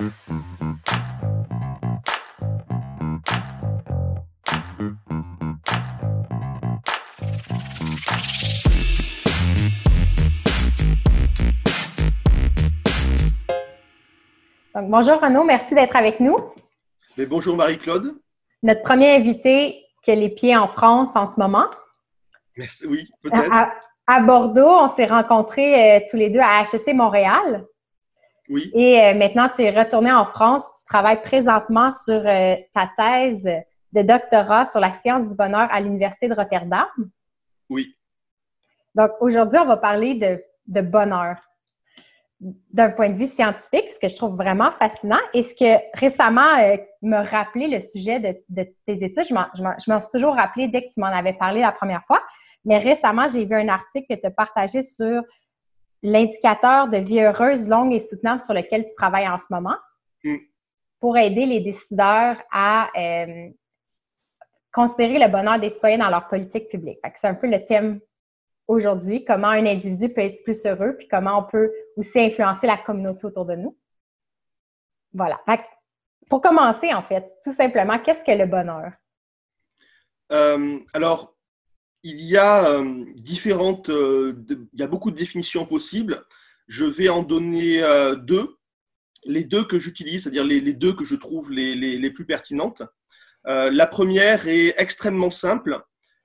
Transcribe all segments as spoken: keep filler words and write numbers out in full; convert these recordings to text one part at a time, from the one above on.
Donc, bonjour Renaud, merci d'être avec nous. Mais bonjour Marie-Claude. Notre premier invité qui a les pieds en France en ce moment. Merci, oui, peut-être. À, à Bordeaux, on s'est rencontrés euh, tous les deux à H E C Montréal. Oui. Et euh, maintenant, tu es retourné en France. Tu travailles présentement sur euh, ta thèse de doctorat sur la science du bonheur à l'Université de Rotterdam. Oui. Donc, aujourd'hui, on va parler de, de bonheur d'un point de vue scientifique, ce que je trouve vraiment fascinant. Et ce que récemment euh, me rappelé le sujet de, de tes études, je m'en, je, m'en, je m'en suis toujours rappelé dès que tu m'en avais parlé la première fois, mais récemment, j'ai vu un article que tu as partagé sur l'indicateur de vie heureuse, longue et soutenable sur lequel tu travailles en ce moment mm. pour aider les décideurs à euh, considérer le bonheur des citoyens dans leur politique publique. Fait que c'est un peu le thème aujourd'hui, comment un individu peut être plus heureux, puis comment on peut aussi influencer la communauté autour de nous. Voilà. Fait que pour commencer, en fait, tout simplement, qu'est-ce que le bonheur? Euh, alors, il y a euh, différentes, euh, de, il y a beaucoup de définitions possibles. Je vais en donner euh, deux. Les deux que j'utilise, c'est-à-dire les, les deux que je trouve les, les, les plus pertinentes. Euh, la première est extrêmement simple.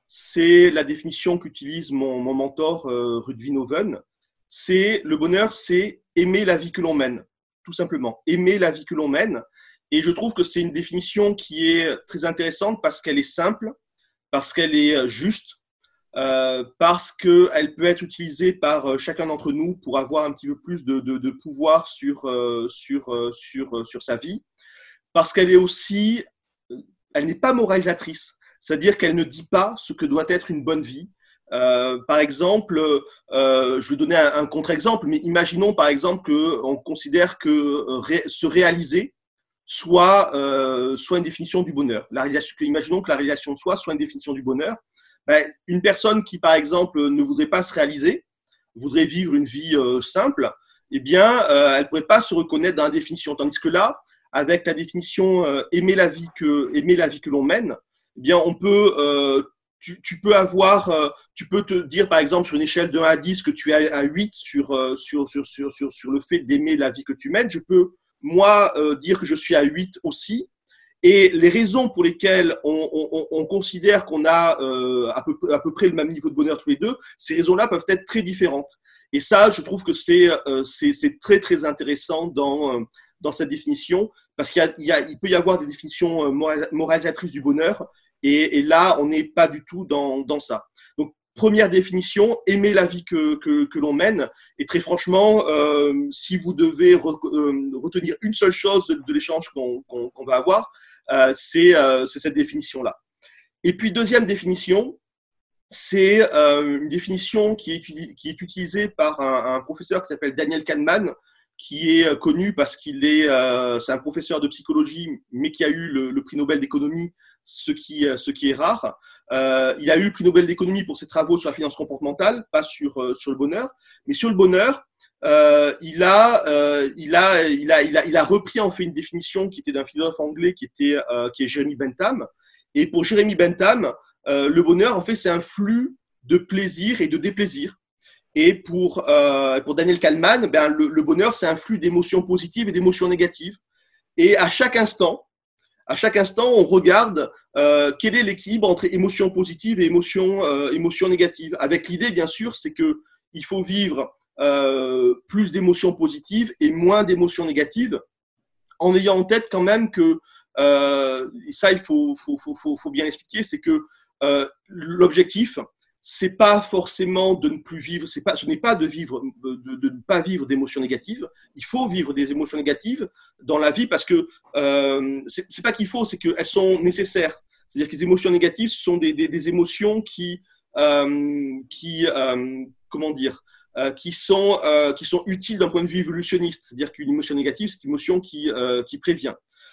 C'est la définition qu'utilise mon, mon mentor euh, Rudvin Oven. C'est le bonheur, c'est aimer la vie que l'on mène, tout simplement. Aimer la vie que l'on mène. Et je trouve que c'est une définition qui est très intéressante parce qu'elle est simple, parce qu'elle est juste, euh, parce qu'elle peut être utilisée par chacun d'entre nous pour avoir un petit peu plus de, de, de pouvoir sur, euh, sur, euh, sur, sur sa vie, parce qu'elle est aussi, elle n'est pas moralisatrice. C'est-à-dire qu'elle ne dit pas ce que doit être une bonne vie. Euh, par exemple, euh, je vais donner un, un contre-exemple, mais imaginons par exemple qu'on considère que euh, ré, se réaliser soit, euh, soit une définition du bonheur. La réalisation, imaginons que la réalisation de soi soit une définition du bonheur. Ben, une personne qui, par exemple, ne voudrait pas se réaliser, voudrait vivre une vie euh, simple, eh bien, euh, elle ne pourrait pas se reconnaître dans la définition. Tandis que là, avec la définition euh, aimer la vie que, aimer la vie que l'on mène, eh bien, on peut, euh, tu, tu peux avoir, euh, tu peux te dire, par exemple, sur une échelle de un à dix, que tu es à huit sur, euh, sur, sur, sur, sur, sur le fait d'aimer la vie que tu mènes. Je peux, moi, euh, dire que je suis à huit aussi. Et les raisons pour lesquelles on, on, on considère qu'on a euh, à, peu, à peu près le même niveau de bonheur tous les deux, ces raisons-là peuvent être très différentes. Et ça, je trouve que c'est, euh, c'est, c'est très, très intéressant dans, euh, dans cette définition, parce qu'il y a, il y a, il peut y avoir des définitions moralisatrices du bonheur. Et, et là, on n'est pas du tout dans, dans ça. Donc, première définition, aimer la vie que, que, que l'on mène. Et très franchement, euh, si vous devez re, euh, retenir une seule chose de, de l'échange qu'on, qu'on, qu'on va avoir, euh, c'est, euh, c'est cette définition-là. Et puis, deuxième définition, c'est euh, une définition qui est, qui est utilisée par un, un professeur qui s'appelle Daniel Kahneman, qui est connu parce qu'il est, euh, c'est un professeur de psychologie, mais qui a eu le, le prix Nobel d'économie, ce qui, ce qui est rare. Euh, il a eu le prix Nobel d'économie pour ses travaux sur la finance comportementale, pas sur, euh, sur le bonheur, mais sur le bonheur, euh, il, a, euh, il, a, il, a, il, a, il a repris en fait une définition qui était d'un philosophe anglais qui, était, euh, qui est Jeremy Bentham. Et pour Jeremy Bentham, euh, le bonheur, en fait, c'est un flux de plaisir et de déplaisir. Et pour, euh, pour Daniel Kahneman, ben, le, le bonheur, c'est un flux d'émotions positives et d'émotions négatives. Et à chaque instant, à chaque instant, on regarde euh, quel est l'équilibre entre émotions positives et émotions, euh, émotions négatives. Avec l'idée, bien sûr, c'est que il faut vivre euh, plus d'émotions positives et moins d'émotions négatives, en ayant en tête quand même que, euh, et ça, il faut, faut, faut, faut, faut bien l'expliquer, c'est que euh, l'objectif, c'est pas forcément de ne plus vivre, c'est pas, ce n'est pas de vivre, de, de ne pas vivre d'émotions négatives. Il faut vivre des émotions négatives dans la vie parce que euh, c'est, c'est pas qu'il faut, c'est qu'elles sont nécessaires. C'est-à-dire que les émotions négatives ce sont des, des, des émotions qui, euh, qui, euh, comment dire, euh, qui sont, euh, qui sont utiles d'un point de vue évolutionniste. C'est-à-dire qu'une émotion négative, c'est une émotion qui, euh, qui prévient.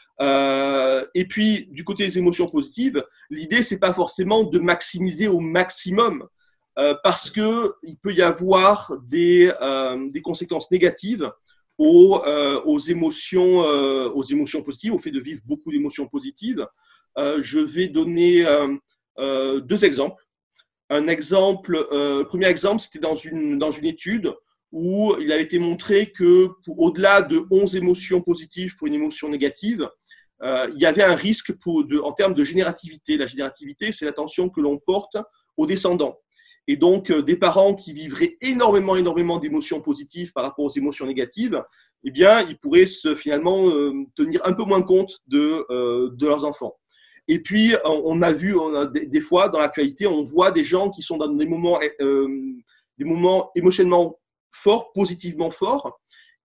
Euh, et puis, du côté des émotions positives, l'idée, c'est pas forcément de maximiser au maximum, euh, parce que il peut y avoir des, euh, des conséquences négatives aux, euh, aux, émotions, euh, aux émotions positives, au fait de vivre beaucoup d'émotions positives. Euh, je vais donner euh, euh, deux exemples. Un exemple, euh, le premier exemple, c'était dans une, dans une étude où il a été montré que pour, au-delà de onze émotions positives pour une émotion négative, euh, il y avait un risque pour de, en termes de générativité. La générativité, c'est l'attention que l'on porte aux descendants. Et donc, euh, des parents qui vivraient énormément, énormément d'émotions positives par rapport aux émotions négatives, eh bien, ils pourraient se, finalement euh, tenir un peu moins compte de, euh, de leurs enfants. Et puis, on a vu, on a des, des fois, dans l'actualité, on voit des gens qui sont dans des moments, euh, des moments émotionnellement forts, positivement forts,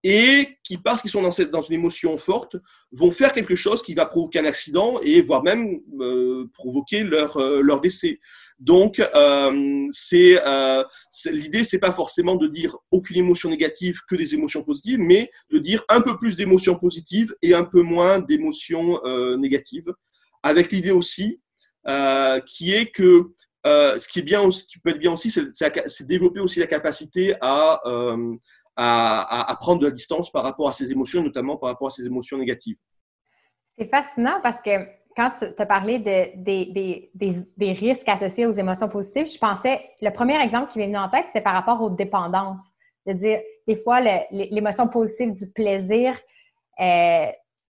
et qui, parce qu'ils sont dans, cette, dans une émotion forte, vont faire quelque chose qui va provoquer un accident et voire même euh, provoquer leur, euh, leur décès. Donc, euh, c'est, euh, c'est, l'idée, c'est pas forcément de dire aucune émotion négative que des émotions positives, mais de dire un peu plus d'émotions positives et un peu moins d'émotions euh, négatives. Avec l'idée aussi euh, qui est que euh, ce qui est bien, ce qui peut être bien aussi, c'est, c'est développer aussi la capacité à, euh, à, à prendre de la distance par rapport à ces émotions, notamment par rapport à ces émotions négatives. C'est fascinant parce que quand tu as parlé de, de, de, des, des risques associés aux émotions positives, je pensais, le premier exemple qui m'est venu en tête, c'est par rapport aux dépendances. De dire, des fois, le, l'émotion positive du plaisir euh,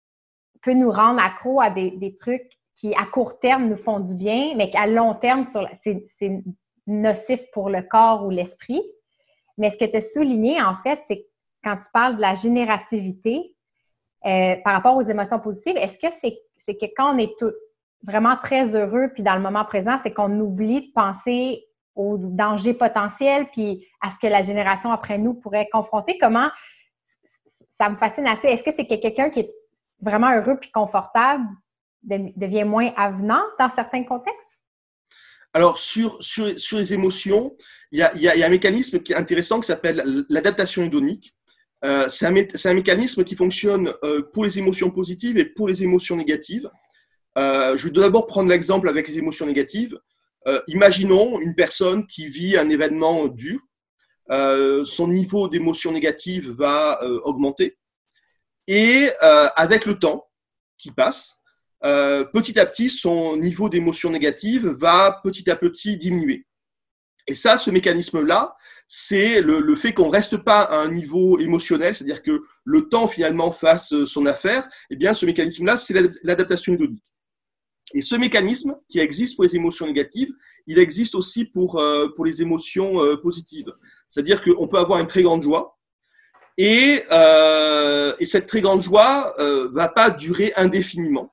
peut nous rendre accro à des, des trucs qui, à court terme, nous font du bien, mais qu'à long terme, sur la, c'est, c'est nocif pour le corps ou l'esprit. Mais ce que tu as souligné, en fait, c'est quand tu parles de la générativité euh, par rapport aux émotions positives, est-ce que c'est, c'est que quand on est tout, vraiment très heureux puis dans le moment présent, c'est qu'on oublie de penser aux dangers potentiels puis à ce que la génération après nous pourrait confronter? Comment, ça me fascine assez. Est-ce que c'est que quelqu'un qui est vraiment heureux puis confortable devient moins avenant dans certains contextes? Alors, sur, sur, sur les émotions, il y a, y a, y a un mécanisme qui est intéressant qui s'appelle l'adaptation hédonique. Euh, c'est, un, c'est un mécanisme qui fonctionne euh, pour les émotions positives et pour les émotions négatives. Euh, je vais d'abord prendre l'exemple avec les émotions négatives. Euh, imaginons une personne qui vit un événement dur. Euh, son niveau d'émotion négative va euh, augmenter. Et euh, avec le temps qui passe, Euh, petit à petit, son niveau d'émotion négative va petit à petit diminuer. Et ça, ce mécanisme-là, c'est le, le fait qu'on ne reste pas à un niveau émotionnel, c'est-à-dire que le temps finalement fasse son affaire. Eh bien, ce mécanisme-là, c'est l'adaptation hédonique. Et ce mécanisme qui existe pour les émotions négatives, il existe aussi pour, euh, pour les émotions euh, positives. C'est-à-dire qu'on peut avoir une très grande joie, et, euh, et cette très grande joie ne euh, va pas durer indéfiniment.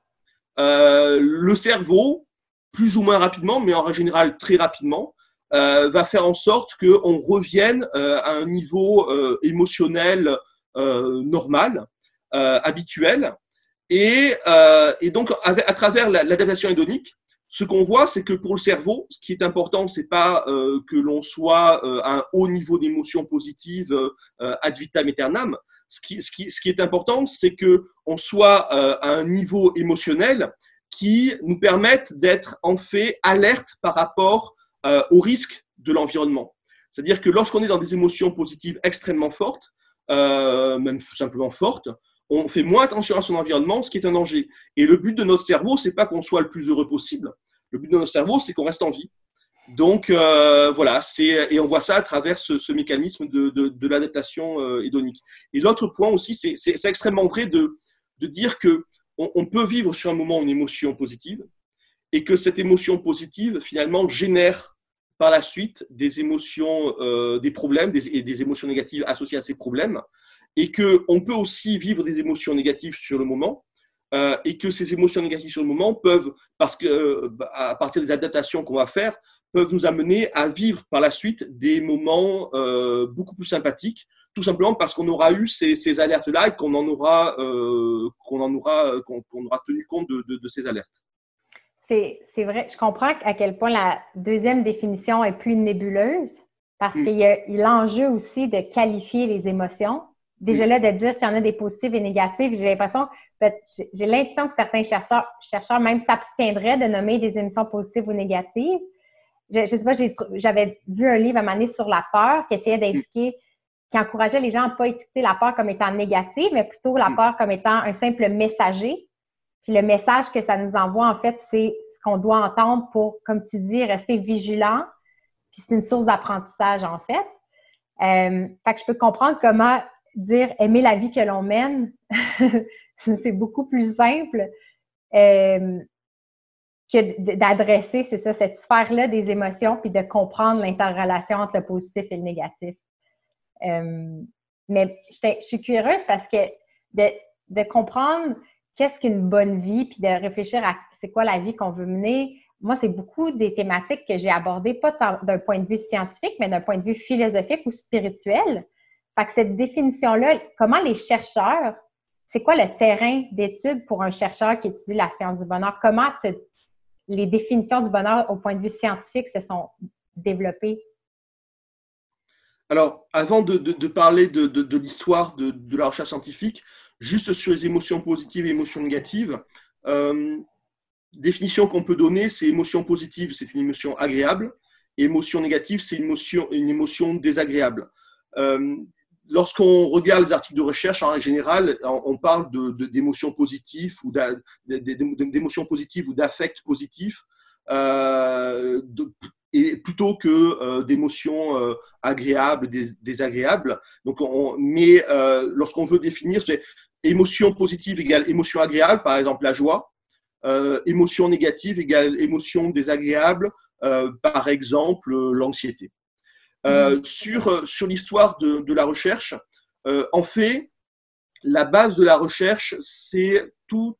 Euh, le cerveau, plus ou moins rapidement, mais en général très rapidement, euh, va faire en sorte qu'on revienne euh, à un niveau euh, émotionnel euh, normal, euh, habituel. Et, euh, et donc, à, à travers la, l'adaptation hédonique, ce qu'on voit, c'est que pour le cerveau, ce qui est important, c'est pas euh, que l'on soit euh, à un haut niveau d'émotion positive euh, ad vitam aeternam. Ce qui, ce, qui, ce qui est important, c'est qu'on soit euh, à un niveau émotionnel qui nous permette d'être en fait alerte par rapport euh, aux risques de l'environnement. C'est-à-dire que lorsqu'on est dans des émotions positives extrêmement fortes, euh, même simplement fortes, on fait moins attention à son environnement, ce qui est un danger. Et le but de notre cerveau, c'est pas qu'on soit le plus heureux possible. Le but de notre cerveau, c'est qu'on reste en vie. Donc euh, voilà, c'est, et on voit ça à travers ce, ce mécanisme de, de, de l'adaptation euh, hédonique. Et l'autre point aussi, c'est, c'est, c'est extrêmement vrai de, de dire que on, on peut vivre sur un moment une émotion positive et que cette émotion positive finalement génère par la suite des émotions, euh, des problèmes des, et des émotions négatives associées à ces problèmes, et que on peut aussi vivre des émotions négatives sur le moment. Euh, et que ces émotions négatives sur le moment peuvent, parce que euh, à partir des adaptations qu'on va faire, peuvent nous amener à vivre par la suite des moments euh, beaucoup plus sympathiques, tout simplement parce qu'on aura eu ces, ces alertes-là et qu'on en aura, euh, qu'on en aura, qu'on, qu'on aura tenu compte de, de, de ces alertes. C'est, c'est vrai, je comprends à quel point la deuxième définition est plus nébuleuse, parce mmh. qu'il y a l'enjeu aussi de qualifier les émotions. Déjà là, de dire qu'il y en a des positives et négatives, j'ai l'impression, j'ai l'intuition que certains chercheurs, chercheurs même s'abstiendraient de nommer des émotions positives ou négatives. Je ne sais pas, j'ai, j'avais vu un livre à un moment donné sur la peur qui essayait d'indiquer qui encourageait les gens à ne pas étiqueter la peur comme étant négative, mais plutôt la peur comme étant un simple messager. Puis le message que ça nous envoie, en fait, c'est ce qu'on doit entendre pour, comme tu dis, rester vigilant. Puis c'est une source d'apprentissage, en fait. Euh, fait que je peux comprendre comment dire aimer la vie que l'on mène. C'est beaucoup plus simple euh, que d'adresser, c'est ça, cette sphère-là des émotions puis de comprendre l'interrelation entre le positif et le négatif. Euh, mais je suis curieuse parce que de, de comprendre qu'est-ce qu'une bonne vie, puis de réfléchir à c'est quoi la vie qu'on veut mener. Moi, c'est beaucoup des thématiques que j'ai abordées, pas d'un point de vue scientifique, mais d'un point de vue philosophique ou spirituel. Fait que cette définition-là, comment les chercheurs, c'est quoi le terrain d'étude pour un chercheur qui étudie la science du bonheur? Comment te, les définitions du bonheur au point de vue scientifique se sont développées? Alors, avant de, de, de parler de, de, de l'histoire de, de la recherche scientifique, juste sur les émotions positives et émotions négatives, euh, définition qu'on peut donner, c'est émotion positive, c'est une émotion agréable, et émotion négative, c'est une émotion, une émotion désagréable. Euh, lorsqu'on regarde les articles de recherche, en général, on parle de, de, d'émotions positives ou d'émotions positives ou d'affects positifs, euh, de, et plutôt que euh, d'émotions euh, agréables, dés, désagréables. Donc, on, mais euh, lorsqu'on veut définir, c'est émotion positive égale émotion agréable, par exemple la joie. Euh, émotion négative égale émotion désagréable, euh, par exemple l'anxiété. Euh, mmh. Sur, sur l'histoire de, de la recherche, euh, en fait, la base de la recherche, c'est toute,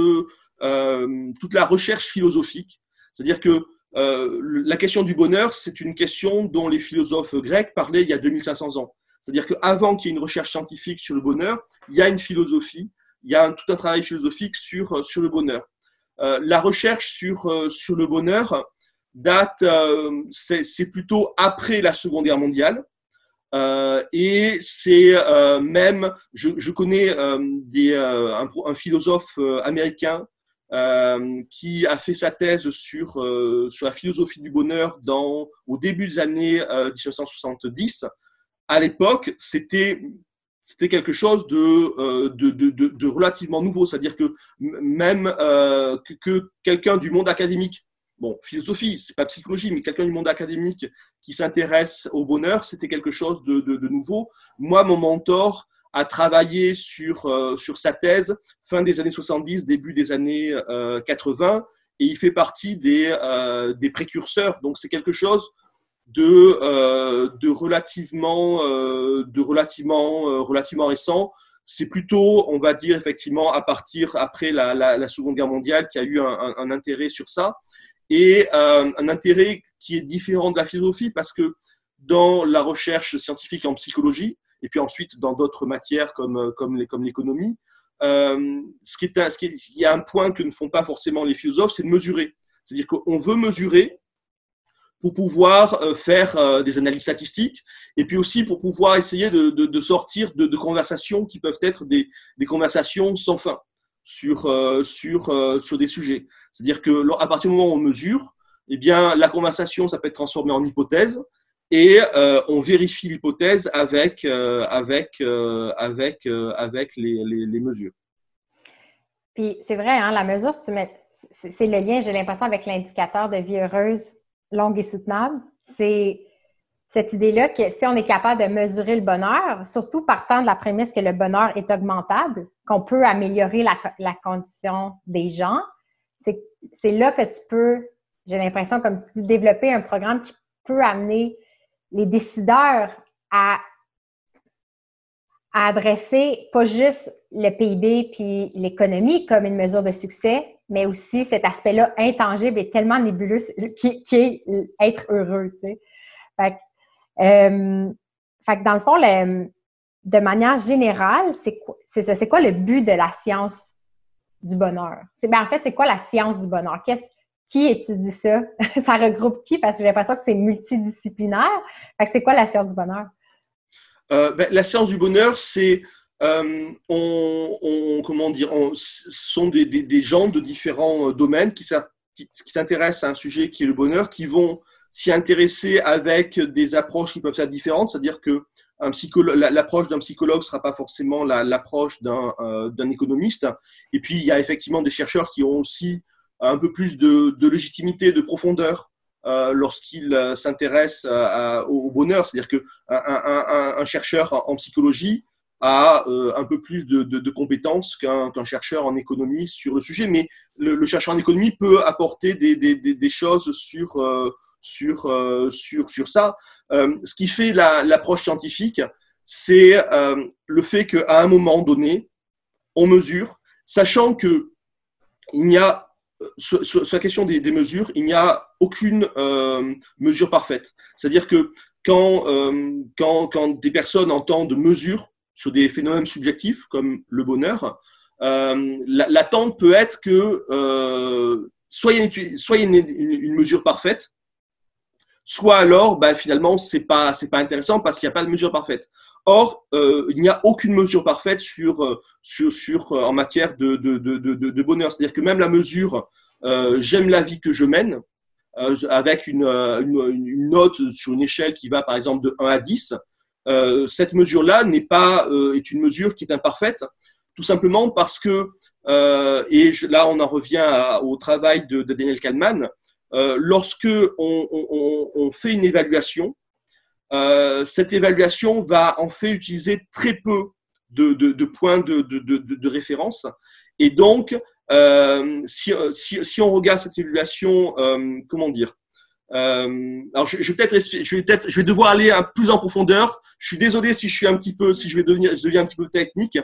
euh, toute la recherche philosophique. C'est-à-dire que euh, la question du bonheur, c'est une question dont les philosophes grecs parlaient il y a deux mille cinq cents ans. C'est-à-dire qu'avant qu'il y ait une recherche scientifique sur le bonheur, il y a une philosophie, il y a un, tout un travail philosophique sur, sur le bonheur. Euh, la recherche sur, euh, sur le bonheur date, euh, c'est, c'est plutôt après la Seconde Guerre mondiale. Euh, et c'est euh, même, je, je connais euh, des, euh, un, un philosophe euh, américain euh, qui a fait sa thèse sur, euh, sur la philosophie du bonheur dans, au début des années euh, dix-neuf cent soixante-dix. À l'époque, c'était, c'était quelque chose de, euh, de, de, de, de relativement nouveau. C'est-à-dire que même euh, que, que quelqu'un du monde académique, bon, philosophie, c'est pas psychologie, mais quelqu'un du monde académique qui s'intéresse au bonheur, c'était quelque chose de, de, de nouveau. Moi, mon mentor a travaillé sur, euh, sur sa thèse fin des années soixante-dix, début des années euh, quatre-vingts, et il fait partie des, euh, des précurseurs. Donc, c'est quelque chose de, euh, de relativement, euh, de relativement, euh, relativement récent. C'est plutôt, on va dire, effectivement, à partir après la, la, la Seconde Guerre mondiale, qu'il y a eu un, un, un intérêt sur ça. Et euh, un intérêt qui est différent de la philosophie parce que dans la recherche scientifique en psychologie et puis ensuite dans d'autres matières comme, comme, les, comme l'économie, euh, ce qui est un, ce qui est, il y a un point que ne font pas forcément les philosophes, c'est de mesurer. C'est-à-dire qu'on veut mesurer pour pouvoir faire des analyses statistiques et puis aussi pour pouvoir essayer de, de, de sortir de, de conversations qui peuvent être des, des conversations sans fin sur, euh, sur, euh, sur des sujets. C'est-à-dire qu'à partir du moment où on mesure, eh bien, la conversation, ça peut être transformé en hypothèse et euh, on vérifie l'hypothèse avec, euh, avec, euh, avec, euh, avec les, les, les mesures. Puis c'est vrai, hein, la mesure, si tu mets, c'est, c'est le lien, j'ai l'impression, avec l'indicateur de vie heureuse longue et soutenable. C'est cette idée-là que si on est capable de mesurer le bonheur, surtout partant de la prémisse que le bonheur est augmentable, qu'on peut améliorer la, la condition des gens, c'est, c'est là que tu peux, j'ai l'impression, comme tu dis, développer un programme qui peut amener les décideurs à, à adresser pas juste le P I B puis l'économie comme une mesure de succès, mais aussi cet aspect-là intangible et tellement nébuleux qui, qui est être heureux, tu sais. Fait que, euh, fait que dans le fond, le, de manière générale, c'est quoi, c'est ça, c'est quoi le but de la science du bonheur? C'est, ben en fait, c'est quoi la science du bonheur? Qu'est-ce, qui étudie ça? Ça regroupe qui? Parce que j'ai l'impression que c'est multidisciplinaire. Fait que c'est quoi la science du bonheur? Euh, ben, la science du bonheur, c'est euh, on, on, comment dire, on, ce sont des, des, des gens de différents domaines qui, qui, qui s'intéressent à un sujet qui est le bonheur, qui vont s'y intéresser avec des approches qui peuvent être différentes, c'est-à-dire que un psychologue, l'approche d'un psychologue ne sera pas forcément la, l'approche d'un, euh, d'un économiste. Et puis, il y a effectivement des chercheurs qui ont aussi un peu plus de, de légitimité, de profondeur euh, lorsqu'ils euh, s'intéressent à, à, au bonheur. C'est-à-dire qu'un un, un, un chercheur en, en psychologie a euh, un peu plus de, de, de compétences qu'un, qu'un chercheur en économie sur le sujet. Mais le, le chercheur en économie peut apporter des, des, des, des choses sur... Euh, Sur, euh, sur, sur ça. Euh, ce qui fait la, l'approche scientifique, c'est euh, le fait qu'à un moment donné, on mesure, sachant que il n'y a, sur, sur la question des, des mesures, il n'y a aucune euh, mesure parfaite. C'est-à-dire que quand, euh, quand, quand des personnes entendent mesure sur des phénomènes subjectifs, comme le bonheur, euh, l'attente peut être que euh, soit il y a une, soit il y a une, une mesure parfaite, soit alors, bah, finalement, c'est pas, c'est pas intéressant parce qu'il n'y a pas de mesure parfaite. Or, euh, il n'y a aucune mesure parfaite sur, sur, sur, en matière de, de, de, de, de bonheur. C'est-à-dire que même la mesure euh, j'aime la vie que je mène, euh, avec une, une, une note sur une échelle qui va, par exemple, de un à dix, euh, cette mesure-là n'est pas, euh, est une mesure qui est imparfaite, tout simplement parce que, euh, et je, là, on en revient à, au travail de, de Daniel Kahneman. Euh, lorsque on, on, on fait une évaluation, euh, cette évaluation va en fait utiliser très peu de, de, de points de, de, de, de référence. Et donc, euh, si, si, si on regarde cette évaluation, euh, comment dire, euh, alors je, je vais peut-être, je vais peut-être, je vais devoir aller un plus en profondeur. Je suis désolé si je suis un petit peu, si je vais devenir, je deviens un petit peu technique.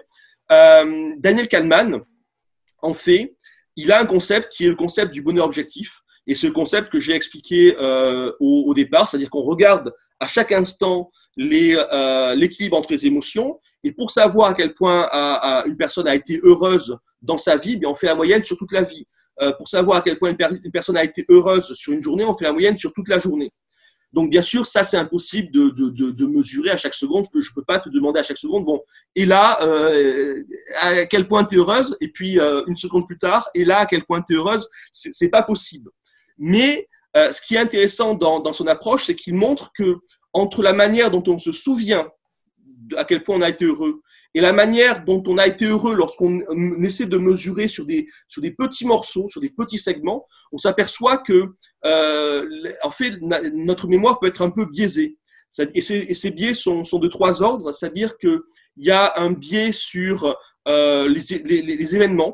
Euh, Daniel Kahneman, en fait, il a un concept qui est le concept du bonheur objectif. Et ce concept que j'ai expliqué euh, au, au départ, c'est-à-dire qu'on regarde à chaque instant les, euh, l'équilibre entre les émotions, et pour savoir à quel point à, à une personne a été heureuse dans sa vie, bien on fait la moyenne sur toute la vie. Euh, pour savoir à quel point une, per- une personne a été heureuse sur une journée, on fait la moyenne sur toute la journée. Donc bien sûr, ça c'est impossible de, de, de, de mesurer à chaque seconde. Je peux, je peux pas te demander à chaque seconde. Bon, et là, euh, à quel point tu es heureuse, et puis euh, une seconde plus tard, et là à quel point tu es heureuse, c'est, c'est pas possible. Mais euh, ce qui est intéressant dans, dans son approche, c'est qu'il montre que entre la manière dont on se souvient de à quel point on a été heureux et la manière dont on a été heureux lorsqu'on essaie de mesurer sur des, sur des petits morceaux, sur des petits segments, on s'aperçoit que euh, en fait notre mémoire peut être un peu biaisée. Et ces, et ces biais sont, sont de trois ordres, c'est-à-dire qu'il y a un biais sur euh, les, les, les événements.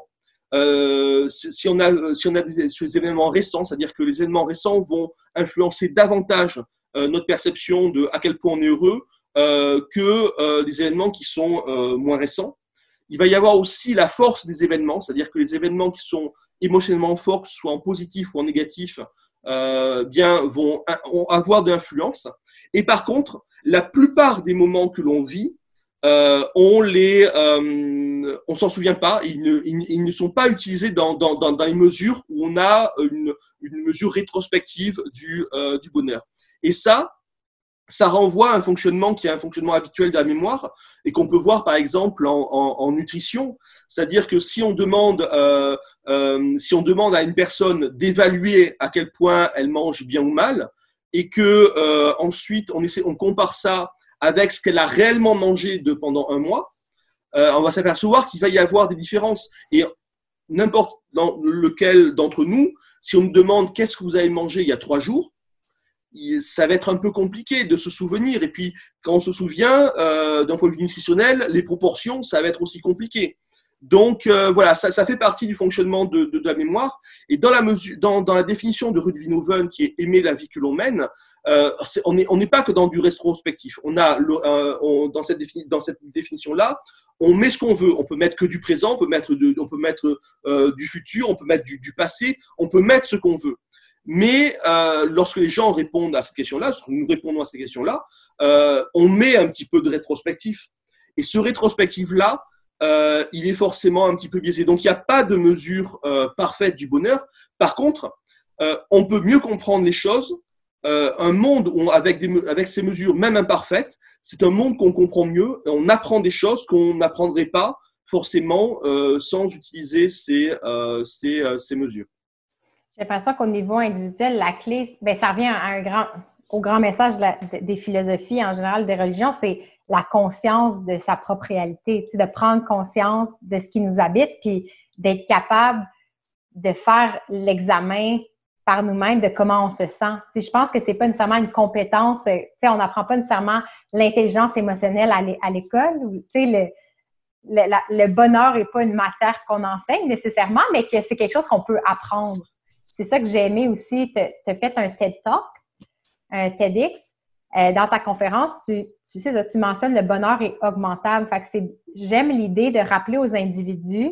Euh, si on a, si on a des, sur des événements récents, c'est-à-dire que les événements récents vont influencer davantage euh, notre perception de à quel point on est heureux euh, que euh, des événements qui sont euh, moins récents. Il va y avoir aussi la force des événements, c'est-à-dire que les événements qui sont émotionnellement forts, que ce soit en positif ou en négatif, euh, bien vont avoir de l'influence. Et par contre, la plupart des moments que l'on vit, Euh, on les, euh, on s'en souvient pas. Ils ne, ils, ils ne sont pas utilisés dans, dans, dans, dans les mesures où on a une, une mesure rétrospective du, euh, du bonheur. Et ça, ça renvoie à un fonctionnement qui est un fonctionnement habituel de la mémoire et qu'on peut voir par exemple en, en, en nutrition. C'est-à-dire que si on demande, euh, euh, si on demande à une personne d'évaluer à quel point elle mange bien ou mal, et que euh, ensuite on essaie, on compare ça avec ce qu'elle a réellement mangé de pendant un mois, euh, on va s'apercevoir qu'il va y avoir des différences. Et n'importe dans lequel d'entre nous, si on nous demande qu'est-ce que vous avez mangé il y a trois jours, ça va être un peu compliqué de se souvenir. Et puis, quand on se souvient, euh, d'un point de vue nutritionnel, les proportions, ça va être aussi compliqué. Donc, euh, voilà, ça, ça fait partie du fonctionnement de, de, de la mémoire. Et dans la, mesure, dans, dans la définition de Ruud Vinhoven, qui est aimer la vie que l'on mène, euh, c'est, on n'est on n'est pas que dans du rétrospectif. On a, le, euh, on, dans cette, défini, dans cette définition-là, on met ce qu'on veut. On peut mettre que du présent, on peut mettre, de, on peut mettre euh, du futur, on peut mettre du, du passé, on peut mettre ce qu'on veut. Mais euh, lorsque les gens répondent à cette question-là, lorsque nous répondons à cette question-là, euh, on met un petit peu de rétrospectif. Et ce rétrospectif-là, euh, il est forcément un petit peu biaisé. Donc, il n'y a pas de mesure euh, parfaite du bonheur. Par contre, euh, on peut mieux comprendre les choses. Euh, un monde où, avec, des, avec ces mesures, même imparfaites, c'est un monde qu'on comprend mieux. On apprend des choses qu'on n'apprendrait pas forcément euh, sans utiliser ces, euh, ces, euh, ces mesures. J'ai l'impression qu'au niveau individuel, la clé, ben, ça revient à un grand, au grand message de la, de, des philosophies en général, des religions, c'est la conscience de sa propre réalité, de prendre conscience de ce qui nous habite, puis d'être capable de faire l'examen par nous-mêmes de comment on se sent. T'sais, je pense que c'est pas nécessairement une compétence, t'sais, on n'apprend pas nécessairement l'intelligence émotionnelle à l'école, ou le, le, la, le bonheur n'est pas une matière qu'on enseigne nécessairement, mais que c'est quelque chose qu'on peut apprendre. C'est ça que j'ai aimé aussi. Tu as fait un TED Talk, un TEDx. Euh, dans ta conférence, tu, tu sais, tu mentionnes le bonheur est augmentable. Fait que c'est, j'aime l'idée de rappeler aux individus,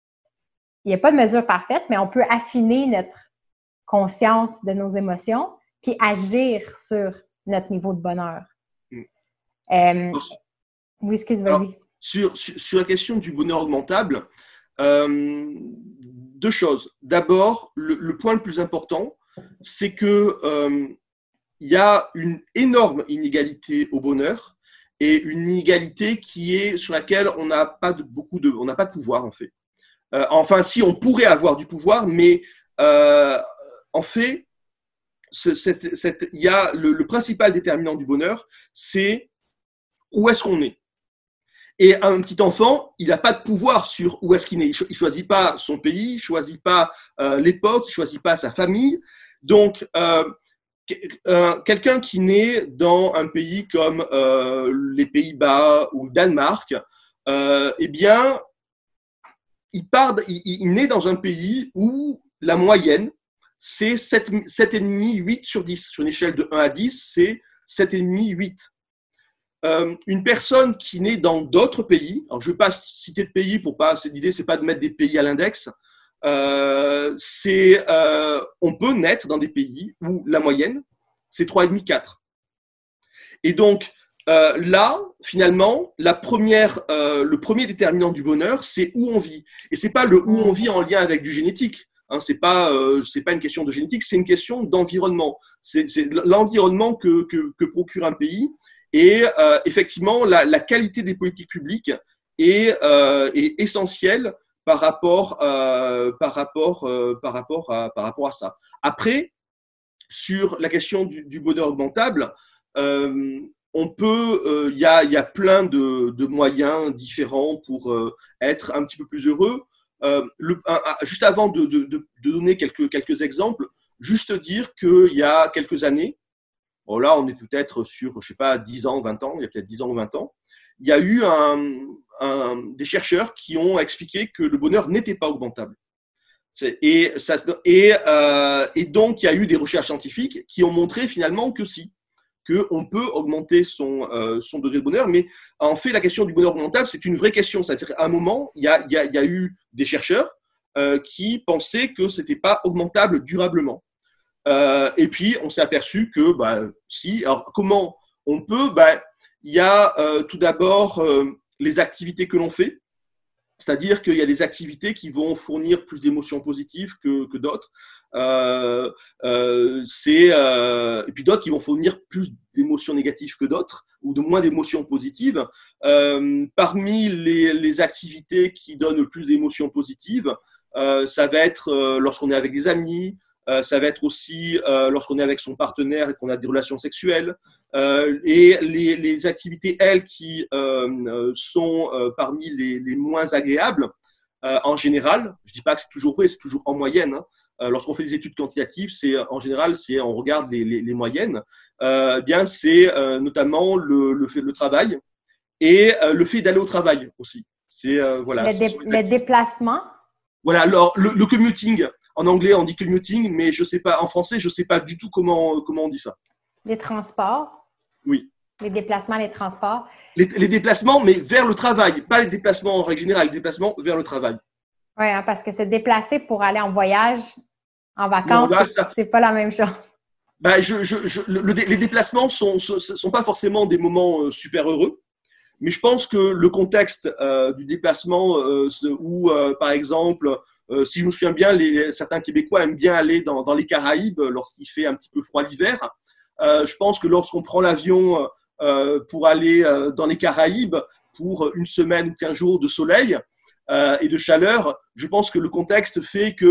il n'y a pas de mesure parfaite, mais on peut affiner notre conscience de nos émotions puis agir sur notre niveau de bonheur. Mm. Euh, oui, excuse, vas-y. Sur, sur, sur la question du bonheur augmentable, euh, deux choses. D'abord, le, le point le plus important, c'est que euh, il y a une énorme inégalité au bonheur et une inégalité qui est sur laquelle on n'a pas de beaucoup de, on n'a pas de pouvoir en fait. Euh, enfin, si on pourrait avoir du pouvoir, mais euh, en fait, ce, cette, cette, il y a le, le principal déterminant du bonheur, c'est où est-ce qu'on est. Et un petit enfant, il n'a pas de pouvoir sur où est-ce qu'il est. Il ne choisit pas son pays, il ne choisit pas euh, l'époque, il ne choisit pas sa famille. Donc, euh, euh, quelqu'un qui naît dans un pays comme euh, les Pays-Bas ou le Danemark, euh, eh bien, il, part, il, il naît dans un pays où la moyenne, c'est sept virgule cinq, huit sur dix. Sur une échelle de un à dix, c'est sept virgule cinq, huit. Euh, une personne qui naît dans d'autres pays, alors je ne vais pas citer de pays pour pas, l'idée c'est pas de mettre des pays à l'index, euh, c'est, euh, on peut naître dans des pays où la moyenne c'est trois virgule cinq, quatre. Et donc euh, là, finalement, la première, euh, le premier déterminant du bonheur, c'est où on vit. Et c'est pas le où on vit en lien avec du génétique. Hein, c'est pas, euh, c'est pas une question de génétique, c'est une question d'environnement. C'est, c'est l'environnement que, que, que procure un pays. Et euh, effectivement, la, la qualité des politiques publiques est, euh, est essentielle par rapport, euh, par, rapport, euh, par, rapport à, par rapport à ça. Après, sur la question du, du bonheur augmentable, euh, on peut, il euh, y, a, y a plein de, de moyens différents pour euh, être un petit peu plus heureux. Euh, le, un, un, juste avant de, de, de donner quelques, quelques exemples, juste dire qu'il y a quelques années, bon, là, on est peut-être sur, je sais pas, dix ans, vingt ans, il y a peut-être dix ans ou vingt ans. Il y a eu un, un, des chercheurs qui ont expliqué que le bonheur n'était pas augmentable. Et, ça, et, euh, et donc, il y a eu des recherches scientifiques qui ont montré finalement que si, qu'on peut augmenter son, euh, son degré de bonheur. Mais en fait, la question du bonheur augmentable, c'est une vraie question. C'est-à-dire qu'à un moment, il y a, il y a, il y a eu des chercheurs euh, qui pensaient que ce n'était pas augmentable durablement. Euh, et puis, on s'est aperçu que, bah, si. Alors, comment on peut bah, il y a euh, tout d'abord euh, les activités que l'on fait. C'est-à-dire qu'il y a des activités qui vont fournir plus d'émotions positives que, que d'autres. Euh, euh, c'est, euh, et puis d'autres qui vont fournir plus d'émotions négatives que d'autres, ou de moins d'émotions positives. Euh, parmi les, les activités qui donnent le plus d'émotions positives, euh, ça va être euh, lorsqu'on est avec des amis, Euh, ça va être aussi euh, lorsqu'on est avec son partenaire et qu'on a des relations sexuelles. Euh, et les, les activités, elles, qui euh, sont euh, parmi les, les moins agréables, euh, en général, je ne dis pas que c'est toujours vrai, c'est toujours en moyenne. Hein. Euh, lorsqu'on fait des études quantitatives, c'est en général, c'est on regarde les, les, les moyennes. Euh, bien, c'est euh, notamment le, le, fait, le travail et euh, le fait d'aller au travail aussi. C'est euh, voilà. Le, dé, le déplacement. Voilà, alors le, le commuting. En anglais, on dit commuting, mais je sais pas, en français, je ne sais pas du tout comment, comment on dit ça. Les transports. Oui. Les déplacements, les transports. Les, les déplacements, mais vers le travail. Pas les déplacements en règle générale, les déplacements vers le travail. Oui, hein, parce que se déplacer pour aller en voyage, en vacances, non, là, c'est, c'est pas la même chose. Ben, je, je, je, le, les déplacements ne sont, sont pas forcément des moments super heureux. Mais je pense que le contexte euh, du déplacement euh, où, euh, par exemple, Euh, si je me souviens bien, les, certains Québécois aiment bien aller dans, dans les Caraïbes lorsqu'il fait un petit peu froid l'hiver. Euh, je pense que lorsqu'on prend l'avion euh, pour aller euh, dans les Caraïbes pour une semaine ou quinze jours de soleil euh, et de chaleur, je pense que le contexte fait que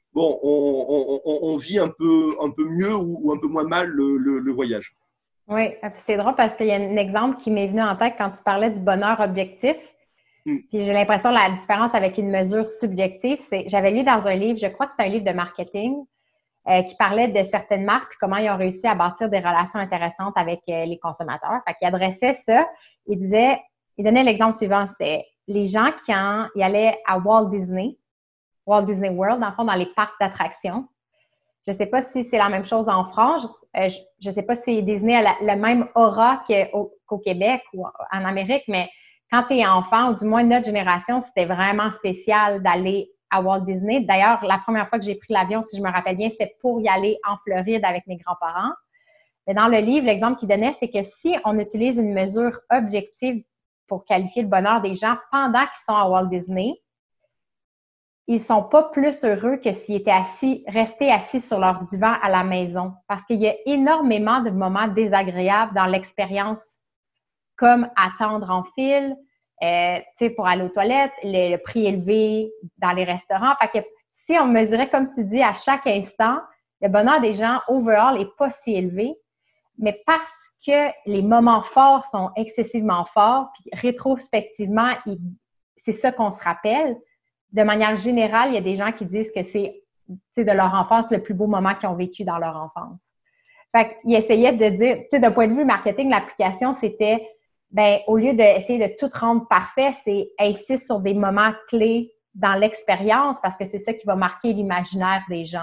bon, on, on, on vit un peu, un peu mieux ou, ou un peu moins mal le, le, le voyage. Oui, c'est drôle parce qu'il y a un exemple qui m'est venu en tête quand tu parlais du bonheur objectif. Mm. Puis j'ai l'impression que la différence avec une mesure subjective, c'est j'avais lu dans un livre, je crois que c'est un livre de marketing, euh, qui parlait de certaines marques puis comment ils ont réussi à bâtir des relations intéressantes avec euh, les consommateurs. Fait qu'il adressait ça. Il disait, il donnait l'exemple suivant, c'est les gens qui en, y allaient à Walt Disney, Walt Disney World, dans le fond, dans les parcs d'attractions. Je ne sais pas si c'est la même chose en France. Euh, je ne sais pas si Disney a la, la même aura qu'au, qu'au Québec ou en Amérique, mais quand tu es enfant, ou du moins notre génération, c'était vraiment spécial d'aller à Walt Disney. D'ailleurs, la première fois que j'ai pris l'avion, si je me rappelle bien, c'était pour y aller en Floride avec mes grands-parents. Mais dans le livre, l'exemple qu'il donnait, c'est que si on utilise une mesure objective pour qualifier le bonheur des gens pendant qu'ils sont à Walt Disney, ils ne sont pas plus heureux que s'ils étaient assis, restés assis sur leur divan à la maison. Parce qu'il y a énormément de moments désagréables dans l'expérience, comme attendre en file, euh, pour aller aux toilettes, le, le prix élevé dans les restaurants. Fait que si on mesurait, comme tu dis, à chaque instant, le bonheur des gens, overall, n'est pas si élevé. Mais parce que les moments forts sont excessivement forts, puis rétrospectivement, il, c'est ça qu'on se rappelle. De manière générale, il y a des gens qui disent que c'est de leur enfance le plus beau moment qu'ils ont vécu dans leur enfance. Fait qu'ils essayaient de dire, tu sais, d'un point de vue marketing, l'application, c'était, ben, au lieu d'essayer de tout rendre parfait, c'est insister sur des moments clés dans l'expérience parce que c'est ça qui va marquer l'imaginaire des gens.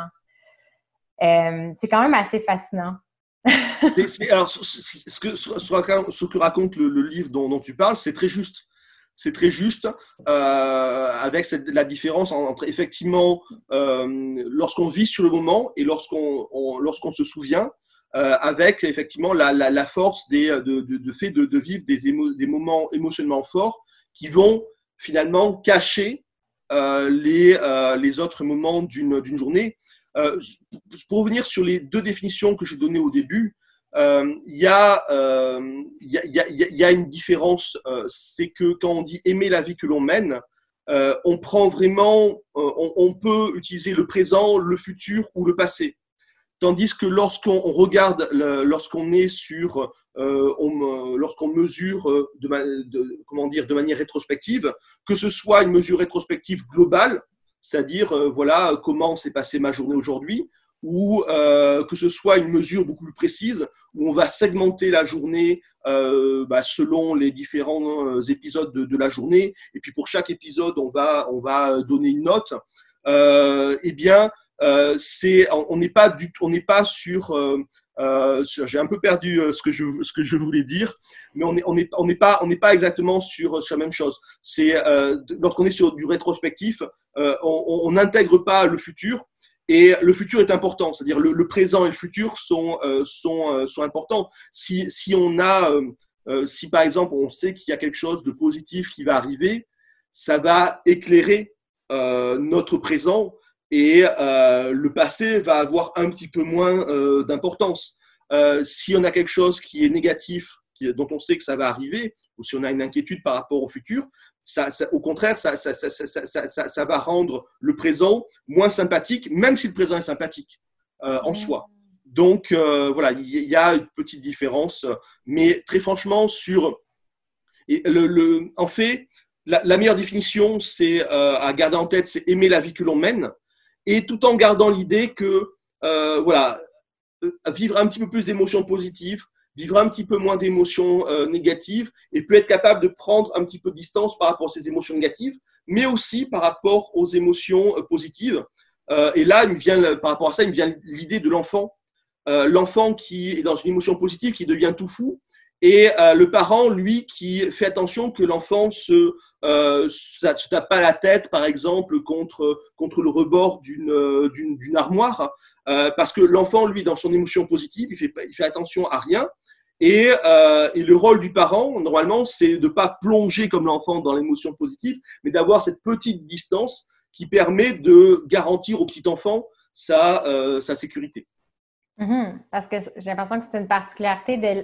Euh, c'est quand même assez fascinant. c'est, c'est, alors, ce que, ce que raconte le, le livre dont, dont tu parles, c'est très juste. C'est très juste, euh, avec cette, la différence entre effectivement euh, lorsqu'on vit sur le moment et lorsqu'on, on, lorsqu'on se souvient, euh, avec effectivement la, la, la force des, de, de, de fait de, de vivre des, émo, des moments émotionnellement forts qui vont finalement cacher euh, les, euh, les autres moments d'une, d'une journée. Euh, pour revenir sur les deux définitions que j'ai données au début, il euh, y, euh, y, a, y, a, y a une différence, euh, c'est que quand on dit aimer la vie que l'on mène, euh, on prend vraiment, euh, on, on peut utiliser le présent, le futur ou le passé. Tandis que lorsqu'on regarde, le, lorsqu'on est sur, euh, on, lorsqu'on mesure de, de, comment dire, de manière rétrospective, que ce soit une mesure rétrospective globale, c'est-à-dire euh, voilà comment s'est passée ma journée aujourd'hui, ou euh, que ce soit une mesure beaucoup plus précise où on va segmenter la journée euh, bah, selon les différents épisodes de, de la journée, et puis pour chaque épisode on va on va donner une note. Euh, eh bien, euh, c'est on n'est pas du on n'est pas sur euh, euh, j'ai un peu perdu ce que je ce que je voulais dire, mais on est on est on n'est pas on n'est pas exactement sur sur la même chose. C'est euh, lorsqu'on est sur du rétrospectif, euh, on n'intègre pas le futur. Et le futur est important, c'est-à-dire le, le présent et le futur sont euh, sont euh, sont importants. Si si on a euh, euh, si par exemple on sait qu'il y a quelque chose de positif qui va arriver, ça va éclairer euh, notre présent et euh, le passé va avoir un petit peu moins euh, d'importance. Euh, si on a quelque chose qui est négatif, qui, dont on sait que ça va arriver, ou si on a une inquiétude par rapport au futur, ça, ça, au contraire, ça, ça, ça, ça, ça, ça, ça va rendre le présent moins sympathique, même si le présent est sympathique euh, en soi. Donc, euh, voilà, il y a une petite différence, mais très franchement, sur et le, le, en fait, la, la meilleure définition, c'est euh, à garder en tête, c'est aimer la vie que l'on mène, et tout en gardant l'idée que, euh, voilà, vivre un petit peu plus d'émotions positives, vivre un petit peu moins d'émotions euh, négatives et peut être capable de prendre un petit peu de distance par rapport à ces émotions négatives, mais aussi par rapport aux émotions euh, positives. Euh, et là, il me vient, par rapport à ça, il me vient l'idée de l'enfant. Euh, l'enfant qui est dans une émotion positive, qui devient tout fou, et euh, le parent, lui, qui fait attention que l'enfant se euh, se tape pas la tête, par exemple, contre contre le rebord d'une d'une, d'une armoire, euh, parce que l'enfant, lui, dans son émotion positive, il fait il fait attention à rien. Et, euh, et le rôle du parent, normalement, c'est de pas plonger comme l'enfant dans l'émotion positive, mais d'avoir cette petite distance qui permet de garantir au petit enfant sa euh, sa sécurité. Mm-hmm. Parce que j'ai l'impression que c'est une particularité de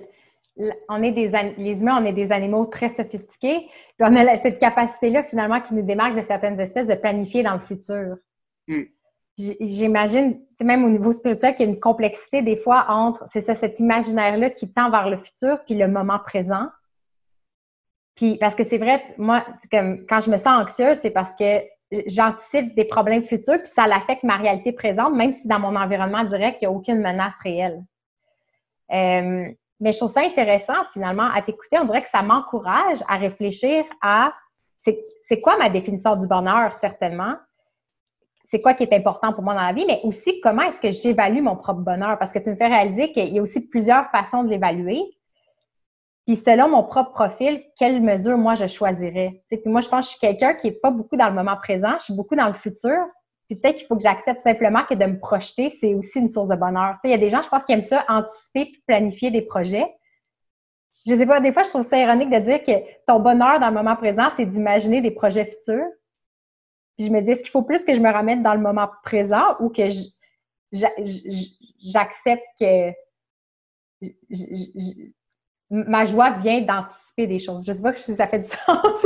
on est des, les humains, on est des animaux très sophistiqués, puis on a cette capacité-là, finalement, qui nous démarque de certaines espèces de planifier dans le futur. Mm. j'imagine, même au niveau spirituel, qu'il y a une complexité des fois entre, c'est ça, cet imaginaire-là qui tend vers le futur puis le moment présent. Puis, parce que c'est vrai, moi, comme quand je me sens anxieuse, c'est parce que j'anticipe des problèmes futurs puis ça l'affecte ma réalité présente, même si dans mon environnement direct, il n'y a aucune menace réelle. Euh, mais je trouve ça intéressant, finalement, à t'écouter. On dirait que ça m'encourage à réfléchir à c'est, c'est quoi ma définition du bonheur, certainement. C'est quoi qui est important pour moi dans la vie, mais aussi comment est-ce que j'évalue mon propre bonheur? Parce que tu me fais réaliser qu'il y a aussi plusieurs façons de l'évaluer. Puis selon mon propre profil, quelle mesure moi je choisirais? Tu sais, puis moi, je pense que je suis quelqu'un qui n'est pas beaucoup dans le moment présent, je suis beaucoup dans le futur. Puis peut-être qu'il faut que j'accepte simplement que de me projeter, c'est aussi une source de bonheur. Tu sais, il y a des gens, je pense, qui aiment ça, anticiper puis planifier des projets. Je sais pas, des fois, je trouve ça ironique de dire que ton bonheur dans le moment présent, c'est d'imaginer des projets futurs. Puis je me dis, est-ce qu'il faut plus que je me ramène dans le moment présent ou que je, je, je, j'accepte que je, je, ma joie vient d'anticiper des choses. Je ne sais pas si ça fait du sens.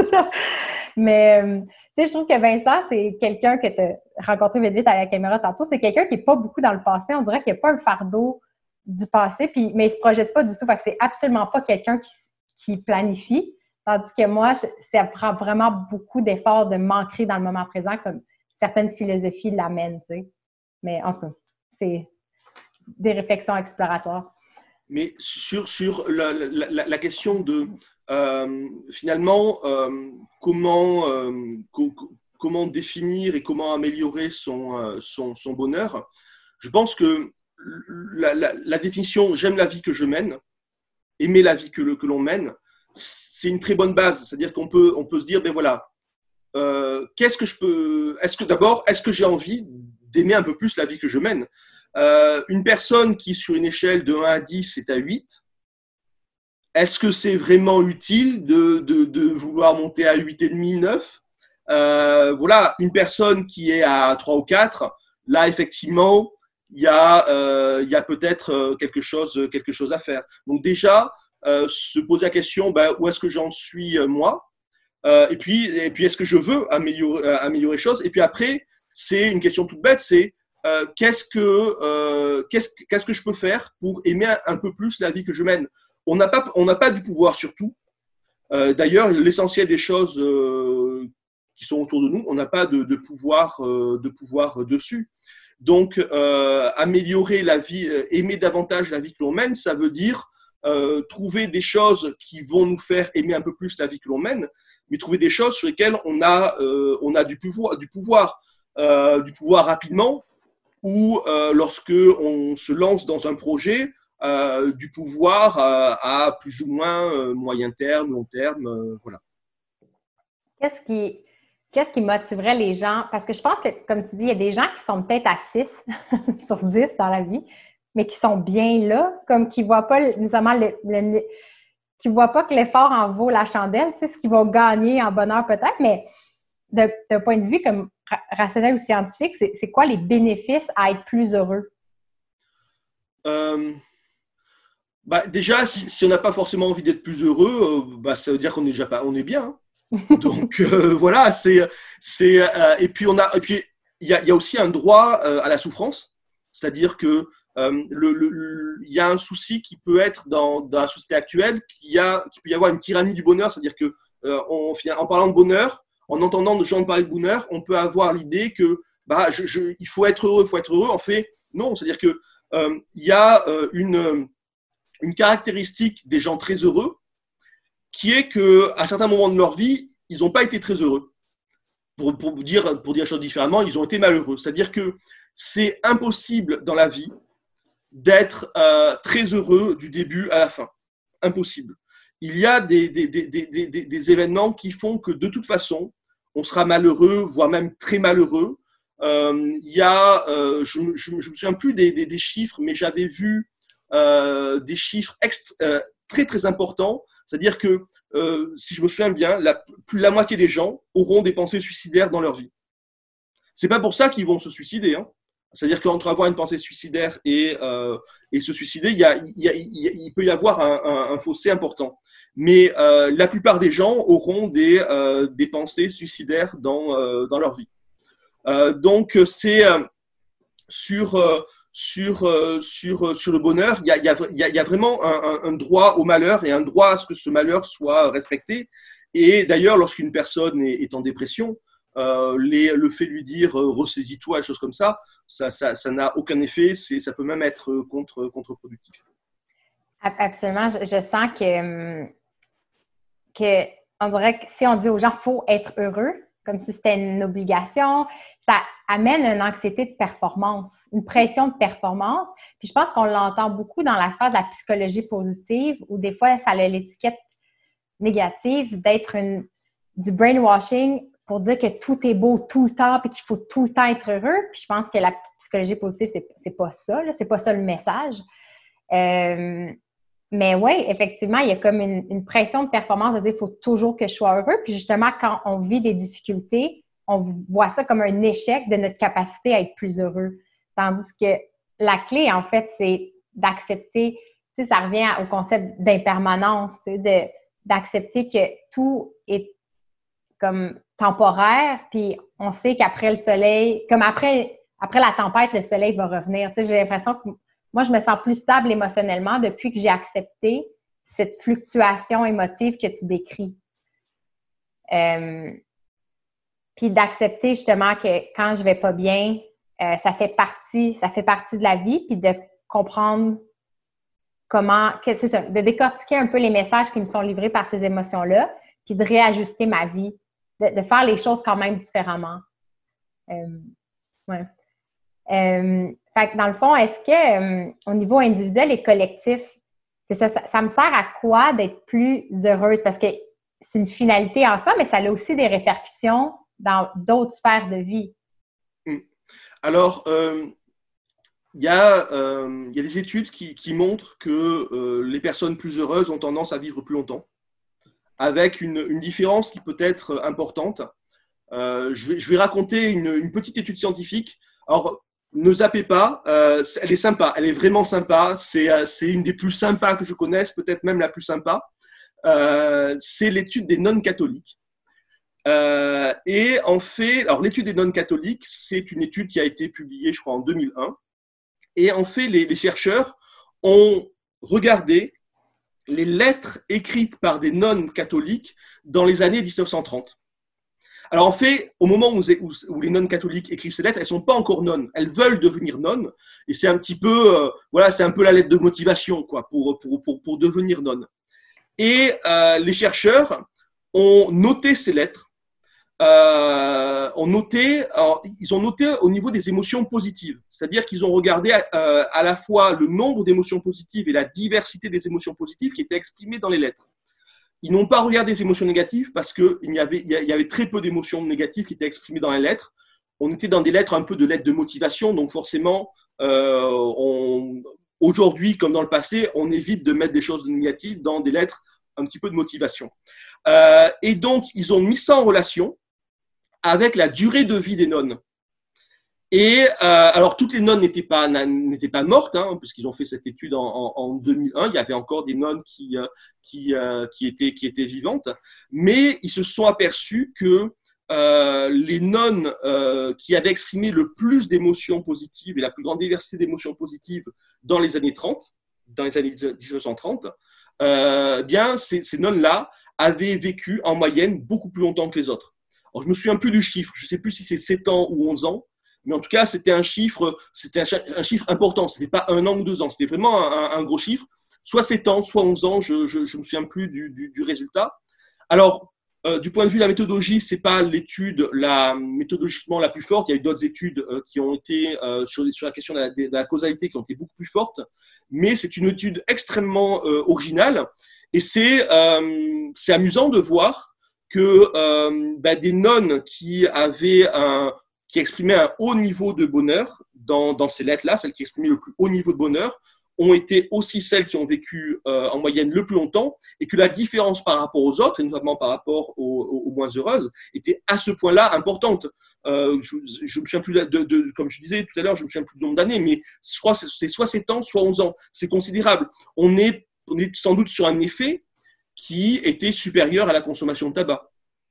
Mais tu sais, je trouve que Vincent, c'est quelqu'un que tu as rencontré vite vite à la caméra tantôt. C'est quelqu'un qui n'est pas beaucoup dans le passé. On dirait qu'il n'y a pas un fardeau du passé, puis, mais il ne se projette pas du tout. Fait que c'est absolument pas quelqu'un qui, qui planifie. Tandis que moi, ça prend vraiment beaucoup d'efforts de m'ancrer dans le moment présent, comme certaines philosophies l'amènent, tu sais. Mais en tout cas, c'est des réflexions exploratoires. Mais sur, sur la, la, la question de, euh, finalement, euh, comment, euh, co- comment définir et comment améliorer son, euh, son, son bonheur, je pense que la, la, la définition « j'aime la vie que je mène », aimer la vie que, le, que l'on mène, c'est une très bonne base. C'est-à-dire qu'on peut, on peut se dire, ben voilà, euh, qu'est-ce que je peux… Est-ce que d'abord, est-ce que j'ai envie d'aimer un peu plus la vie que je mène ? Euh, une personne qui, sur une échelle de un à dix, est à huit, est-ce que c'est vraiment utile de, de, de vouloir monter à huit virgule cinq, neuf ? euh, Voilà, une personne qui est à trois ou quatre, là, effectivement, il y a, euh, il y a peut-être quelque chose, quelque chose à faire. Donc déjà, euh, se poser la question, ben, où est-ce que j'en suis euh, moi ? euh, Et puis, et puis est-ce que je veux améliorer, euh, améliorer les choses ? Et puis après, c'est une question toute bête, c'est Euh, qu'est-ce que euh, qu'est-ce, qu'est-ce que je peux faire pour aimer un, un peu plus la vie que je mène ? On n'a pas on n'a pas du pouvoir sur tout. Euh, d'ailleurs, l'essentiel des choses euh, qui sont autour de nous, on n'a pas de, de pouvoir euh, de pouvoir dessus. Donc, euh, améliorer la vie, euh, aimer davantage la vie que l'on mène, ça veut dire euh, trouver des choses qui vont nous faire aimer un peu plus la vie que l'on mène, mais trouver des choses sur lesquelles on a euh, on a du pouvoir du pouvoir euh, du pouvoir rapidement. Ou euh, lorsque on se lance dans un projet, euh, du pouvoir euh, à plus ou moins euh, moyen terme, long terme, euh, voilà. Qu'est-ce qui, qu'est-ce qui motiverait les gens? Parce que je pense que, comme tu dis, il y a des gens qui sont peut-être à six sur dix dans la vie, mais qui sont bien là, comme qui ne voient pas nécessairement le, le, le, qui voient pas que l'effort en vaut la chandelle, tu sais, ce qu'ils vont gagner en bonheur peut-être, mais de, d'un point de vue comme rationnel ou scientifique, c'est, c'est quoi les bénéfices à être plus heureux? Euh, bah déjà, si, si on n'a pas forcément envie d'être plus heureux, euh, bah, ça veut dire qu'on est déjà pas, on est bien. Hein. Donc euh, voilà, c'est, c'est euh, et puis on a, et puis il y a, y a aussi un droit euh, à la souffrance, c'est-à-dire que euh, le, le, il y a un souci qui peut être dans, dans la société actuelle, qu'il y a, qu'il peut y avoir une tyrannie du bonheur, c'est-à-dire que euh, on, en parlant de bonheur, en entendant des gens parler de bonheur, on peut avoir l'idée que bah, je, je, il faut être heureux, il faut être heureux. En fait, non. C'est-à-dire que euh, il y a euh, une, une caractéristique des gens très heureux qui est qu'à certains moments de leur vie, ils n'ont pas été très heureux. Pour, pour, dire, pour dire les choses différemment, ils ont été malheureux. C'est-à-dire que c'est impossible dans la vie d'être euh, très heureux du début à la fin. Impossible. Il y a des, des, des, des, des, des événements qui font que de toute façon, on sera malheureux, voire même très malheureux. Euh, il y a, euh, je ne me souviens plus des, des, des chiffres, mais j'avais vu euh, des chiffres extra, euh, très très importants. C'est-à-dire que, euh, si je me souviens bien, la, plus de la moitié des gens auront des pensées suicidaires dans leur vie. C'est pas pour ça qu'ils vont se suicider. Hein. C'est-à-dire qu'entre avoir une pensée suicidaire et, euh, et se suicider, il, y a, il, y a, il, y a, il peut y avoir un, un, un fossé important. Mais euh, la plupart des gens auront des, euh, des pensées suicidaires dans, euh, dans leur vie. Euh, donc, c'est, euh, sur, euh, sur, euh, sur, sur le bonheur. Il y a, il y a, il y a vraiment un, un droit au malheur et un droit à ce que ce malheur soit respecté. Et d'ailleurs, lorsqu'une personne est, est en dépression, euh, les, le fait de lui dire euh, ressaisis-toi, des choses comme ça, ça, ça, ça n'a aucun effet. C'est, ça peut même être contre, contre-productif. Absolument. Je, je sens que, que, on dirait que si on dit aux gens qu'il faut être heureux, comme si c'était une obligation, ça amène une anxiété de performance, une pression de performance. Puis je pense qu'on l'entend beaucoup dans la sphère de la psychologie positive, où des fois, ça a l'étiquette négative d'être une, du brainwashing pour dire que tout est beau tout le temps puis qu'il faut tout le temps être heureux. Puis je pense que la psychologie positive, c'est, c'est pas ça, là, c'est pas ça le message. Euh, mais oui, effectivement, il y a comme une, une pression de performance de dire qu'il faut toujours que je sois heureux. Puis justement, quand on vit des difficultés, on voit ça comme un échec de notre capacité à être plus heureux. Tandis que la clé, en fait, c'est d'accepter, tu sais, ça revient au concept d'impermanence, tu sais, de, d'accepter que tout est comme temporaire, puis on sait qu'après le soleil, comme après, après la tempête, le soleil va revenir. Tu sais, j'ai l'impression que moi, je me sens plus stable émotionnellement depuis que j'ai accepté cette fluctuation émotive que tu décris. Euh, puis d'accepter justement que quand je vais pas bien, euh, ça fait partie, ça fait partie de la vie, puis de comprendre comment, que c'est ça, de décortiquer un peu les messages qui me sont livrés par ces émotions-là, puis de réajuster ma vie, de, de faire les choses quand même différemment. Euh, ouais. Euh, fait que dans le fond, est-ce que euh, au niveau individuel et collectif, c'est ça, ça, ça me sert à quoi d'être plus heureuse? Parce que c'est une finalité en soi, mais ça a aussi des répercussions dans d'autres sphères de vie. Alors, euh, il y a, euh, il y a des études qui, qui montrent que euh, les personnes plus heureuses ont tendance à vivre plus longtemps, avec une, une différence qui peut être importante. Euh, je, vais, je vais raconter une, une petite étude scientifique. Alors, ne zappez pas, euh, elle est sympa, elle est vraiment sympa. C'est, euh, c'est une des plus sympas que je connaisse, peut-être même la plus sympa. Euh, c'est l'étude des nonnes-catholiques. Euh, et en fait, alors l'étude des nonnes-catholiques, c'est une étude qui a été publiée, je crois, en deux mille un. Et en fait, les, les chercheurs ont regardé les lettres écrites par des nonnes catholiques dans les années dix-neuf cent trente. Alors en fait, au moment où, où, où les nonnes catholiques écrivent ces lettres, elles sont pas encore nonnes. Elles veulent devenir nonnes, et c'est un petit peu, euh, voilà, c'est un peu la lettre de motivation, quoi, pour pour pour, pour devenir nonne. Et euh, les chercheurs ont noté ces lettres. Euh, ont noté, alors, ils ont noté au niveau des émotions positives, c'est-à-dire qu'ils ont regardé euh, à la fois le nombre d'émotions positives et la diversité des émotions positives qui étaient exprimées dans les lettres. Ils n'ont pas regardé les émotions négatives parce qu'il y avait, il y avait très peu d'émotions négatives qui étaient exprimées dans les lettres. On était dans des lettres un peu de lettres de motivation, donc forcément, euh, on, aujourd'hui comme dans le passé, on évite de mettre des choses négatives dans des lettres un petit peu de motivation. Euh, et donc, ils ont mis ça en relation avec la durée de vie des nonnes. Et euh, alors, toutes les nonnes n'étaient pas, n'étaient pas mortes, hein, puisqu'ils ont fait cette étude en, en, en deux mille un. Il y avait encore des nonnes qui, qui, euh, qui, étaient, qui étaient vivantes. Mais ils se sont aperçus que euh, les nonnes euh, qui avaient exprimé le plus d'émotions positives et la plus grande diversité d'émotions positives dans les années trente, dans les années dix-neuf cent trente, euh, bien, ces, ces nonnes-là avaient vécu en moyenne beaucoup plus longtemps que les autres. Alors, je me souviens plus du chiffre, je ne sais plus si c'est sept ans ou onze ans, mais en tout cas, c'était un chiffre, c'était un, un chiffre important, ce n'était pas un an ou deux ans, c'était vraiment un, un gros chiffre, soit sept ans, soit onze ans, je ne me souviens plus du, du, du résultat. Alors, euh, du point de vue de la méthodologie, ce n'est pas l'étude la, méthodologiquement la plus forte, il y a eu d'autres études euh, qui ont été euh, sur, sur la question de la, de la causalité qui ont été beaucoup plus fortes, mais c'est une étude extrêmement euh, originale, et c'est euh, c'est amusant de voir que euh, bah, des nonnes qui avaient un, qui exprimaient un haut niveau de bonheur dans, dans ces lettres-là, celles qui exprimaient le plus haut niveau de bonheur, ont été aussi celles qui ont vécu euh, en moyenne le plus longtemps, et que la différence par rapport aux autres, et notamment par rapport aux, aux, aux moins heureuses, était à ce point-là importante. Euh, je, je me souviens plus de, de, de, comme je disais tout à l'heure, je me souviens plus du nombre d'années, mais je crois que c'est soit sept ans, soit onze ans. C'est considérable. On est, on est sans doute sur un effet qui était supérieur à la consommation de tabac.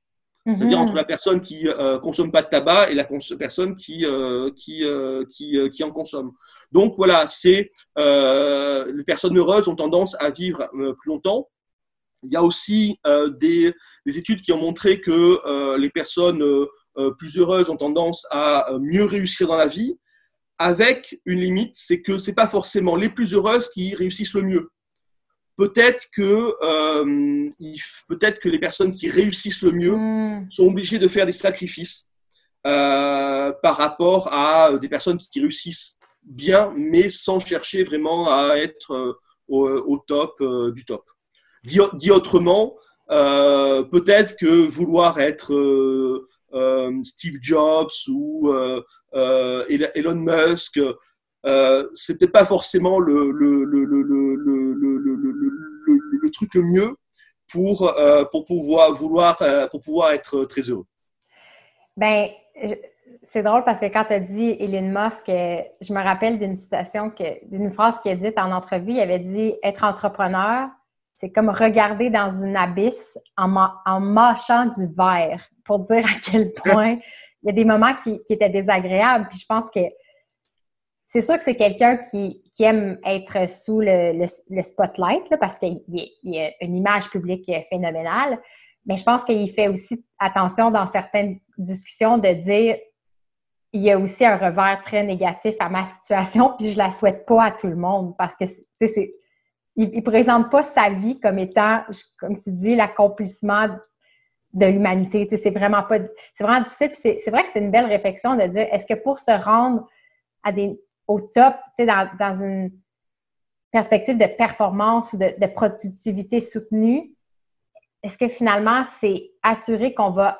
C'est-à-dire entre Mhm. la personne qui euh, consomme pas de tabac et la personne qui euh, qui euh, qui, euh, qui en consomme. Donc voilà, c'est euh, les personnes heureuses ont tendance à vivre euh, plus longtemps. Il y a aussi euh, des, des études qui ont montré que euh, les personnes euh, plus heureuses ont tendance à mieux réussir dans la vie, avec une limite, c'est que c'est pas forcément les plus heureuses qui réussissent le mieux. Peut-être que, euh, il, peut-être que les personnes qui réussissent le mieux Mhm. sont obligées de faire des sacrifices euh, par rapport à des personnes qui réussissent bien, mais sans chercher vraiment à être euh, au, au top euh, du top. Dit, dit autrement, euh, peut-être que vouloir être euh, euh, Steve Jobs ou euh, euh, Elon Musk, euh, c'est peut-être pas forcément le, le, le, le, le, le, le, le, le, le truc le mieux pour, euh, pour, pouvoir, vouloir, euh, pour pouvoir être très heureux. Ben, c'est drôle parce que quand tu as dit Elon Musk, je me rappelle d'une citation, que, d'une phrase qu'il a dite en entrevue. Il avait dit « Être entrepreneur, c'est comme regarder dans une abysse en, ma- en mâchant du verre », pour dire à quel point il y a des moments qui, qui étaient désagréables. Puis je pense que c'est sûr que c'est quelqu'un qui, qui aime être sous le, le, le spotlight, là, parce qu'il y a une image publique phénoménale. Mais je pense qu'il fait aussi attention dans certaines discussions de dire il y a aussi un revers très négatif à ma situation, puis je la souhaite pas à tout le monde parce que c'est, il, il présente pas sa vie comme étant, comme tu dis, l'accomplissement de l'humanité. C'est vraiment pas, c'est vraiment difficile. Puis c'est, c'est vrai que c'est une belle réflexion de dire est-ce que pour se rendre à des, au top, dans, dans une perspective de performance ou de, de productivité soutenue, est-ce que finalement, c'est assurer qu'on va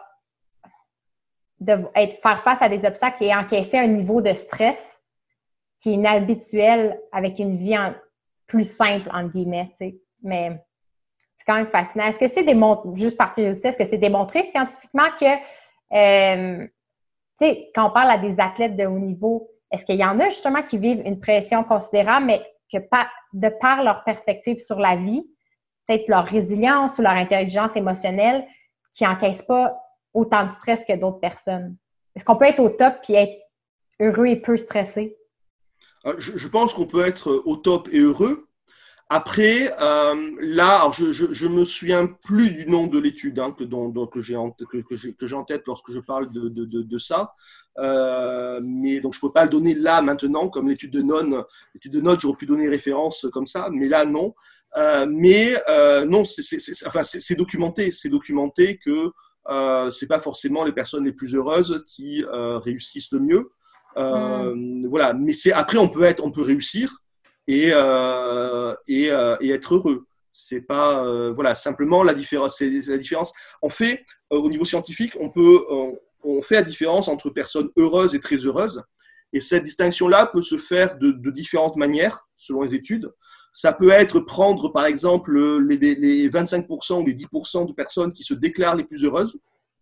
de être, faire face à des obstacles et encaisser un niveau de stress qui est inhabituel avec une vie en, plus simple, entre guillemets, tu sais. Mais c'est quand même fascinant. Est-ce que c'est démontré, juste par curiosité, est-ce que c'est démontré scientifiquement que, euh, tu sais, quand on parle à des athlètes de haut niveau, est-ce qu'il y en a justement qui vivent une pression considérable, mais que par, de par leur perspective sur la vie, peut-être leur résilience ou leur intelligence émotionnelle, qui n'encaissent pas autant de stress que d'autres personnes? Est-ce qu'on peut être au top puis être heureux et peu stressé? Je, je pense qu'on peut être au top et heureux. Après, euh, là, alors je, je, je me souviens plus du nom de l'étude hein, que, dont, dont, que j'ai en, que, que j'ai, que j'ai en tête lorsque je parle de, de, de, de ça. Euh, mais donc je peux pas le donner là maintenant, comme l'étude de Nonne. L'étude de Nonne, j'aurais pu donner référence comme ça, mais là non. Euh, mais euh, non, c'est, c'est, c'est, enfin, c'est, c'est documenté, c'est documenté que euh, c'est pas forcément les personnes les plus heureuses qui euh, réussissent le mieux. Euh, mm. Voilà, mais c'est après on peut être, on peut réussir et euh, et, euh, et être heureux. C'est pas euh, voilà simplement la différence. C'est la différence. On fait euh, au niveau scientifique, on peut on, on fait la différence entre personnes heureuses et très heureuses. Et cette distinction-là peut se faire de, de différentes manières selon les études. Ça peut être prendre par exemple les, les vingt-cinq pour cent ou les dix pour cent de personnes qui se déclarent les plus heureuses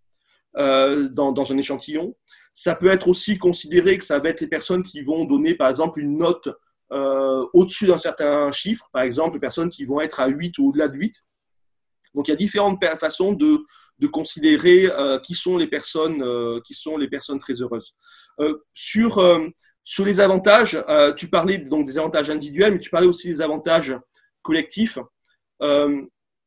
euh, dans, dans un échantillon. Ça peut être aussi considéré que ça va être les personnes qui vont donner par exemple une note euh, au-dessus d'un certain chiffre, par exemple les personnes qui vont être à huit ou au-delà de huit. Donc il y a différentes façons de, de considérer euh, qui sont les personnes euh, qui sont les personnes très heureuses. Euh, sur euh, sur les avantages, euh, tu parlais donc des avantages individuels, mais tu parlais aussi des avantages collectifs. Euh,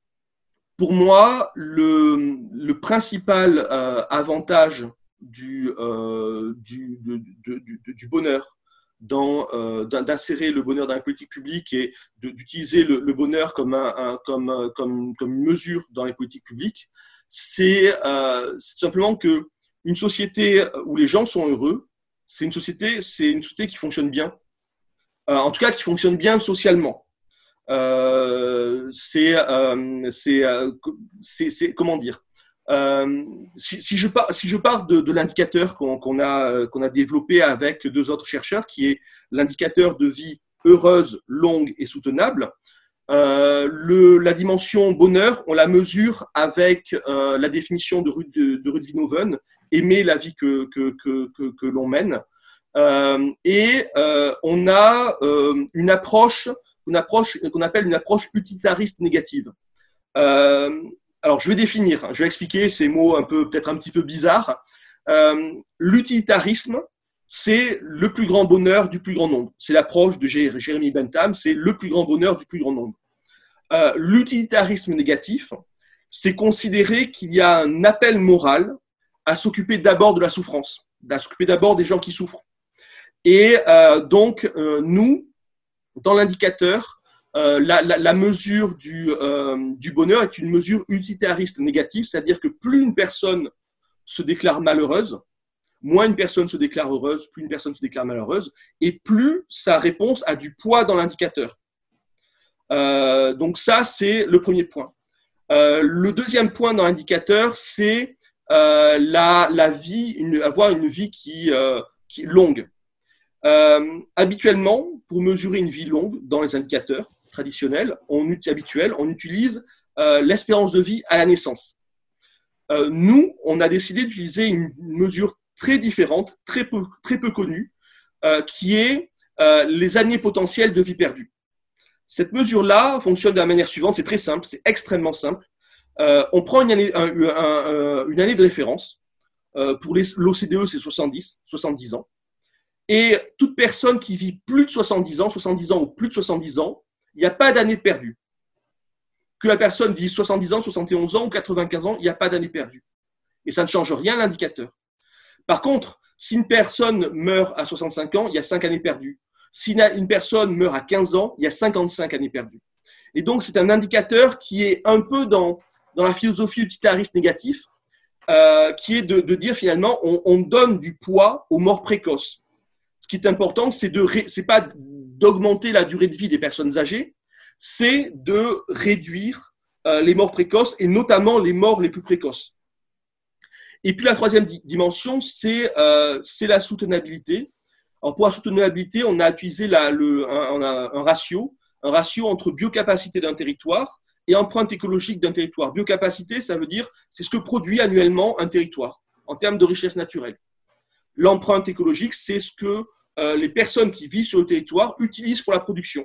pour moi, le, le principal euh, avantage du, euh, du, de, de, de, du bonheur, dans, euh, d'insérer le bonheur dans la politique publique et de, d'utiliser le, le bonheur comme, un, un, comme, comme, comme une mesure dans les politiques publiques, c'est, euh, c'est simplement que une société où les gens sont heureux, c'est une société, c'est une société qui fonctionne bien, euh, en tout cas qui fonctionne bien socialement. Euh, c'est, euh, c'est, euh, c'est, c'est, comment dire euh, si, si je pars, si je pars de, de l'indicateur qu'on, qu'on a, qu'on a développé avec deux autres chercheurs, qui est l'indicateur de vie heureuse, longue et soutenable, euh, le, la dimension bonheur, on la mesure avec euh, la définition de, de, de Ruud Vinoven, aimer la vie que, que, que, que, que l'on mène. Euh, et euh, on a euh, une approche, une approche qu'on appelle une approche utilitariste négative. Euh, alors je vais définir, je vais expliquer ces mots un peu, peut-être un petit peu bizarres. Euh, l'utilitarisme, c'est le plus grand bonheur du plus grand nombre. C'est l'approche de Jérémie Bentham, c'est le plus grand bonheur du plus grand nombre. Euh, l'utilitarisme négatif, c'est considérer qu'il y a un appel moral à s'occuper d'abord de la souffrance, à s'occuper d'abord des gens qui souffrent. Et euh, donc, euh, nous, dans l'indicateur, euh, la, la, la mesure du, euh, du bonheur est une mesure utilitariste négative, c'est-à-dire que plus une personne se déclare malheureuse, moins une personne se déclare heureuse, plus une personne se déclare malheureuse, et plus sa réponse a du poids dans l'indicateur. Euh, donc ça, c'est le premier point. Euh, le deuxième point dans l'indicateur, c'est euh, la, la vie, une, avoir une vie qui, euh, qui est longue. Euh, habituellement, pour mesurer une vie longue dans les indicateurs traditionnels, on, habituels, on utilise euh, l'espérance de vie à la naissance. Euh, nous, on a décidé d'utiliser une mesure très différente, très peu, très peu connue, euh, qui est euh, les années potentielles de vie perdue. Cette mesure-là fonctionne de la manière suivante, c'est très simple, c'est extrêmement simple. Euh, on prend une année, un, un, un, une année de référence. Euh, pour l'O C D E, c'est soixante-dix, soixante-dix ans. Et toute personne qui vit plus de soixante-dix ans, soixante-dix ans ou plus de soixante-dix ans, il n'y a pas d'année perdue. Que la personne vive soixante-dix ans, soixante et onze ans ou quatre-vingt-quinze ans, il n'y a pas d'année perdue. Et ça ne change rien à l'indicateur. Par contre, si une personne meurt à soixante-cinq ans, il y a cinq années perdues. Si une personne meurt à quinze ans, il y a cinquante-cinq années perdues. Et donc, c'est un indicateur qui est un peu dans, dans la philosophie utilitariste négative, euh, qui est de, de dire finalement, on, on donne du poids aux morts précoces. Ce qui est important, c'est de, c'est pas d'augmenter la durée de vie des personnes âgées, c'est de réduire euh, les morts précoces et notamment les morts les plus précoces. Et puis la troisième di- dimension, c'est euh, c'est la soutenabilité. Alors pour la soutenabilité, on a utilisé la, le, un, on a un ratio, un ratio entre biocapacité d'un territoire et empreinte écologique d'un territoire. Biocapacité, ça veut dire c'est ce que produit annuellement un territoire en termes de richesse naturelle. L'empreinte écologique, c'est ce que euh, les personnes qui vivent sur le territoire utilisent pour la production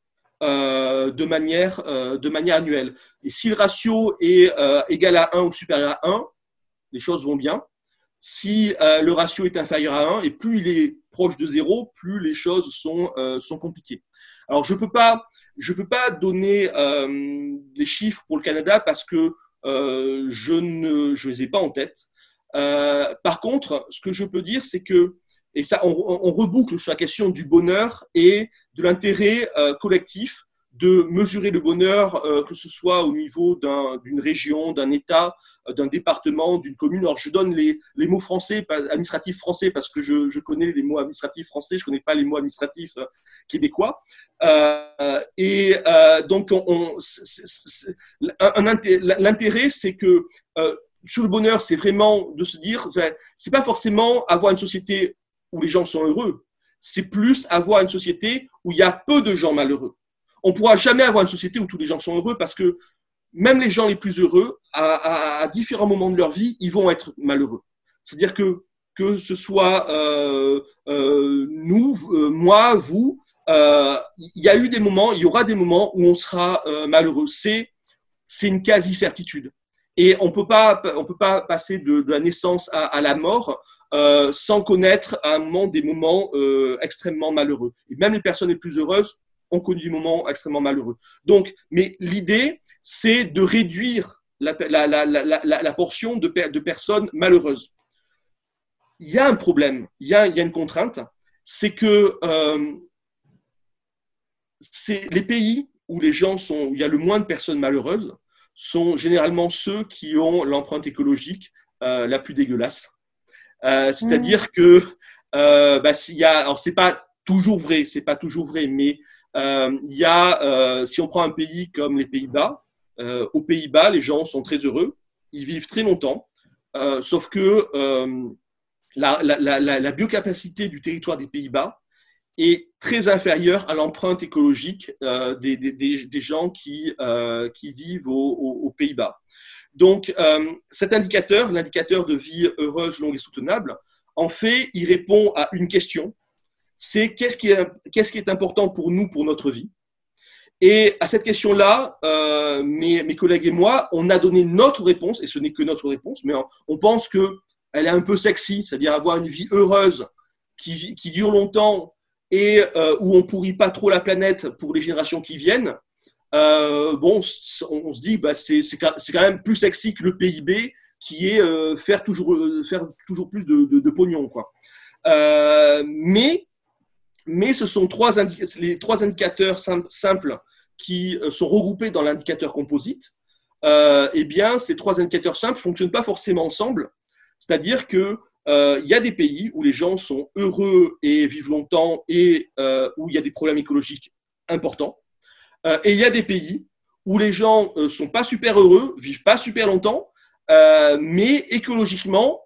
euh, de, manière, euh, de manière annuelle. Et si le ratio est euh, égal à un ou supérieur à un, les choses vont bien. Si euh, le ratio est inférieur à un, et plus il est proche de zéro, plus les choses sont, euh, sont compliquées. Alors, je ne peux pas, je peux pas donner euh, les chiffres pour le Canada parce que euh, je ne je les ai pas en tête. Euh, par contre, ce que je peux dire, c'est que, et ça, on, on reboucle sur la question du bonheur et de l'intérêt euh, collectif de mesurer le bonheur, euh, que ce soit au niveau d'un, d'une région, d'un État, euh, d'un département, d'une commune. Alors, je donne les, les mots français, administratifs français, parce que je, je connais les mots administratifs français, je ne connais pas les mots administratifs euh, québécois. Euh, et euh, donc, on, on, c'est, c'est, un, un intérêt, l'intérêt, c'est que euh, sur le bonheur, c'est vraiment de se dire, c'est pas forcément avoir une société où les gens sont heureux, c'est plus avoir une société où il y a peu de gens malheureux. On ne pourra jamais avoir une société où tous les gens sont heureux parce que même les gens les plus heureux, à, à, à différents moments de leur vie, ils vont être malheureux. C'est-à-dire que que ce soit euh, euh, nous, euh, moi, vous, euh, il y a eu des moments, il y aura des moments où on sera euh, malheureux. C'est, c'est une quasi-certitude. Et on peut pas, on peut pas passer de, de la naissance à, à la mort euh, sans connaître à un moment des moments euh, extrêmement malheureux. Et même les personnes les plus heureuses ont connu des moments extrêmement malheureux. Donc, mais l'idée, c'est de réduire la, la, la, la, la, la portion de, de personnes malheureuses. Il y a un problème, il y a, il y a une contrainte, c'est que euh, c'est les pays où les gens sont, où il y a le moins de personnes malheureuses, sont généralement ceux qui ont l'empreinte écologique euh, la plus dégueulasse. Euh, c'est-à-dire mmh. que euh, bah, s'il y a, alors c'est pas toujours vrai, c'est pas toujours vrai, mais euh, il y a, euh, si on prend un pays comme les Pays-Bas, euh, aux Pays-Bas, les gens sont très heureux, ils vivent très longtemps, euh, sauf que euh, la, la, la, la biocapacité du territoire des Pays-Bas est très inférieure à l'empreinte écologique euh, des, des, des, des gens qui, euh, qui vivent aux, aux, aux Pays-Bas. Donc, euh, cet indicateur, l'indicateur de vie heureuse, longue et soutenable, en fait, il répond à une question, c'est qu'est-ce qui est, qu'est-ce qui est important pour nous, pour notre vie, Et à cette question-là, euh, mes, mes collègues et moi, on a donné notre réponse, et ce n'est que notre réponse, mais on, on pense qu'elle est un peu sexy, c'est-à-dire avoir une vie heureuse qui, qui dure longtemps et euh, où on ne pourrit pas trop la planète pour les générations qui viennent. Euh, bon, on, on se dit, bah, c'est, c'est, c'est quand même plus sexy que le P I B qui est euh, faire, toujours, euh, faire toujours plus de, de, de pognon, quoi. Euh, mais Mais ce sont trois indi- les trois indicateurs sim- simples qui sont regroupés dans l'indicateur composite. Euh, eh bien, ces trois indicateurs simples ne fonctionnent pas forcément ensemble. C'est-à-dire qu'il euh, y a des pays où les gens sont heureux et vivent longtemps et euh, où il y a des problèmes écologiques importants. Euh, et il y a des pays où les gens ne euh, sont pas super heureux, vivent pas super longtemps, euh, mais écologiquement,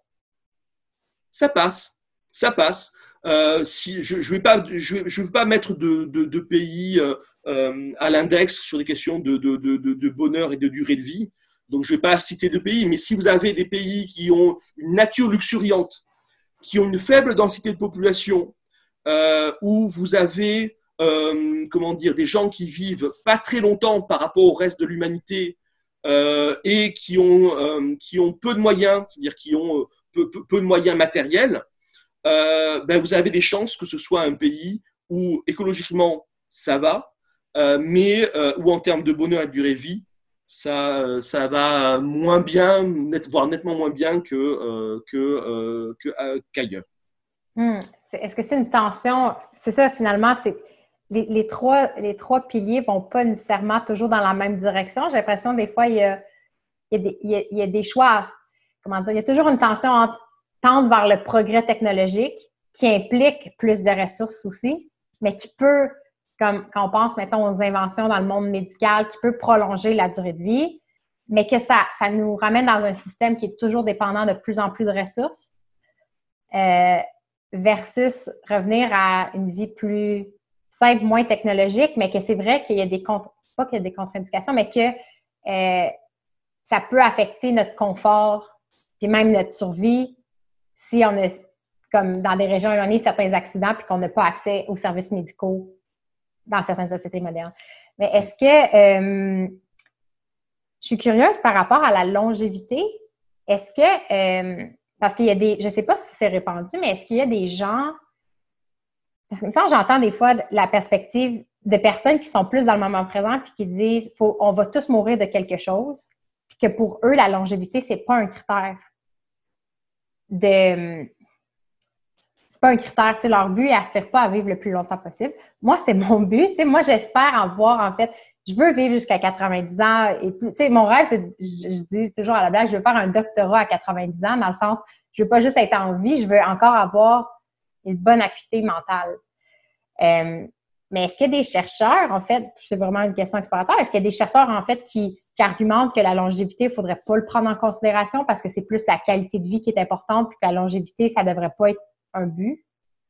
ça passe. Ça passe. Euh, si, je ne je vais, pas, je vais, je vais pas mettre de, de, de pays euh, euh, à l'index sur des questions de, de, de, de bonheur et de durée de vie. Donc, je ne vais pas citer de pays, mais si vous avez des pays qui ont une nature luxuriante, qui ont une faible densité de population, euh, où vous avez euh, comment dire, des gens qui vivent pas très longtemps par rapport au reste de l'humanité euh, et qui ont, euh, qui ont peu de moyens, c'est-à-dire qui ont peu, peu, peu de moyens matériels, Euh, ben vous avez des chances que ce soit un pays où écologiquement ça va, euh, mais euh, où en termes de bonheur et de durée de vie, ça, ça va moins bien, net, voire nettement moins bien que, euh, que, euh, que, euh, qu'ailleurs. Hmm. C'est, est-ce que c'est une tension? C'est ça, finalement, c'est les, les, trois, les trois piliers ne vont pas nécessairement toujours dans la même direction. J'ai l'impression des fois, il y a, il y a, des, il y a, il y a des choix, à, comment dire, il y a toujours une tension entre tendre vers le progrès technologique qui implique plus de ressources aussi, mais qui peut, comme quand on pense, mettons, aux inventions dans le monde médical, qui peut prolonger la durée de vie, mais que ça, ça nous ramène dans un système qui est toujours dépendant de plus en plus de ressources, euh, versus revenir à une vie plus simple, moins technologique, mais que c'est vrai qu'il y a des contre... pas qu'il y a des contre-indications, mais que euh, ça peut affecter notre confort puis même notre survie si on a, comme dans des régions éloignées, certains accidents puis qu'on n'a pas accès aux services médicaux dans certaines sociétés modernes. Mais est-ce que, euh, je suis curieuse par rapport à la longévité, est-ce que, euh, parce qu'il y a des, je ne sais pas si c'est répandu, mais est-ce qu'il y a des gens, parce que ça, j'entends des fois la perspective de personnes qui sont plus dans le moment présent puis qui disent, faut, on va tous mourir de quelque chose, puis que pour eux, la longévité, c'est pas un critère de... C'est pas un critère, tu sais, leur but, ils n'aspirent pas à vivre le plus longtemps possible. Moi, c'est mon but, tu sais, moi, j'espère en voir, en fait, je veux vivre jusqu'à quatre-vingt-dix ans et plus, tu sais, mon rêve, c'est, je, je dis toujours à la blague, je veux faire un doctorat à quatre-vingt-dix ans, dans le sens, je veux pas juste être en vie, je veux encore avoir une bonne acuité mentale. Euh, mais est-ce qu'il y a des chercheurs, en fait, c'est vraiment une question exploratoire, est-ce qu'il y a des chercheurs, en fait, qui, qui argumentent que la longévité, il ne faudrait pas le prendre en considération parce que c'est plus la qualité de vie qui est importante puis que la longévité, ça ne devrait pas être un but?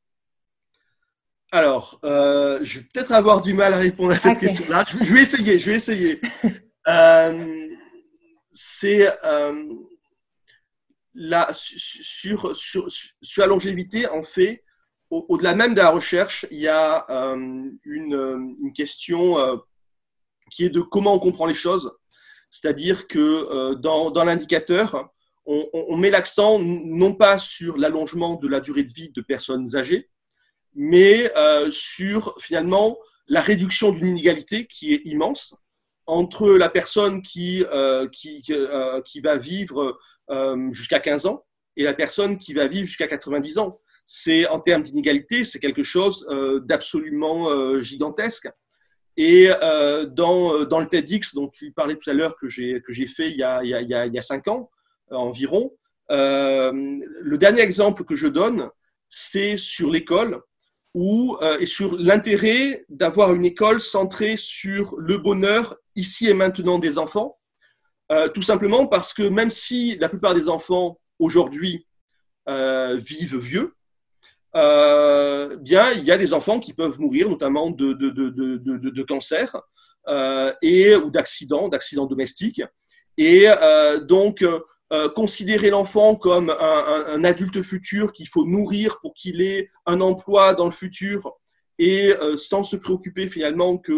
Alors, euh, je vais peut-être avoir du mal à répondre à cette okay. question-là. Je, je vais essayer, je vais essayer. euh, c'est euh, la, sur, sur, sur la longévité, en fait, au, au-delà même de la recherche, il y a euh, une, une question euh, qui est de comment on comprend les choses. C'est-à-dire que euh, dans, dans l'indicateur, on, on met l'accent non pas sur l'allongement de la durée de vie de personnes âgées, mais euh, sur finalement la réduction d'une inégalité qui est immense entre la personne qui, euh, qui, euh, qui va vivre euh, jusqu'à quinze ans et la personne qui va vivre jusqu'à quatre-vingt-dix ans. C'est, en termes d'inégalité, c'est quelque chose euh, d'absolument euh, gigantesque. Et euh, dans, dans le TEDx dont tu parlais tout à l'heure, que j'ai, que j'ai fait il y a, il y a, il y a cinq ans euh, environ, euh, le dernier exemple que je donne, c'est sur l'école où, euh, et sur l'intérêt d'avoir une école centrée sur le bonheur ici et maintenant des enfants, euh, tout simplement parce que même si la plupart des enfants aujourd'hui euh, vivent vieux, Euh, bien, il y a des enfants qui peuvent mourir, notamment de, de, de, de, de, de cancer euh, et, ou d'accidents, d'accidents domestiques. Et euh, donc, euh, considérer l'enfant comme un, un, un adulte futur qu'il faut nourrir pour qu'il ait un emploi dans le futur et euh, sans se préoccuper finalement que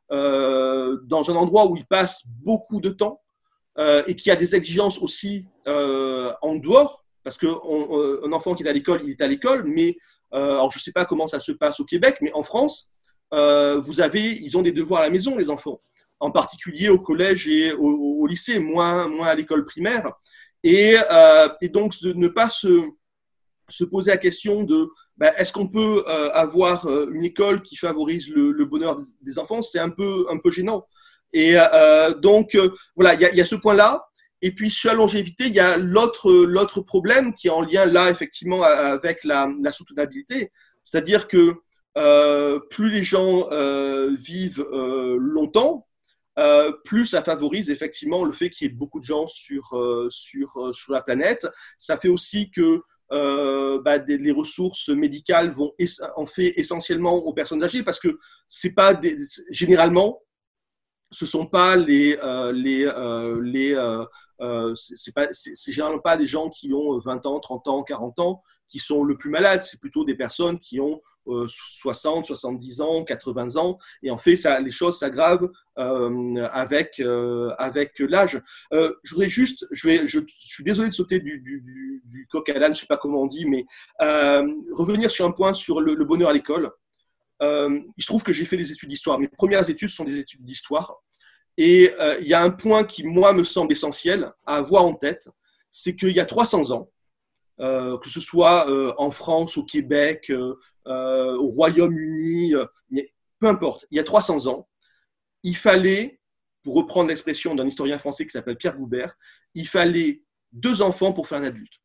euh, dans un endroit où il passe beaucoup de temps euh, et qui a des exigences aussi euh, en dehors, parce qu'un enfant qui est à l'école, il est à l'école, mais euh, alors je ne sais pas comment ça se passe au Québec, mais en France, euh, vous avez, ils ont des devoirs à la maison, les enfants, en particulier au collège et au, au lycée, moins, moins à l'école primaire. Et, euh, et donc, de ne pas se, se poser la question de ben, est-ce qu'on peut euh, avoir une école qui favorise le, le bonheur des enfants, c'est un peu, un peu gênant. Et euh, donc, euh, voilà, il y a, y a ce point-là. Et puis, sur la longévité, il y a l'autre, l'autre problème qui est en lien, là, effectivement, avec la, la soutenabilité. C'est-à-dire que euh, plus les gens euh, vivent euh, longtemps, euh, plus ça favorise effectivement le fait qu'il y ait beaucoup de gens sur, euh, sur, euh, sur la planète. Ça fait aussi que euh, bah, des, les ressources médicales vont en fait essentiellement aux personnes âgées parce que c'est pas des, généralement, ce sont pas les euh, les euh, les euh, euh, c'est pas c'est, c'est généralement pas des gens qui ont vingt ans, trente ans, quarante ans qui sont le plus malades, c'est plutôt des personnes qui ont euh, soixante, soixante-dix ans, quatre-vingts ans et en fait ça les choses s'aggravent euh, avec euh, avec l'âge. Euh, je voudrais juste je vais je, je suis désolé de sauter du du du, du coq à l'âne, je sais pas comment on dit mais euh, revenir sur un point sur le, le bonheur à l'école. Euh, il se trouve que j'ai fait des études d'histoire. Mes premières études sont des études d'histoire. Et euh, il y a un point qui, moi, me semble essentiel à avoir en tête, c'est qu'il y a trois cents ans, euh, que ce soit euh, en France, au Québec, euh, euh, au Royaume-Uni, euh, mais peu importe, il y a trois cents ans, il fallait, pour reprendre l'expression d'un historien français qui s'appelle Pierre Goubert, il fallait deux enfants pour faire un adulte.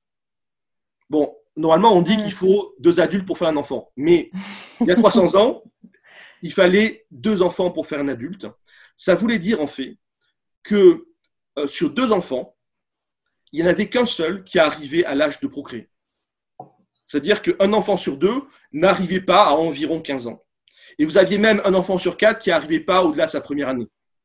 Bon, normalement, on dit qu'il faut deux adultes pour faire un enfant. Mais il y a trois cents ans, il fallait deux enfants pour faire un adulte. Ça voulait dire, en fait, que euh, sur deux enfants, il n'y en avait qu'un seul qui arrivait à l'âge de procréer. C'est-à-dire qu'un enfant sur deux n'arrivait pas à environ quinze ans. Et vous aviez même un enfant sur quatre qui n'arrivait pas au-delà de sa première année.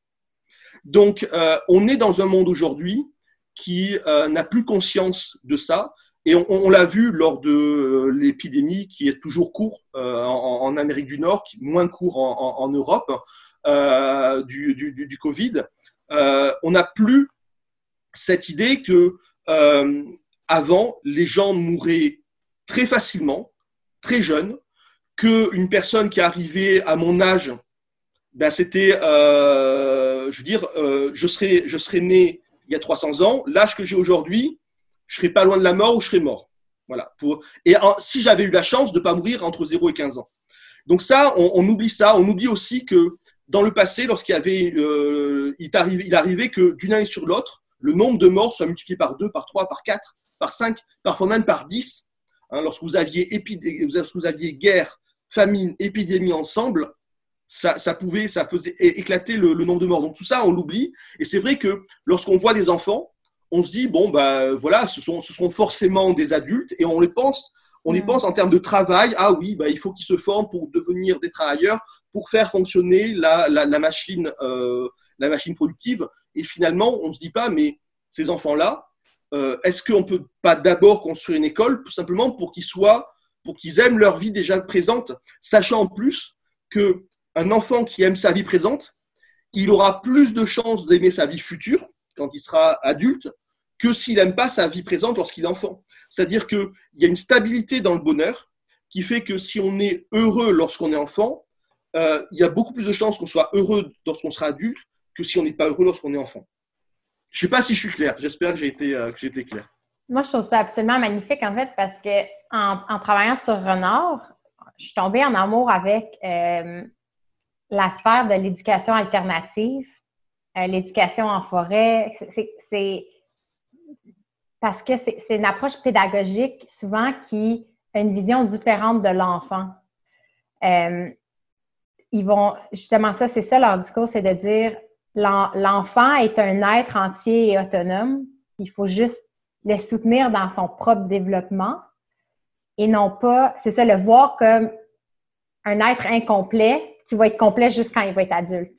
Donc, euh, on est dans un monde aujourd'hui qui euh, n'a plus conscience de ça. Et on, on l'a vu lors de l'épidémie qui est toujours court euh, en, en Amérique du Nord, qui est moins court en, en, en Europe, euh, du, du, du Covid. Euh, on n'a plus cette idée que euh, avant, les gens mouraient très facilement, très jeunes, qu'une personne qui arrivait à mon âge, ben c'était, euh, je veux dire, euh, je serais, je serais né il y a trois cents ans, l'âge que j'ai aujourd'hui, je serais pas loin de la mort ou je serais mort. Voilà. Pour... Et en, si j'avais eu la chance de ne pas mourir entre zéro et quinze ans. Donc ça, on, on oublie ça. On oublie aussi que dans le passé, lorsqu'il y avait, euh, il, arrivait, il arrivait que d'une année sur l'autre, le nombre de morts soit multiplié par deux, par trois, par quatre, par cinq, parfois même par dix. Hein, lorsque vous aviez, épid... lorsque vous aviez guerre, famine, épidémie ensemble, ça, ça pouvait, ça faisait éclater le, le nombre de morts. Donc tout ça, on l'oublie. Et c'est vrai que lorsqu'on voit des enfants, on se dit, bon, bah, voilà, ce sont, ce sont forcément des adultes et on les pense, on les pense en termes de travail. Ah oui, bah, il faut qu'ils se forment pour devenir des travailleurs, pour faire fonctionner la, la, la, machine, euh, la machine productive. Et finalement, on ne se dit pas, mais ces enfants-là, euh, est-ce qu'on ne peut pas d'abord construire une école, tout simplement pour qu'ils soient, pour qu'ils aiment leur vie déjà présente, sachant en plus qu'un enfant qui aime sa vie présente, il aura plus de chances d'aimer sa vie future quand il sera adulte, que s'il n'aime pas sa vie présente lorsqu'il est enfant. C'est-à-dire qu'il y a une stabilité dans le bonheur qui fait que si on est heureux lorsqu'on est enfant, euh, il y a beaucoup plus de chances qu'on soit heureux lorsqu'on sera adulte que si on n'est pas heureux lorsqu'on est enfant. Je ne sais pas si je suis clair. J'espère que j'ai été, euh, que j'ai été clair. Moi, je trouve ça absolument magnifique, en fait, parce que en, en travaillant sur Renard, je suis tombée en amour avec euh, la sphère de l'éducation alternative. Euh, l'éducation en forêt, c'est, c'est parce que c'est, c'est une approche pédagogique souvent qui a une vision différente de l'enfant. Euh, ils vont, justement ça, c'est ça leur discours, c'est de dire l'en, l'enfant est un être entier et autonome, il faut juste le soutenir dans son propre développement et non pas, c'est ça, le voir comme un être incomplet qui va être complet juste quand il va être adulte.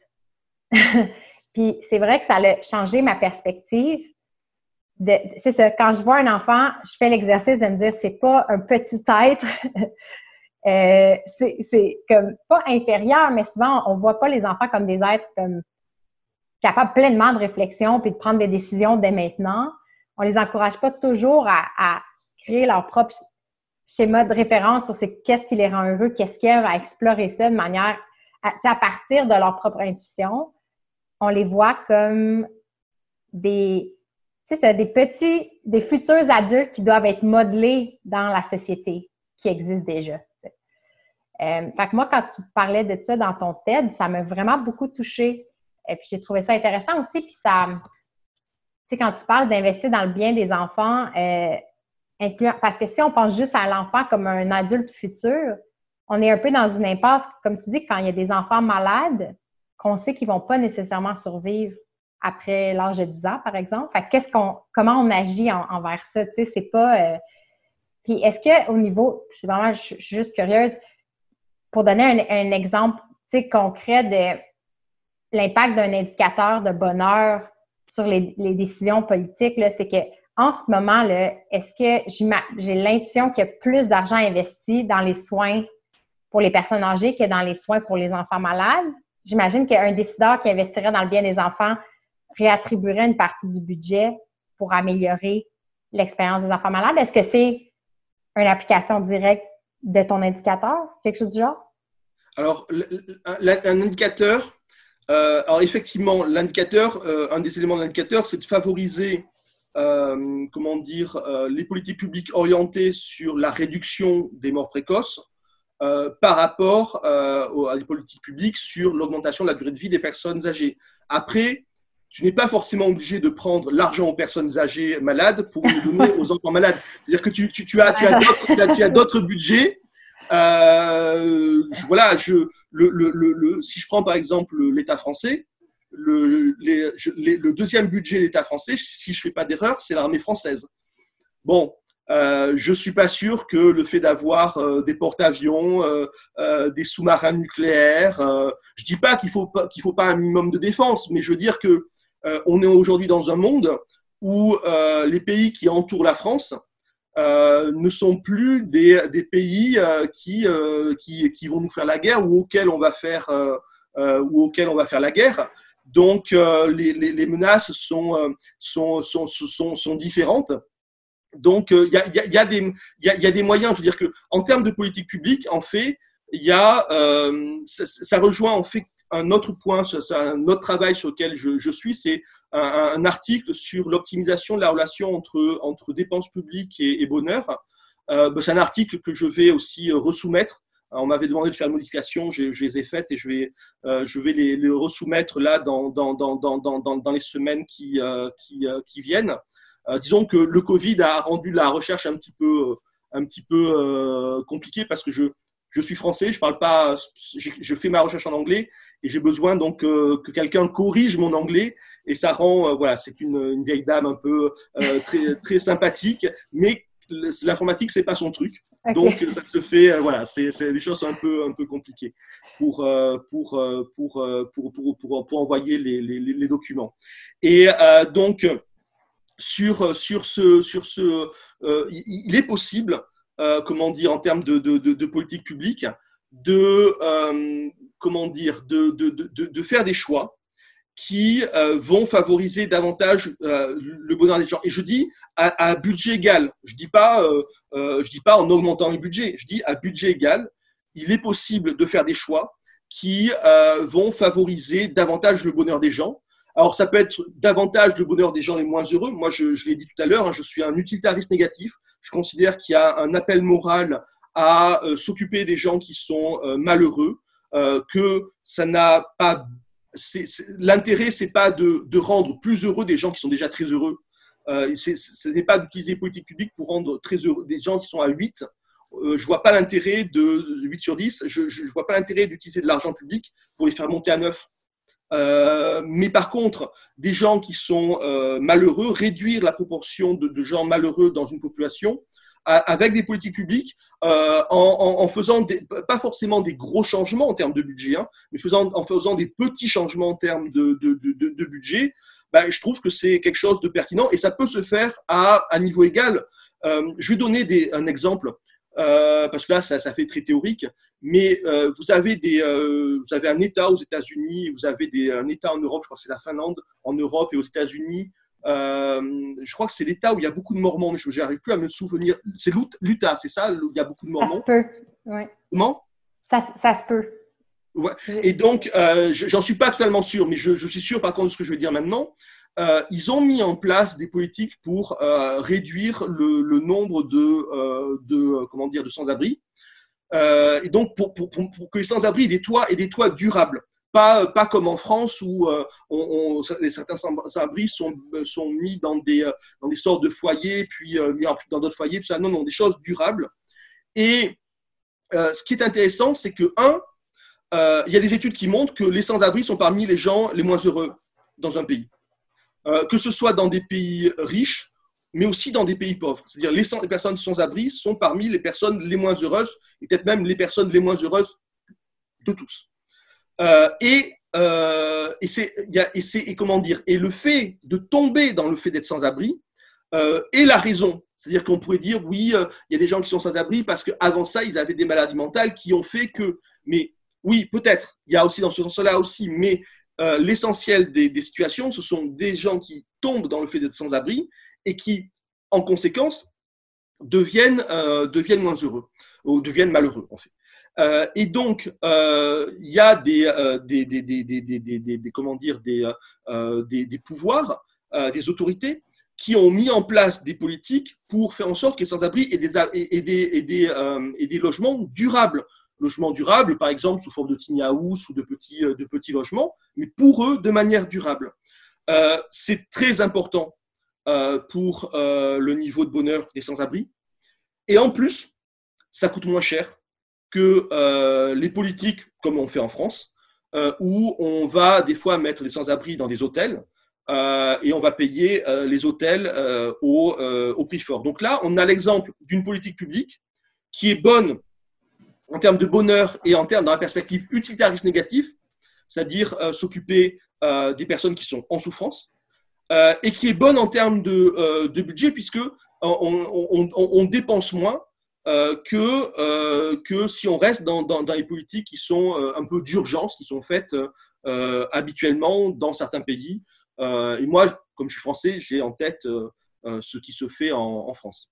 Puis c'est vrai que ça a changé ma perspective. De, c'est ça, quand je vois un enfant, je fais l'exercice de me dire c'est pas un petit être Euh, c'est, c'est comme pas inférieur, mais souvent, on voit pas les enfants comme des êtres comme capables pleinement de réflexion puis de prendre des décisions dès maintenant. On les encourage pas toujours à, à créer leur propre schéma de référence sur c'est qu'est-ce qui les rend heureux, qu'est-ce qu'ils aiment, à explorer ça de manière, à, à partir de leur propre intuition. On les voit comme des, tu sais, des petits, des futurs adultes qui doivent être modelés dans la société qui existe déjà. Euh, fait que moi, quand tu parlais de ça dans ton TED, ça m'a vraiment beaucoup touchée. Et puis j'ai trouvé ça intéressant aussi. Puis ça, tu sais, quand tu parles d'investir dans le bien des enfants, euh, incluant, parce que si on pense juste à l'enfant comme un adulte futur, on est un peu dans une impasse, comme tu dis, quand il y a des enfants malades, qu'on sait qu'ils ne vont pas nécessairement survivre après l'âge de dix ans, par exemple. Fait que qu'est-ce qu'on, comment on agit en, envers ça? Tu sais, c'est pas. Euh... Puis est-ce qu'au niveau, c'est vraiment, je, je suis juste curieuse, pour donner un, un exemple concret de l'impact d'un indicateur de bonheur sur les, les décisions politiques, là, c'est que en ce moment, là, est-ce que j'ai l'intuition qu'il y a plus d'argent investi dans les soins pour les personnes âgées que dans les soins pour les enfants malades? J'imagine qu'un décideur qui investirait dans le bien des enfants réattribuerait une partie du budget pour améliorer l'expérience des enfants malades. Est-ce que c'est une application directe de ton indicateur? Quelque chose du genre? Alors, un indicateur, euh, alors effectivement, l'indicateur, euh, un des éléments de l'indicateur, c'est de favoriser, euh, comment dire, euh, les politiques publiques orientées sur la réduction des morts précoces euh, par rapport euh, à des politiques publiques sur l'augmentation de la durée de vie des personnes âgées. Après, tu n'es pas forcément obligé de prendre l'argent aux personnes âgées malades pour le donner aux enfants malades. C'est-à-dire que tu, tu, tu as, tu as d'autres, tu as, tu as d'autres budgets. Euh, je, voilà, je, le, le, le, le, si je prends par exemple l'État français, le, les, je, les, le deuxième budget de l'État français, si je ne fais pas d'erreur, c'est l'armée française. Bon, euh, je ne suis pas sûr que le fait d'avoir euh, des porte-avions, euh, euh, des sous-marins nucléaires, euh, je ne dis pas qu'il ne faut pas, qu'il faut pas un minimum de défense, mais je veux dire que euh, on est aujourd'hui dans un monde où euh, les pays qui entourent la France Euh, ne sont plus des, des pays euh, qui, euh, qui, qui vont nous faire la guerre ou auxquels on va faire, euh, euh, ou auxquels on va faire la guerre. Donc, euh, les, les, les menaces sont, euh, sont, sont, sont, sont différentes. Donc, il euh, y, a, y, a, y, a des, y, a, y a des moyens. Je veux dire qu'en termes de politique publique, en fait, y a, euh, ça, ça rejoint en fait un autre point, c'est un autre travail sur lequel je, je suis, c'est un, un article sur l'optimisation de la relation entre, entre dépenses publiques et, et bonheur. Euh, ben c'est un article que je vais aussi resoumettre. On m'avait demandé de faire une modification, je, je les ai faites et je vais, euh, je vais les, les resoumettre là dans, dans, dans, dans, dans, dans les semaines qui, euh, qui, euh, qui viennent. Euh, disons que le Covid a rendu la recherche un petit peu, un petit peu euh, compliquée parce que je Je suis français, je parle pas, je fais ma recherche en anglais et j'ai besoin donc euh, que quelqu'un corrige mon anglais et ça rend, euh, voilà, c'est une, une vieille dame un peu euh, très très sympathique, mais l'informatique c'est pas son truc, okay. Donc ça se fait, euh, voilà, c'est c'est des choses un peu un peu compliquées pour euh, pour, euh, pour, euh, pour pour pour pour envoyer les les, les documents et euh, donc sur sur ce sur ce euh, il est possible. Euh, comment dire, en termes de, de, de, de politique publique, de, euh, comment dire, de, de, de, de faire des choix qui euh, vont favoriser davantage euh, le bonheur des gens. Et je dis à, à budget égal. Je dis pas, euh, euh, je dis pas en augmentant le budget. Je dis à budget égal, il est possible de faire des choix qui euh, vont favoriser davantage le bonheur des gens. Alors, ça peut être davantage le bonheur des gens les moins heureux. Moi, je, je l'ai dit tout à l'heure, hein, je suis un utilitariste négatif. Je considère qu'il y a un appel moral à euh, s'occuper des gens qui sont euh, malheureux, euh, que ça n'a pas. C'est, c'est, l'intérêt, c'est pas de, de rendre plus heureux des gens qui sont déjà très heureux. Euh, c'est, ce n'est pas d'utiliser les politiques publiques pour rendre très heureux des gens qui sont à huit. Euh, je vois pas l'intérêt de huit sur dix. Je, je, je vois pas l'intérêt d'utiliser de l'argent public pour les faire monter à neuf. Euh, mais par contre, des gens qui sont euh, malheureux, réduire la proportion de, de gens malheureux dans une population à, avec des politiques publiques, euh, en, en, en faisant des, pas forcément des gros changements en termes de budget, hein, mais faisant, en faisant des petits changements en termes de, de, de, de budget, bah, je trouve que c'est quelque chose de pertinent et ça peut se faire à, à niveau égal. Euh, je vais donner des, un exemple. euh, parce que là, ça, ça fait très théorique. Mais euh, vous avez des, euh, vous avez un État aux États-Unis, vous avez des, un État en Europe, je crois que c'est la Finlande, en Europe et aux États-Unis. Euh, je crois que c'est l'État où il y a beaucoup de Mormons, mais je n'arrive plus à me souvenir. C'est l'Utah, c'est ça, où il y a beaucoup de Mormons. Ça se peut, oui. Comment? Ça, ça se peut. Ouais. Et donc, euh, j'en suis pas totalement sûr, mais je, je suis sûr par contre de ce que je veux dire maintenant. Euh, ils ont mis en place des politiques pour euh, réduire le, le nombre de, euh, de comment dire de sans-abri. Euh, et donc pour, pour, pour, pour que les sans-abri aient des toits et des toits durables. Pas, pas comme en France où euh, on, on, certains sans-abri sont, sont mis dans des, dans des sortes de foyers, puis euh, mis dans d'autres foyers, tout ça. Non, non, des choses durables. Et euh, ce qui est intéressant, c'est que, un, euh, il y a des études qui montrent que les sans-abri sont parmi les gens les moins heureux dans un pays. Euh, que ce soit dans des pays riches, mais aussi dans des pays pauvres. C'est-à-dire les, sans, les personnes sans-abri sont parmi les personnes les moins heureuses, et peut-être même les personnes les moins heureuses de tous. Euh, et, euh, et, c'est, y a, et, c'est, et comment dire, et le fait de tomber dans le fait d'être sans-abri euh, est la raison. C'est-à-dire qu'on pourrait dire, oui, il euh, y a des gens qui sont sans-abri parce qu'avant ça, ils avaient des maladies mentales qui ont fait que... Mais oui, peut-être, il y a aussi dans ce sens-là aussi, mais euh, l'essentiel des, des situations, ce sont des gens qui tombent dans le fait d'être sans-abri et qui, en conséquence, deviennent, euh, deviennent moins heureux, ou deviennent malheureux, en fait. Euh, et donc, euh, il y a des, euh, des, des, des, des, des, des, des, comment dire, des, euh, des, des pouvoirs, euh, des autorités qui ont mis en place des politiques pour faire en sorte que les sans-abri aient des, aient des, aient des, euh, aient des logements durables. Logements durables, par exemple, sous forme de tiny house ou de petits, de petits logements, mais pour eux, de manière durable. Euh, c'est très important euh, pour euh, le niveau de bonheur des sans-abri. Et en plus, ça coûte moins cher que euh, les politiques, comme on fait en France, euh, où on va des fois mettre des sans-abri dans des hôtels euh, et on va payer euh, les hôtels euh, au, euh, au prix fort. Donc là, on a l'exemple d'une politique publique qui est bonne en termes de bonheur et en termes dans la perspective utilitariste négative, c'est-à-dire euh, s'occuper euh, des personnes qui sont en souffrance, euh, et qui est bonne en termes de, euh, de budget, puisque on, on, on, on dépense moins euh, que, euh, que si on reste dans, dans, dans les politiques qui sont euh, un peu d'urgence, qui sont faites euh, habituellement dans certains pays. Euh, et moi, comme je suis français, j'ai en tête euh, euh, ce qui se fait en, en France.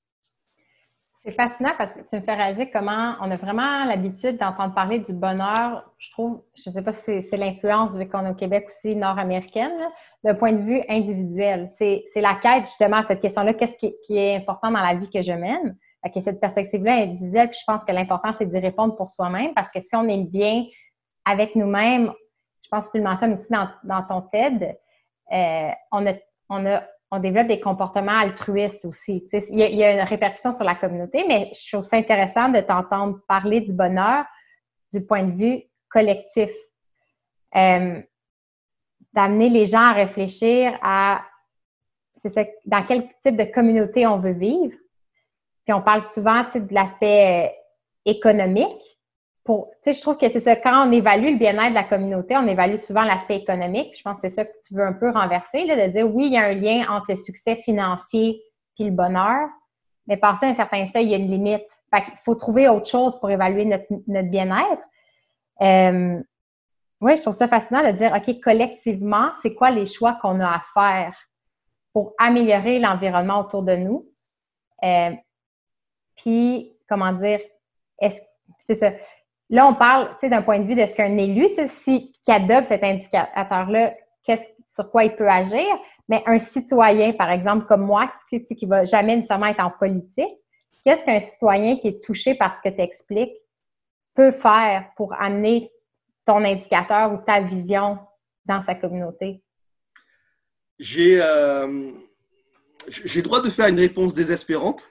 C'est fascinant parce que tu me fais réaliser comment on a vraiment l'habitude d'entendre parler du bonheur. Je trouve, je ne sais pas si c'est, c'est l'influence, vu qu'on est au Québec aussi, nord-américaine, d'un point de vue individuel. C'est, c'est la quête, justement, à cette question-là, qu'est-ce qui, qui est important dans la vie que je mène? Fait que cette perspective-là individuelle, puis je pense que l'important, c'est d'y répondre pour soi-même, parce que si on est bien avec nous-mêmes, je pense que tu le mentionnes aussi dans, dans ton TED, euh, on a, on a on développe des comportements altruistes aussi. Tu sais, il y a, il y a une répercussion sur la communauté, mais je trouve ça intéressant de t'entendre parler du bonheur du point de vue collectif. Euh, d'amener les gens à réfléchir à c'est ça, dans quel type de communauté on veut vivre. Puis on parle souvent, tu sais, de l'aspect euh, économique. Pour, tu sais, je trouve que c'est ça, quand on évalue le bien-être de la communauté, on évalue souvent l'aspect économique. Je pense que c'est ça que tu veux un peu renverser, là, de dire oui, il y a un lien entre le succès financier et le bonheur, mais passer un certain seuil, il y a une limite. Fait qu'il faut trouver autre chose pour évaluer notre, notre bien-être. Euh, oui, je trouve ça fascinant de dire, OK, collectivement, c'est quoi les choix qu'on a à faire pour améliorer l'environnement autour de nous? Euh, puis, comment dire, est-ce, c'est ça. Là, on parle, tu sais, d'un point de vue de ce qu'un élu, tu sais, si, qui adopte cet indicateur-là, qu'est-ce, sur quoi il peut agir, mais un citoyen, par exemple, comme moi, qui ne va jamais nécessairement être en politique, qu'est-ce qu'un citoyen qui est touché par ce que tu expliques peut faire pour amener ton indicateur ou ta vision dans sa communauté? J'ai, euh, j'ai le droit de faire une réponse désespérante.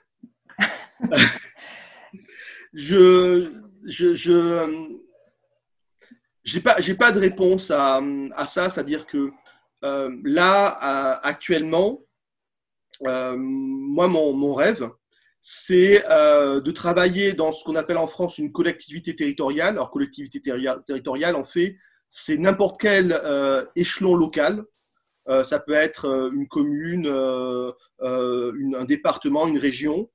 je... Je, je j'ai pas j'ai pas de réponse à, à ça, c'est-à-dire que euh, là à, actuellement, euh, moi mon, mon rêve c'est euh, de travailler dans ce qu'on appelle en France une collectivité territoriale. Alors collectivité terri- territoriale en fait c'est n'importe quel euh, échelon local. Euh, ça peut être une commune, euh, euh, une, un département, une région.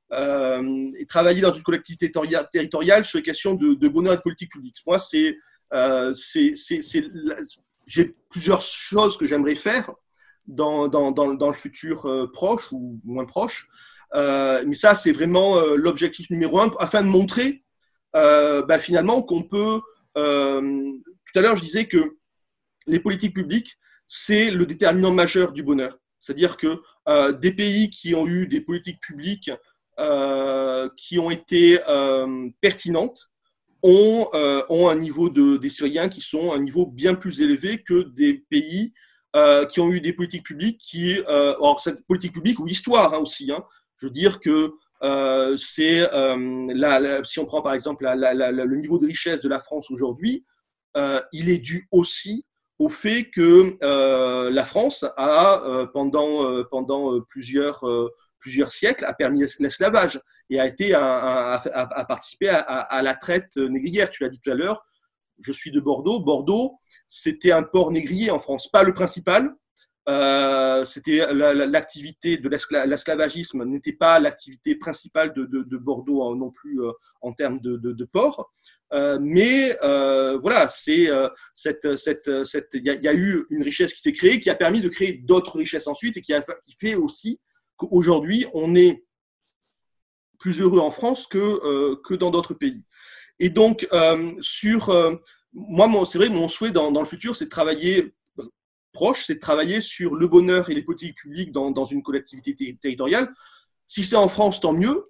euh, et travailler dans une collectivité territoriale, territoriale sur les questions de, de bonheur et de politique publique. Moi, c'est, euh, c'est, c'est, c'est, j'ai plusieurs choses que j'aimerais faire dans, dans, dans, dans le futur euh, proche ou moins proche. Euh, mais ça, c'est vraiment euh, l'objectif numéro un, afin de montrer euh, bah, finalement qu'on peut… Euh, tout à l'heure, je disais que les politiques publiques, c'est le déterminant majeur du bonheur. C'est-à-dire que euh, des pays qui ont eu des politiques publiques euh, qui ont été euh, pertinentes ont, euh, ont un niveau de, des citoyens qui sont à un niveau bien plus élevé que des pays euh, qui ont eu des politiques publiques qui… Euh, alors, cette politique publique ou histoire hein, aussi, hein, je veux dire que euh, c'est… Euh, la, la, si on prend par exemple la, la, la, le niveau de richesse de la France aujourd'hui, euh, il est dû aussi au fait que euh, la France a, euh, pendant, euh, pendant euh, plusieurs, euh, plusieurs siècles, a permis l'esclavage et a, été à, à, à, à participer à, à la traite négrière. Tu l'as dit tout à l'heure, je suis de Bordeaux. Bordeaux, c'était un port négrier en France, pas le principal. Euh, c'était la, la, l'activité de l'esclavagisme n'était pas l'activité principale de, de, de Bordeaux hein, non plus euh, en termes de, de, de port. Euh, mais euh, voilà, c'est euh, cette, cette, cette, il y, y a eu une richesse qui s'est créée, qui a permis de créer d'autres richesses ensuite et qui, a, qui fait aussi qu'aujourd'hui on est plus heureux en France que euh, que dans d'autres pays. Et donc euh, sur euh, moi, mon, c'est vrai, mon souhait dans, dans le futur, c'est de travailler proche, c'est de travailler sur le bonheur et les politiques publiques dans, dans une collectivité ter- territoriale. Si c'est en France, tant mieux.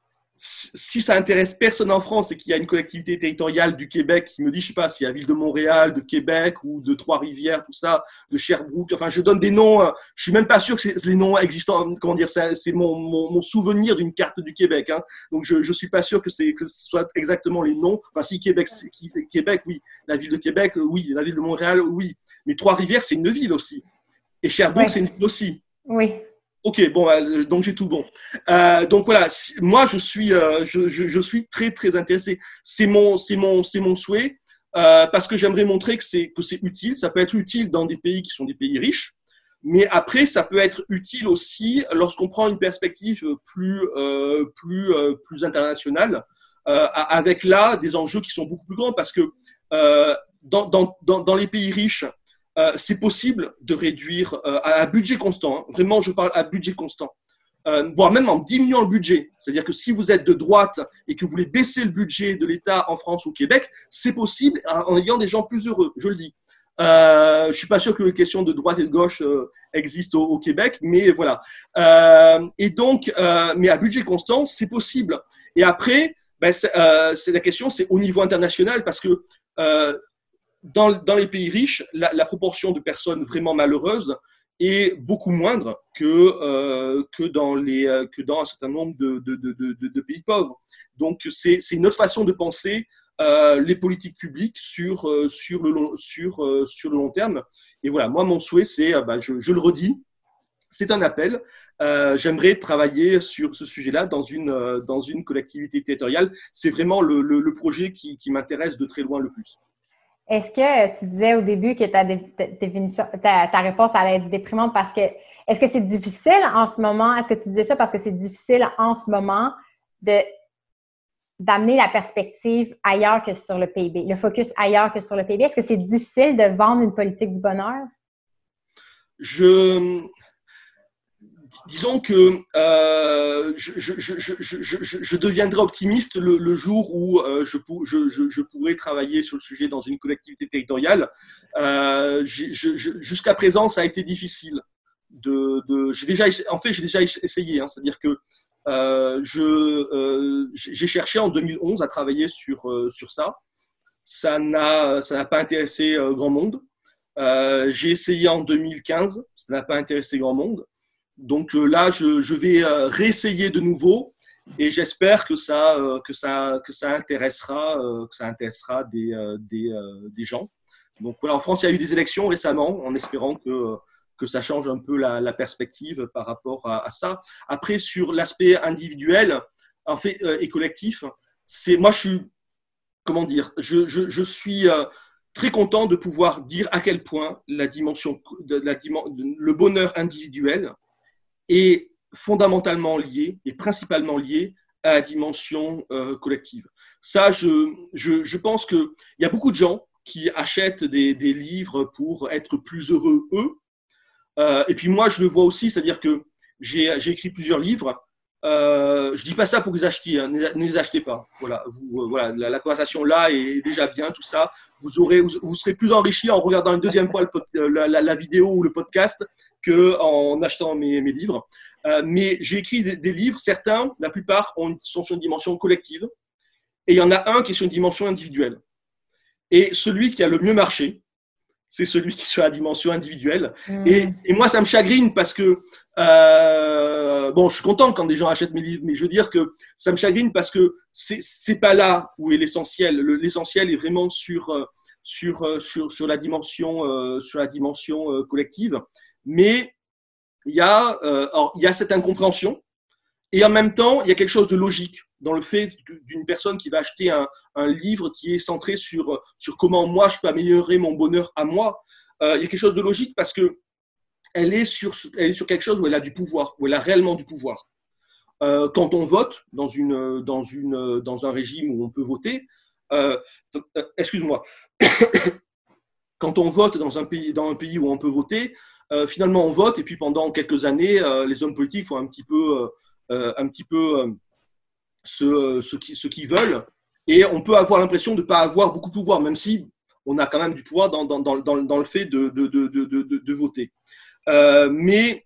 Si ça intéresse personne en France et qu'il y a une collectivité territoriale du Québec qui me dit, je sais pas, s'il y a la ville de Montréal, de Québec ou de Trois-Rivières, tout ça, de Sherbrooke, enfin, je donne des noms, je suis même pas sûr que c'est les noms existants, comment dire, c'est, c'est mon, mon, mon souvenir d'une carte du Québec, hein. Donc, je, je suis pas sûr que c'est, que ce soit exactement les noms. Enfin, si Québec, Québec, oui. La ville de Québec, oui. La ville de Montréal, oui. Mais Trois-Rivières, c'est une ville aussi. Et Sherbrooke, ouais. C'est une ville aussi. Oui. Ok, bon, euh, donc j'ai tout bon. Euh, donc voilà, moi je suis, euh, je, je, je suis très très intéressé. C'est mon, c'est mon, c'est mon souhait euh, parce que j'aimerais montrer que c'est que c'est utile. Ça peut être utile dans des pays qui sont des pays riches, mais après ça peut être utile aussi lorsqu'on prend une perspective plus euh, plus euh, plus internationale, euh, avec là des enjeux qui sont beaucoup plus grands parce que euh, dans dans dans, dans les pays riches. Euh, c'est possible de réduire euh, à, à budget constant, hein. Vraiment je parle à budget constant, euh, voire même en diminuant le budget. C'est-à-dire que si vous êtes de droite et que vous voulez baisser le budget de l'État en France ou au Québec, c'est possible en ayant des gens plus heureux, je le dis. Euh, je ne suis pas sûr que les questions de droite et de gauche euh, existent au, au Québec, mais voilà. Euh, et donc, euh, mais à budget constant, c'est possible. Et après, ben, c'est, euh, c'est la question, c'est au niveau international, parce que euh, Dans, dans les pays riches, la, la proportion de personnes vraiment malheureuses est beaucoup moindre que, euh, que, dans, les, que dans un certain nombre de, de, de, de, de pays pauvres. Donc, c'est, c'est une autre façon de penser euh, les politiques publiques sur, euh, sur, le long, sur, euh, sur le long terme. Et voilà, moi, mon souhait, c'est, euh, bah, je, je le redis, c'est un appel. Euh, j'aimerais travailler sur ce sujet-là dans une, euh, dans une collectivité territoriale. C'est vraiment le, le, le projet qui, qui m'intéresse de très loin le plus. Est-ce que tu disais au début que ta, définition, ta, ta réponse allait être déprimante parce que, est-ce que c'est difficile en ce moment, est-ce que tu disais ça parce que c'est difficile en ce moment de, d'amener la perspective ailleurs que sur le P I B, le focus ailleurs que sur le P I B? Est-ce que c'est difficile de vendre une politique du bonheur? Je… Disons que euh, je, je, je, je, je, je deviendrai optimiste le, le jour où euh, je, je, je, je pourrai travailler sur le sujet dans une collectivité territoriale. Euh, je, je, jusqu'à présent, ça a été difficile. De, de, j'ai déjà, en fait, j'ai déjà essayé. Hein, c'est-à-dire que euh, je, euh, j'ai cherché en deux mille onze à travailler sur, euh, sur ça. Ça n'a, ça n'a pas intéressé euh, grand monde. Euh, j'ai essayé en deux mille quinze. Ça n'a pas intéressé grand monde. Donc là, je, je vais réessayer de nouveau et j'espère que ça, que ça, que ça intéressera, que ça intéressera des, des, des gens. Donc voilà, en France, il y a eu des élections récemment, en espérant que, que ça change un peu la, la perspective par rapport à, à ça. Après, sur l'aspect individuel, en fait, et collectif, c'est moi, je suis, comment dire, je, je, je suis très content de pouvoir dire à quel point la dimension, de, la, le bonheur individuel est fondamentalement lié et principalement lié à la dimension euh, collective. Ça, je, je, je pense qu'il y a beaucoup de gens qui achètent des, des livres pour être plus heureux, eux. Euh, et puis moi, je le vois aussi, c'est-à-dire que j'ai, j'ai écrit plusieurs livres. Euh, je dis pas ça pour que vous achetiez, hein, ne les achetez pas. Voilà, vous, euh, voilà, la, la conversation là est déjà bien, tout ça. Vous aurez, vous, vous serez plus enrichi en regardant une deuxième fois le pod, la, la, la vidéo ou le podcast que en achetant mes, mes livres. Euh, mais j'ai écrit des, des livres. Certains, la plupart, ont, sont sur une dimension collective, et il y en a un qui est sur une dimension individuelle. Et celui qui a le mieux marché, c'est celui qui est sur la dimension individuelle. Mmh. Et, et moi, ça me chagrine parce que, euh, bon, je suis content quand des gens achètent mes livres, mais je veux dire que ça me chagrine parce que c'est, c'est pas là où est l'essentiel. Le, l'essentiel est vraiment sur, sur, sur, sur la dimension, euh, sur la dimension euh, collective. Mais il y a, euh, alors, il y a cette incompréhension. Et en même temps, il y a quelque chose de logique dans le fait d'une personne qui va acheter un, un livre qui est centré sur, sur comment moi je peux améliorer mon bonheur à moi. Euh, il y a quelque chose de logique parce que elle est sur, elle est sur quelque chose où elle a du pouvoir, où elle a réellement du pouvoir. Euh, quand on vote dans, une, dans, une, dans un régime où on peut voter, euh, excuse-moi, quand on vote dans un pays, dans un pays où on peut voter, euh, finalement on vote et puis pendant quelques années, euh, les hommes politiques font un petit peu... Euh, Euh, un petit peu euh, ce, ce, qui, ce qu'ils veulent, et on peut avoir l'impression de ne pas avoir beaucoup de pouvoir, même si on a quand même du pouvoir dans, dans, dans, dans le fait de, de, de, de, de, de voter. Euh, mais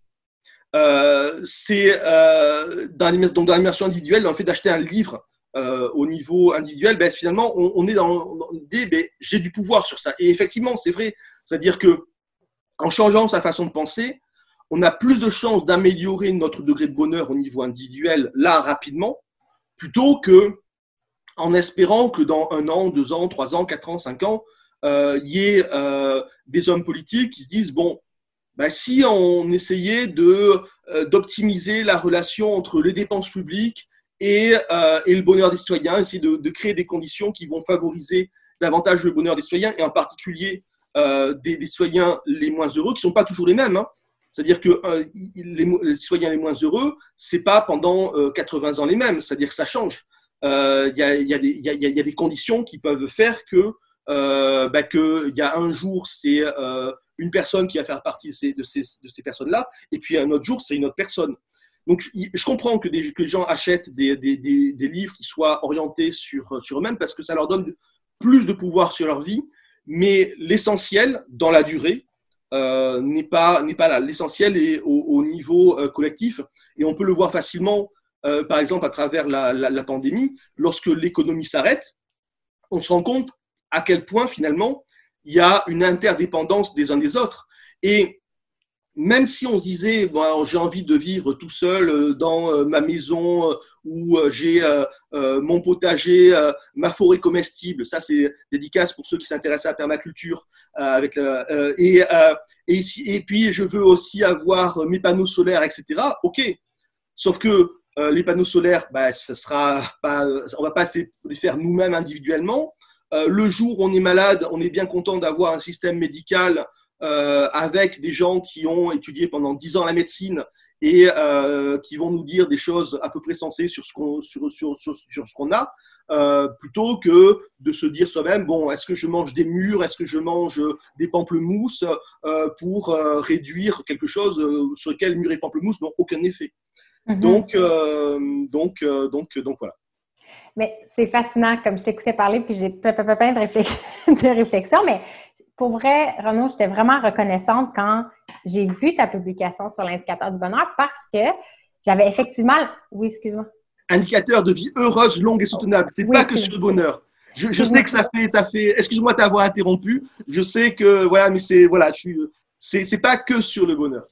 euh, c'est euh, dans, donc dans l'immersion individuelle, dans le fait d'acheter un livre euh, au niveau individuel, ben, finalement, on, on est dans, dans l'idée, ben, j'ai du pouvoir sur ça. Et effectivement, c'est vrai, c'est-à-dire que en changeant sa façon de penser, on a plus de chances d'améliorer notre degré de bonheur au niveau individuel, là, rapidement, plutôt que en espérant que dans un an, deux ans, trois ans, quatre ans, cinq ans, euh, il y ait euh, des hommes politiques qui se disent, bon, ben, si on essayait de, euh, d'optimiser la relation entre les dépenses publiques et, euh, et le bonheur des citoyens, essayer de, de créer des conditions qui vont favoriser davantage le bonheur des citoyens, et en particulier euh, des, des citoyens les moins heureux, qui ne sont pas toujours les mêmes, hein. C'est-à-dire que euh, les, les citoyens les moins heureux, c'est pas pendant euh, quatre-vingts ans les mêmes. C'est-à-dire que ça change. Il euh, y, a, y, a y, a, y a des conditions qui peuvent faire que euh, bah, que il y a un jour c'est euh, une personne qui va faire partie de ces, de ces, de ces personnes-là, et puis un autre jour c'est une autre personne. Donc je, je comprends que des, que les gens achètent des, des, des, des livres qui soient orientés sur, sur eux-mêmes parce que ça leur donne plus de pouvoir sur leur vie, mais l'essentiel dans la durée, Euh, n'est pas n'est pas là. L'essentiel est au, au niveau euh, collectif, et on peut le voir facilement, euh, par exemple à travers la, la, la pandémie. Lorsque l'économie s'arrête, on se rend compte à quel point finalement il y a une interdépendance des uns des autres. Et même si on se disait, bon, j'ai envie de vivre tout seul dans ma maison où j'ai mon potager, ma forêt comestible, ça c'est dédicace pour ceux qui s'intéressent à la permaculture, avec le, et, et, et puis je veux aussi avoir mes panneaux solaires, et cetera. Ok, sauf que les panneaux solaires, bah, ça sera pas, on va pas les faire nous-mêmes individuellement. Le jour où on est malade, on est bien content d'avoir un système médical Euh, avec des gens qui ont étudié pendant dix ans la médecine et euh, qui vont nous dire des choses à peu près sensées sur ce qu'on, sur, sur, sur, sur ce qu'on a, euh, plutôt que de se dire soi-même, bon, est-ce que je mange des mûres, est-ce que je mange des pamplemousses euh, pour euh, réduire quelque chose euh, sur lequel mûres et pamplemousses n'ont aucun effet. Mm-hmm. Donc, euh, donc, euh, donc, donc, voilà. Mais c'est fascinant, comme je t'écoutais parler, puis j'ai plein, plein, plein de, réflex- de réflexions, mais pour vrai, Renaud, j'étais vraiment reconnaissante quand j'ai vu ta publication sur l'indicateur du bonheur parce que j'avais effectivement… Oui, excuse-moi. Indicateur de vie heureuse, longue et soutenable. C'est oui, pas que sur le bonheur. Je, je sais que ça fait, ça fait… Excuse-moi de t'avoir interrompu. Je sais que… Voilà, mais c'est… Voilà, je suis… C'est, c'est pas que sur le bonheur.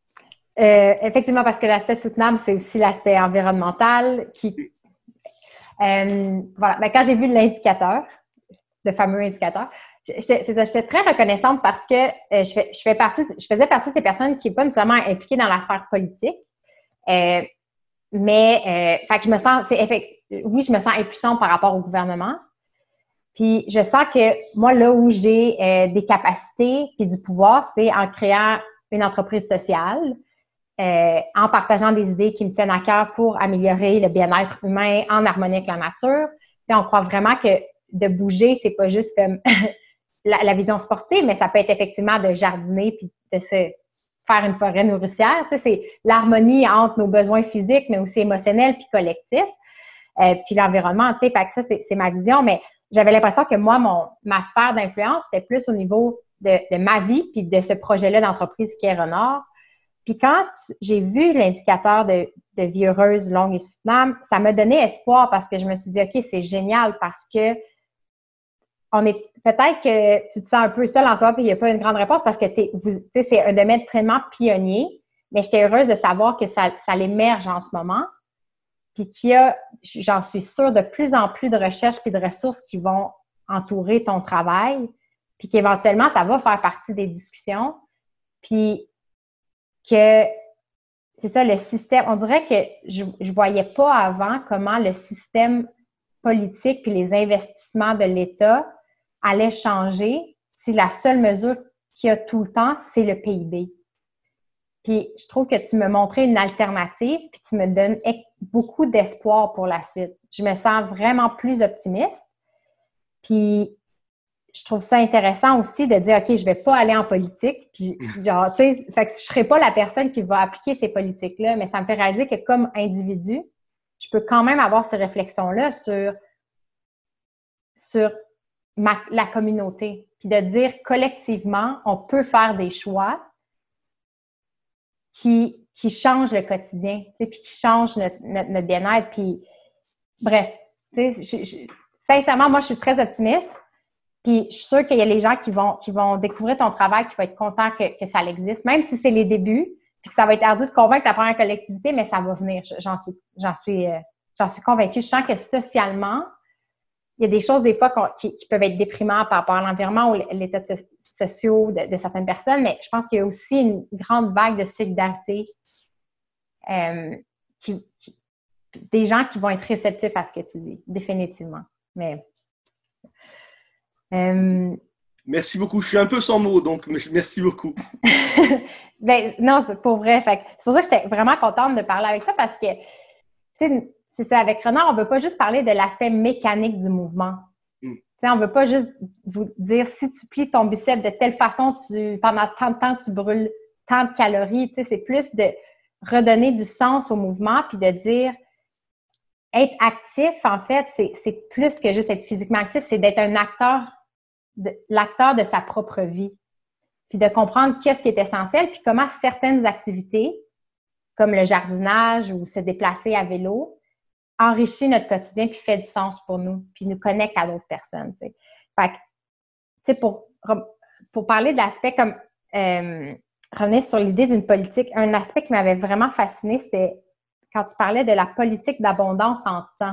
Euh, effectivement, parce que l'aspect soutenable, c'est aussi l'aspect environnemental qui… Euh, voilà. Mais quand j'ai vu l'indicateur, le fameux indicateur, J'étais, c'est ça, j'étais très reconnaissante parce que euh, je, fais, je, fais partie, je faisais partie de ces personnes qui ne sont pas nécessairement impliquées dans la sphère politique. Euh, mais, euh, fait que je me sens, c'est effect, oui, je me sens impuissante par rapport au gouvernement. Puis, je sens que moi, là où j'ai euh, des capacités puis du pouvoir, c'est en créant une entreprise sociale euh, en partageant des idées qui me tiennent à cœur pour améliorer le bien-être humain en harmonie avec la nature. T'sais, on croit vraiment que de bouger, c'est pas juste comme la, la vision sportive, mais ça peut être effectivement de jardiner puis de se faire une forêt nourricière. T'sais, c'est l'harmonie entre nos besoins physiques, mais aussi émotionnels puis collectifs. Euh, puis l'environnement, tu sais, fait que ça, c'est, c'est ma vision, mais j'avais l'impression que moi, mon ma sphère d'influence, c'était plus au niveau de, de ma vie puis de ce projet-là d'entreprise qui est Renard. Puis quand j'ai vu l'indicateur de, de vie heureuse, longue et soutenable, ça m'a donné espoir parce que je me suis dit, OK, c'est génial parce que on est peut-être que tu te sens un peu seul en ce moment puis il n'y a pas une grande réponse parce que t'es, vous, tu sais, c'est un domaine extrêmement pionnier, mais j'étais heureuse de savoir que ça, ça l'émerge en ce moment. Puis qu'il y a, j'en suis sûre, de plus en plus de recherches puis de ressources qui vont entourer ton travail, puis qu'éventuellement, ça va faire partie des discussions. Puis que, c'est ça, le système, on dirait que je ne voyais pas avant comment le système politique puis les investissements de l'État allaient changer si la seule mesure qu'il y a tout le temps, c'est le P I B. Puis je trouve que tu me montrais une alternative, puis tu me donnes beaucoup d'espoir pour la suite. Je me sens vraiment plus optimiste. Puis je trouve ça intéressant aussi de dire, OK, je vais pas aller en politique. Puis genre, tu sais, fait que je serai pas la personne qui va appliquer ces politiques-là, mais ça me fait réaliser que comme individu, je peux quand même avoir ces réflexions-là sur, sur ma, la communauté. Puis de dire collectivement, on peut faire des choix qui, qui change le quotidien, tu sais, puis qui change notre, notre, notre bien-être. Puis, bref, tu sais, je, je, sincèrement, moi, je suis très optimiste. Puis, je suis sûre qu'il y a les gens qui vont, qui vont découvrir ton travail, qui vont être contents que, que ça existe, même si c'est les débuts, puis que ça va être ardu de convaincre ta première collectivité, mais ça va venir. J'en suis, j'en suis, j'en suis convaincue. Je sens que socialement, il y a des choses, des fois, qui, qui peuvent être déprimantes par rapport à l'environnement ou l'état de, sociaux de, de certaines personnes, mais je pense qu'il y a aussi une grande vague de solidarité, euh, qui, qui, des gens qui vont être réceptifs à ce que tu dis, définitivement. Mais, euh, merci beaucoup. Je suis un peu sans mots, donc merci beaucoup. ben, non, c'est pour vrai. Fait, c'est pour ça que j'étais vraiment contente de parler avec toi parce que, tu sais, c'est ça, avec Renard, on ne veut pas juste parler de l'aspect mécanique du mouvement. Mm. On ne veut pas juste vous dire si tu plies ton biceps de telle façon, tu, pendant tant de temps, tu brûles tant de calories. C'est plus de redonner du sens au mouvement puis de dire être actif, en fait, c'est, c'est plus que juste être physiquement actif, c'est d'être un acteur, de, l'acteur de sa propre vie. Puis de comprendre qu'est-ce qui est essentiel puis comment certaines activités, comme le jardinage ou se déplacer à vélo, enrichit notre quotidien puis fait du sens pour nous, puis nous connecte à d'autres personnes, tu sais. Fait que, tu sais, pour, pour parler de l'aspect comme, euh, revenir sur l'idée d'une politique, un aspect qui m'avait vraiment fasciné, c'était quand tu parlais de la politique d'abondance en temps.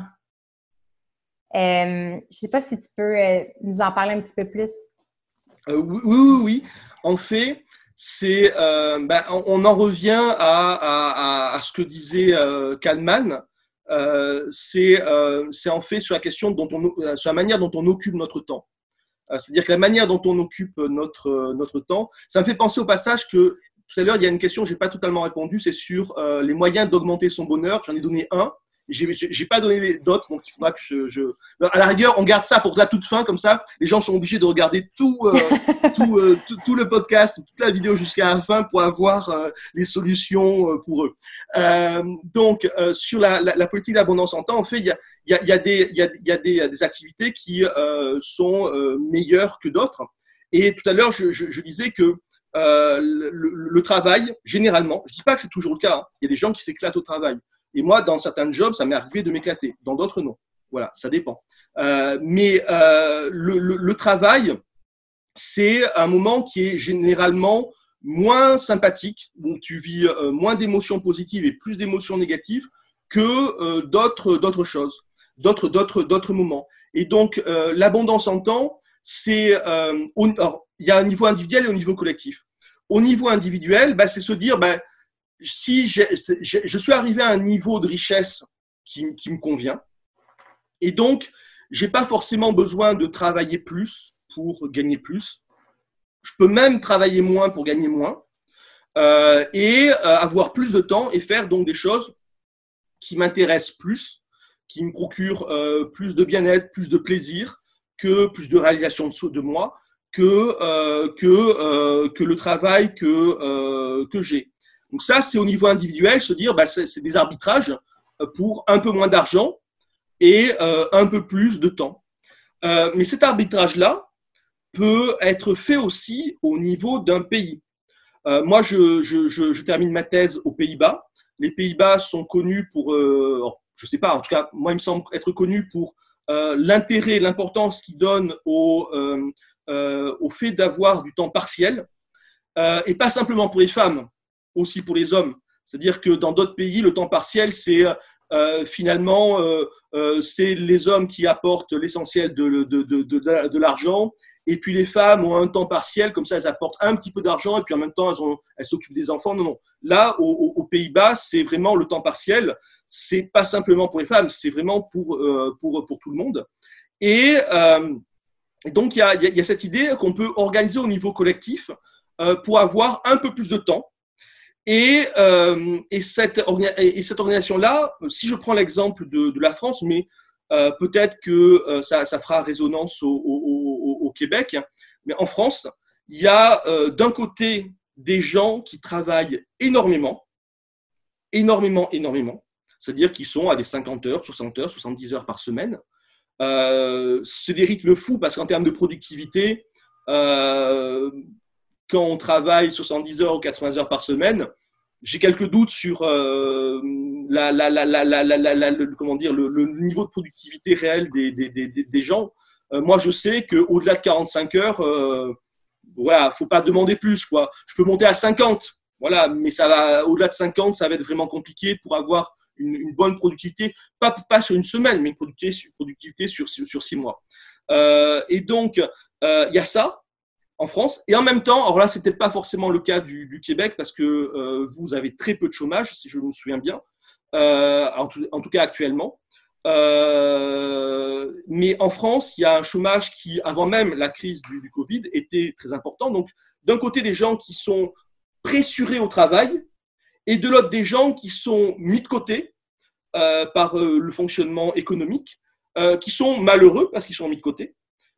Euh, je sais pas si tu peux euh, nous en parler un petit peu plus. Euh, oui, oui, oui. En fait, c'est, euh, ben, on, on en revient à, à, à, à ce que disait euh, Kahneman. Euh, c'est, euh, c'est en fait sur la question dont on, sur la manière dont on occupe notre temps. Euh, c'est-à-dire que la manière dont on occupe notre notre temps, ça me fait penser au passage que tout à l'heure il y a une question que j'ai pas totalement répondu, c'est sur euh, les moyens d'augmenter son bonheur. J'en ai donné un. J'ai, j'ai pas donné d'autres, donc il faudra que je, je... À la rigueur, on garde ça pour la toute fin, comme ça, les gens sont obligés de regarder tout, euh, tout, euh, tout, tout le podcast, toute la vidéo jusqu'à la fin pour avoir euh, les solutions euh, pour eux. Euh, donc, euh, sur la, la, la politique d'abondance en temps, en fait, il y a, il y a, il y a des, il y a, il y a des, des activités qui euh, sont euh, meilleures que d'autres. Et tout à l'heure, je, je, je disais que euh, le, le travail, généralement, je dis pas que c'est toujours le cas, hein, il y a des gens qui s'éclatent au travail. Et moi, dans certains jobs, ça m'est arrivé de m'éclater. Dans d'autres, non. Voilà, ça dépend. Euh, mais euh, le, le, le travail, c'est un moment qui est généralement moins sympathique, où tu vis euh, moins d'émotions positives et plus d'émotions négatives que euh, d'autres, d'autres choses, d'autres, d'autres, d'autres moments. Et donc, euh, l'abondance en temps, c'est, euh, au, alors, il y a un niveau individuel et au niveau collectif. Au niveau individuel, bah, c'est se dire, bah, si j'ai, j'ai, je suis arrivé à un niveau de richesse qui, qui me convient, et donc, j'ai pas forcément besoin de travailler plus pour gagner plus. Je peux même travailler moins pour gagner moins. euh, et euh, avoir plus de temps et faire donc des choses qui m'intéressent plus, qui me procurent euh, plus de bien-être, plus de plaisir, que plus de réalisation de, de moi, que, euh, que, euh, que le travail que, euh, que j'ai. Donc ça, c'est au niveau individuel, se dire, bah, c'est, c'est des arbitrages pour un peu moins d'argent et euh, un peu plus de temps. Euh, mais cet arbitrage-là peut être fait aussi au niveau d'un pays. Euh, moi, je, je, je, je termine ma thèse aux Pays-Bas. Les Pays-Bas sont connus pour, euh, je ne sais pas, en tout cas, moi, il me semble être connus pour euh, l'intérêt, l'importance qu'ils donnent au, euh, euh, au fait d'avoir du temps partiel, euh, et pas simplement pour les femmes, aussi pour les hommes. C'est-à-dire que dans d'autres pays, le temps partiel, c'est euh, finalement, euh, euh, c'est les hommes qui apportent l'essentiel de, de, de, de, de l'argent, et puis les femmes ont un temps partiel, comme ça elles apportent un petit peu d'argent, et puis en même temps elles, ont, elles s'occupent des enfants. Non, non. Là, aux, aux Pays-Bas, c'est vraiment le temps partiel. C'est pas simplement pour les femmes, c'est vraiment pour, euh, pour, pour tout le monde. Et, euh, et donc, il y a, il y a cette idée qu'on peut organiser au niveau collectif euh, pour avoir un peu plus de temps. Et, euh, et, cette, et cette organisation-là, si je prends l'exemple de, de la France, mais euh, peut-être que euh, ça, ça fera résonance au, au, au, au Québec, mais en France, il y a euh, d'un côté des gens qui travaillent énormément, énormément, énormément, c'est-à-dire qu'ils sont à des cinquante heures, soixante heures, soixante-dix heures par semaine. Euh, c'est des rythmes fous parce qu'en termes de productivité, euh, quand on travaille soixante-dix heures ou quatre-vingts heures par semaine, j'ai quelques doutes sur euh, la, la, la, la, la, la, la, le, comment dire, le, le niveau de productivité réel des, des, des, des gens. Euh, moi, je sais qu'au-delà de quarante-cinq heures, euh, voilà, faut pas demander plus, quoi. Je peux monter à cinquante, voilà, mais ça va, au-delà de cinquante, ça va être vraiment compliqué pour avoir une, une bonne productivité, pas, pas sur une semaine, mais une productivité, productivité sur, sur, sur six mois. Euh, et donc, il euh, y a ça en France. Et en même temps, alors là, c'était pas forcément le cas du, du Québec parce que euh, vous avez très peu de chômage, si je me souviens bien, euh, en, tout, en tout cas actuellement. Euh, mais en France, il y a un chômage qui, avant même la crise du, du Covid, était très important. Donc, d'un côté, des gens qui sont pressurés au travail et de l'autre, des gens qui sont mis de côté euh, par euh, le fonctionnement économique, euh, qui sont malheureux parce qu'ils sont mis de côté.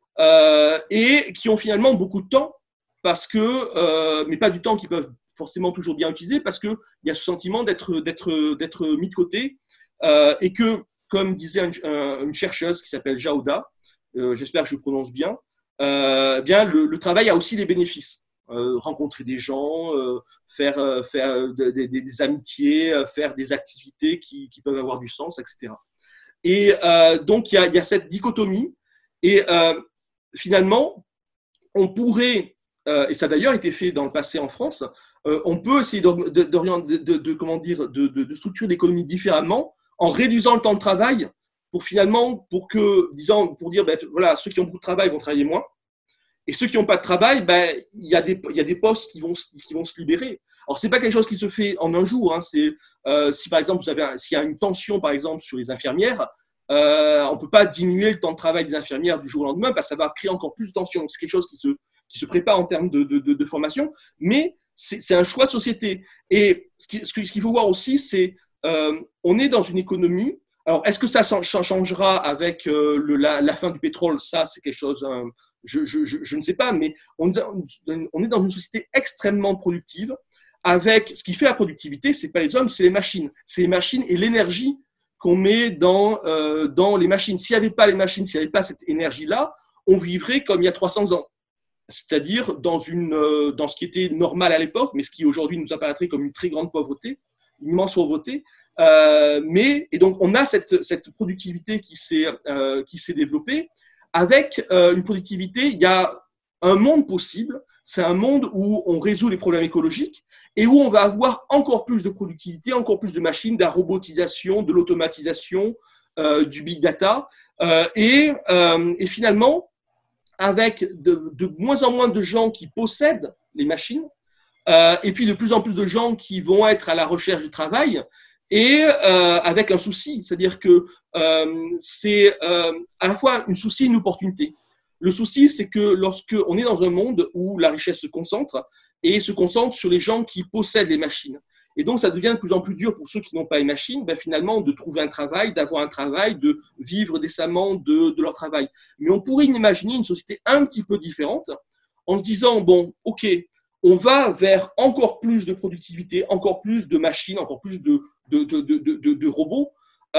Euh, et qui ont finalement beaucoup de temps, parce que, euh, mais pas du temps qu'ils peuvent forcément toujours bien utiliser, parce qu'il y a ce sentiment d'être, d'être, d'être mis de côté, euh, et que, comme disait un, un, une chercheuse qui s'appelle Jaouda, euh, j'espère que je le prononce bien, euh, bien le, le travail a aussi des bénéfices. Euh, rencontrer des gens, euh, faire, euh, faire des, des, des amitiés, euh, faire des activités qui, qui peuvent avoir du sens, et cetera. Et euh, donc, il y a, il y a cette dichotomie, et euh, finalement, on pourrait, euh, et ça a d'ailleurs été fait dans le passé en France, euh, on peut essayer de, de, de, de, de, comment dire, de, de, de structurer l'économie différemment en réduisant le temps de travail pour finalement, pour que, disons, pour dire, ben, voilà, ceux qui ont beaucoup de travail vont travailler moins, et ceux qui n'ont pas de travail, ben, il y a des, il y a des postes qui vont, qui vont se libérer. Alors, c'est pas quelque chose qui se fait en un jour. Hein, c'est euh, si par exemple, vous avez, s'il y a une tension, par exemple, sur les infirmières. Euh, on ne peut pas diminuer le temps de travail des infirmières du jour au lendemain parce que ça va créer encore plus de tension. C'est quelque chose qui se, qui se prépare en termes de, de, de, de formation, mais c'est, c'est un choix de société. Et ce, qui, ce qu'il faut voir aussi, c'est euh, on est dans une économie. Alors, est-ce que ça changera avec euh, le, la, la fin du pétrole? Ça, c'est quelque chose, euh, je, je, je, je ne sais pas, mais on, on est dans une société extrêmement productive avec ce qui fait la productivité, c'est pas les hommes, c'est les machines. C'est les machines et l'énergie qu'on met dans, euh, dans les machines. S'il n'y avait pas les machines, s'il n'y avait pas cette énergie-là, on vivrait comme il y a trois cents ans. C'est-à-dire dans, une, euh, dans ce qui était normal à l'époque, mais ce qui aujourd'hui nous apparaîtrait comme une très grande pauvreté, une immense pauvreté. Euh, mais, et donc, on a cette, cette productivité qui s'est, euh, qui s'est développée. Avec euh, une productivité, il y a un monde possible. C'est un monde où on résout les problèmes écologiques et où on va avoir encore plus de productivité, encore plus de machines, de la robotisation, de l'automatisation, euh, du big data. Euh, et, euh, et finalement, avec de, de moins en moins de gens qui possèdent les machines, euh, et puis de plus en plus de gens qui vont être à la recherche du travail, et euh, avec un souci, c'est-à-dire que euh, c'est euh, à la fois une souci et une opportunité. Le souci, c'est que lorsqu'on est dans un monde où la richesse se concentre, et se concentre sur les gens qui possèdent les machines. Et donc, ça devient de plus en plus dur pour ceux qui n'ont pas les machines, ben, finalement, de trouver un travail, d'avoir un travail, de vivre décemment de, de leur travail. Mais on pourrait imaginer une société un petit peu différente en se disant, bon, OK, on va vers encore plus de productivité, encore plus de machines, encore plus de, de, de, de, de, de robots,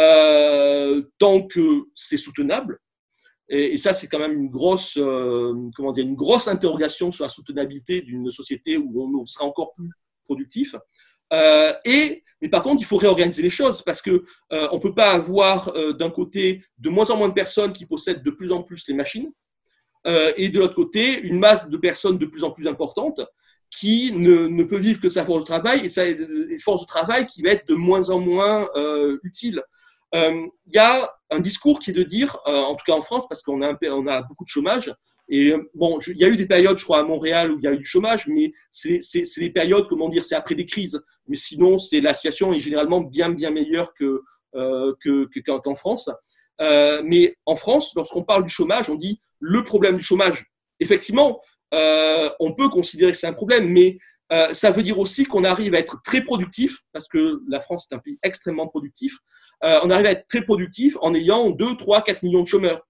euh, tant que c'est soutenable. Et, et ça, c'est quand même une grosse, euh, comment dire, une grosse interrogation sur la soutenabilité d'une société où on sera encore plus productif. Euh, et, mais par contre, il faut réorganiser les choses parce que euh, on peut pas avoir euh, d'un côté de moins en moins de personnes qui possèdent de plus en plus les machines euh, et de l'autre côté une masse de personnes de plus en plus importante qui ne, ne peut vivre que de sa force de travail et sa force de travail qui va être de moins en moins euh, utile. Il euh, y a un discours qui est de dire, euh, en tout cas en France, parce qu'on a, un, on a beaucoup de chômage, et bon, il y a eu des périodes, je crois, à Montréal où il y a eu du chômage, mais c'est, c'est, c'est des périodes, comment dire, c'est après des crises. Mais sinon, c'est, la situation est généralement bien, bien meilleure que, euh, que, que, qu'en France. Euh, mais en France, lorsqu'on parle du chômage, on dit le problème du chômage. Effectivement, euh, on peut considérer que c'est un problème, mais euh, ça veut dire aussi qu'on arrive à être très productif, parce que la France est un pays extrêmement productif. Euh, on arrive à être très productif en ayant deux, trois, quatre millions de chômeurs.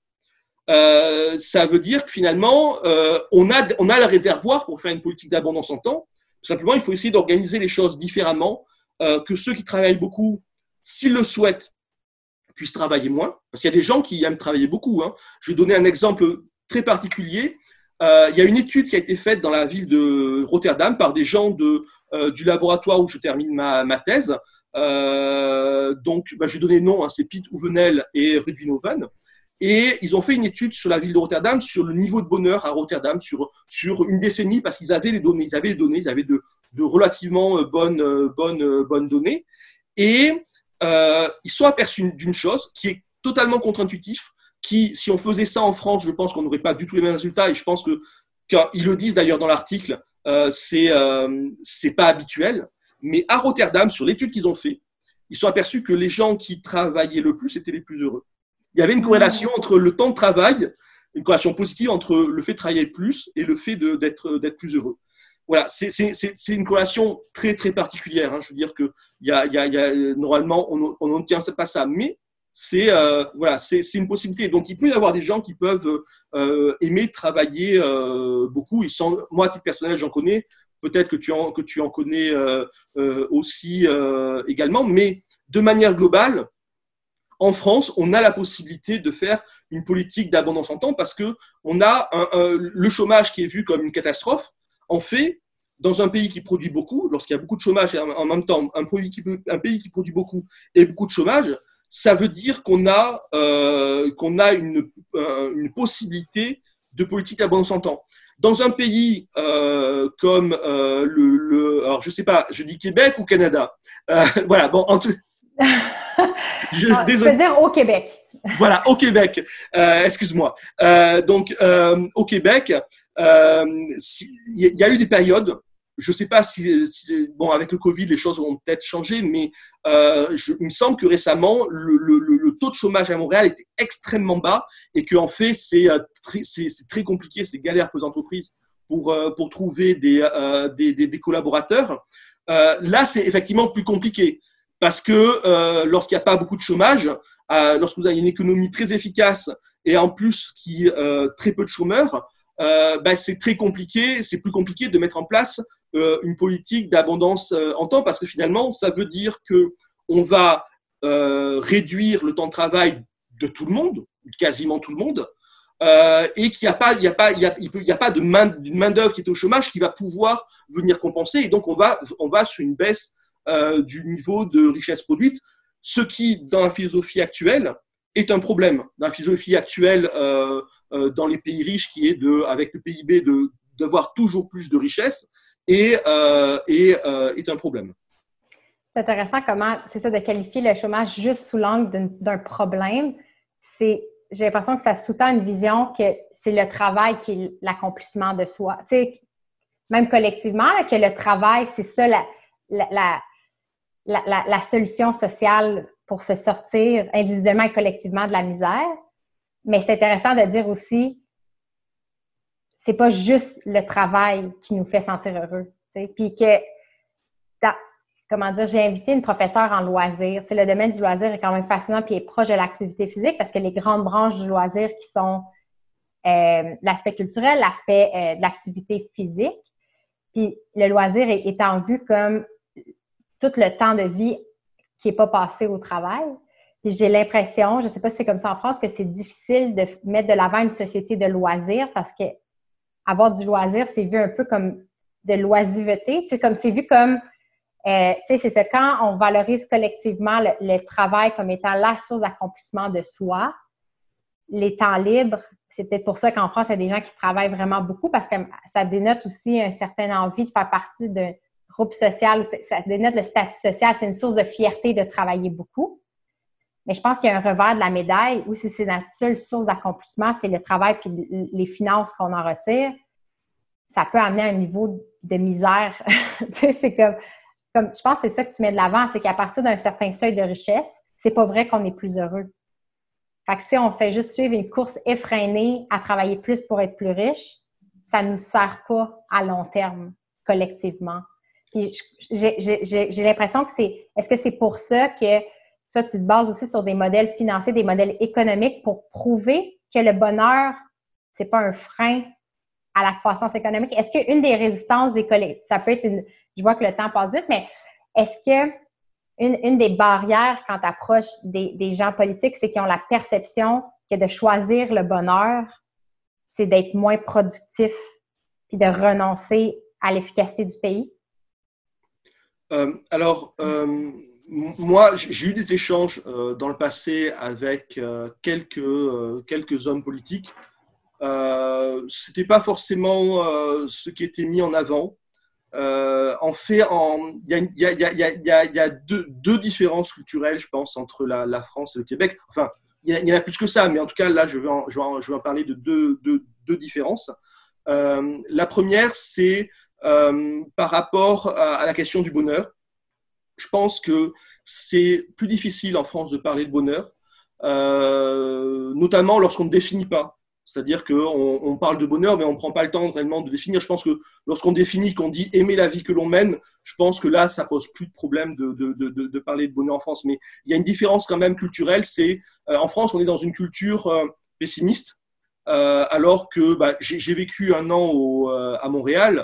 Euh, ça veut dire que finalement, euh, on a, on a le réservoir pour faire une politique d'abondance en temps. Simplement, il faut essayer d'organiser les choses différemment, euh, que ceux qui travaillent beaucoup, s'ils le souhaitent, puissent travailler moins. Parce qu'il y a des gens qui aiment travailler beaucoup. Hein. Je vais donner un exemple très particulier. Euh, il y a une étude qui a été faite dans la ville de Rotterdam par des gens de, euh, du laboratoire où je termine ma, ma thèse. Euh, donc, bah, je vais donner le nom, hein, c'est Piet Oevenel et Ruud Winhoven. Et ils ont fait une étude sur la ville de Rotterdam, sur le niveau de bonheur à Rotterdam, sur, sur une décennie, parce qu'ils avaient les données, ils avaient les données, ils avaient de, de relativement bonnes, bonnes, bonnes données. Et euh, ils sont aperçus d'une chose qui est totalement contre-intuitif, qui, si on faisait ça en France, je pense qu'on n'aurait pas du tout les mêmes résultats, et je pense que, qu'ils le disent d'ailleurs dans l'article, euh, c'est, euh, c'est pas habituel. Mais à Rotterdam, sur l'étude qu'ils ont fait, ils sont aperçus que les gens qui travaillaient le plus étaient les plus heureux. Il y avait une corrélation entre le temps de travail, une corrélation positive entre le fait de travailler plus et le fait de, d'être, d'être plus heureux. Voilà, c'est, c'est, c'est, c'est une corrélation très, très particulière. Hein. Je veux dire que y a, y a, y a, normalement, on n'obtient pas ça, mais c'est, euh, voilà, c'est, c'est une possibilité. Donc, il peut y avoir des gens qui peuvent euh, aimer travailler euh, beaucoup. Ils sont, moi, à titre personnel, j'en connais. Peut-être que tu en, que tu en connais euh, euh, aussi euh, également, mais de manière globale, en France, on a la possibilité de faire une politique d'abondance en temps parce que on a un, un, le chômage qui est vu comme une catastrophe. En fait, dans un pays qui produit beaucoup, lorsqu'il y a beaucoup de chômage et en même temps un, pays qui, un pays qui produit beaucoup et beaucoup de chômage, ça veut dire qu'on a, euh, qu'on a une, une possibilité de politique d'abondance en temps. Dans un pays euh, comme euh, le, le, alors je sais pas, je dis Québec ou Canada, euh, voilà. Bon, en tout Je, ah, je peux dire au Québec. Voilà, au Québec. Euh, excuse-moi. Euh, donc, euh, au Québec, euh, si, y a eu des périodes. Je ne sais pas si, si, bon, avec le Covid, les choses ont peut-être changé, mais euh, je, il me semble que récemment, le, le, le taux de chômage à Montréal était extrêmement bas et qu'en fait, c'est, c'est, c'est très compliqué, c'est galère pour les entreprises pour, pour trouver des, euh, des, des, des collaborateurs. Euh, là, c'est effectivement plus compliqué. Parce que euh, lorsqu'il n'y a pas beaucoup de chômage, euh, lorsque vous avez une économie très efficace et en plus qui euh, très peu de chômeurs, euh, ben c'est très compliqué, c'est plus compliqué de mettre en place euh, une politique d'abondance euh, en temps parce que finalement, ça veut dire que on va euh, réduire le temps de travail de tout le monde, quasiment tout le monde, euh, et qu'il n'y a pas, il y a pas, il y a, il peut, il y a pas de main, d'une main d'œuvre qui est au chômage qui va pouvoir venir compenser et donc on va, on va sur une baisse Euh, du niveau de richesse produite, ce qui, dans la philosophie actuelle, est un problème. Dans la philosophie actuelle, euh, euh, dans les pays riches, qui est de, avec le P I B, de d'avoir toujours plus de richesse, et, euh, et euh, est un problème. C'est intéressant comment, c'est ça, de qualifier le chômage juste sous l'angle d'un, d'un problème. C'est, j'ai l'impression que ça sous-tend une vision que c'est le travail qui est l'accomplissement de soi. Tu sais, même collectivement, là, que le travail, c'est ça la, la, la La, la, la solution sociale pour se sortir individuellement et collectivement de la misère. Mais c'est intéressant de dire aussi, c'est pas juste le travail qui nous fait sentir heureux. tu sais. Puis que, dans, comment dire, j'ai invité une professeure en loisirs. Tu sais, le domaine du loisir est quand même fascinant puis est proche de l'activité physique parce que les grandes branches du loisir qui sont euh, l'aspect culturel, l'aspect euh, de l'activité physique, puis le loisir est, étant vu comme tout le temps de vie qui n'est pas passé au travail. Puis j'ai l'impression, je ne sais pas si c'est comme ça en France, que c'est difficile de mettre de l'avant une société de loisirs parce que avoir du loisir, c'est vu un peu comme de l'oisiveté. C'est comme, c'est vu comme, euh, tu sais, c'est ça, quand on valorise collectivement le, le travail comme étant la source d'accomplissement de soi, les temps libres, c'est peut-être pour ça qu'en France, il y a des gens qui travaillent vraiment beaucoup parce que ça dénote aussi une certaine envie de faire partie d'un groupe social, ça dénote le statut social, c'est une source de fierté de travailler beaucoup. Mais je pense qu'il y a un revers de la médaille où si c'est notre seule source d'accomplissement, c'est le travail puis les finances qu'on en retire, ça peut amener à un niveau de misère. Tu sais, c'est comme, comme, je pense que c'est ça que tu mets de l'avant, c'est qu'à partir d'un certain seuil de richesse, c'est pas vrai qu'on est plus heureux. Fait que si on fait juste suivre une course effrénée à travailler plus pour être plus riche, ça ne nous sert pas à long terme, collectivement. Puis j'ai, j'ai, j'ai, j'ai l'impression que c'est... Est-ce que c'est pour ça que toi, tu te bases aussi sur des modèles financiers, des modèles économiques pour prouver que le bonheur, c'est pas un frein à la croissance économique? Est-ce qu'une des résistances des collectivités, ça peut être une... Je vois que le temps passe vite, mais est-ce que une, une des barrières quand tu approches des, des gens politiques, c'est qu'ils ont la perception que de choisir le bonheur, c'est d'être moins productif puis de renoncer à l'efficacité du pays? Euh, alors, euh, moi, j'ai eu des échanges euh, dans le passé avec euh, quelques, euh, quelques hommes politiques. Euh, ce n'était pas forcément euh, ce qui était mis en avant. Euh, en fait, il y a, y a, y a, y a, y a deux, deux différences culturelles, je pense, entre la, la France et le Québec. Enfin, il y, y en a plus que ça, mais en tout cas, là, je vais en, je vais en, je vais en parler de deux, deux, deux différences. Euh, la première, c'est euh, par rapport à, à la question du bonheur. Je pense que c'est plus difficile en France de parler de bonheur, euh, notamment lorsqu'on ne définit pas. C'est-à-dire qu'on on parle de bonheur, mais on ne prend pas le temps réellement de définir. Je pense que lorsqu'on définit, qu'on dit aimer la vie que l'on mène, je pense que là, ça pose plus de problème de, de, de, de parler de bonheur en France. Mais il y a une différence quand même culturelle. C'est euh, en France, on est dans une culture euh, pessimiste, euh, alors que bah, j'ai, j'ai vécu un an au, euh, à Montréal.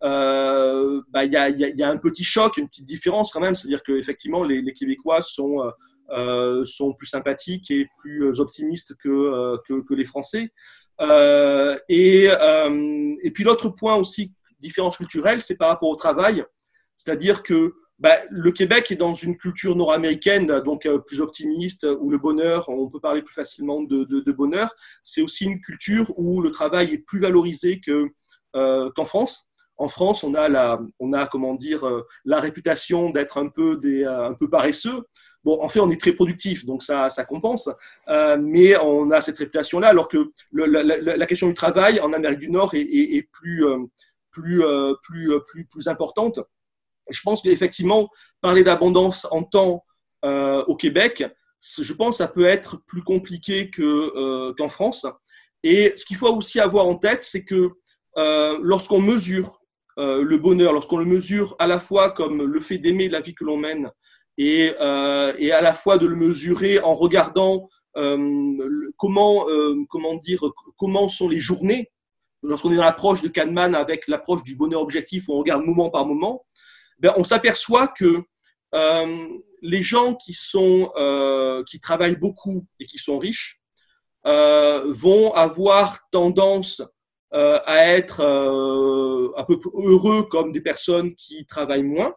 Euh, bah, y a, y a, y a un petit choc, une petite différence quand même. C'est-à-dire qu'effectivement, les, les Québécois sont euh, Euh, sont plus sympathiques et plus optimistes que, euh, que, que les Français. Euh, et, euh, et puis l'autre point aussi, différence culturelle, c'est par rapport au travail. C'est-à-dire que bah, le Québec est dans une culture nord-américaine, donc euh, plus optimiste, où le bonheur, on peut parler plus facilement de, de, de bonheur. C'est aussi une culture où le travail est plus valorisé que, euh, qu'en France. En France, on a, la, on a comment dire, la réputation d'être un peu, des, un peu paresseux. Bon, en fait, on est très productif, donc ça, ça compense. Euh, mais on a cette réputation-là, alors que le, la, la, la question du travail en Amérique du Nord est, est, est plus, euh, plus, euh, plus, plus, plus importante. Je pense qu'effectivement, parler d'abondance en temps euh, au Québec, je pense que ça peut être plus compliqué que, euh, qu'en France. Et ce qu'il faut aussi avoir en tête, c'est que euh, lorsqu'on mesure euh, le bonheur, lorsqu'on le mesure à la fois comme le fait d'aimer la vie que l'on mène, Et, euh, et à la fois de le mesurer en regardant euh, comment, euh, comment, dire, comment sont les journées. Lorsqu'on est dans l'approche de Kahneman avec l'approche du bonheur objectif où on regarde moment par moment, ben on s'aperçoit que euh, les gens qui, sont, euh, qui travaillent beaucoup et qui sont riches euh, vont avoir tendance euh, à être euh, un peu heureux comme des personnes qui travaillent moins.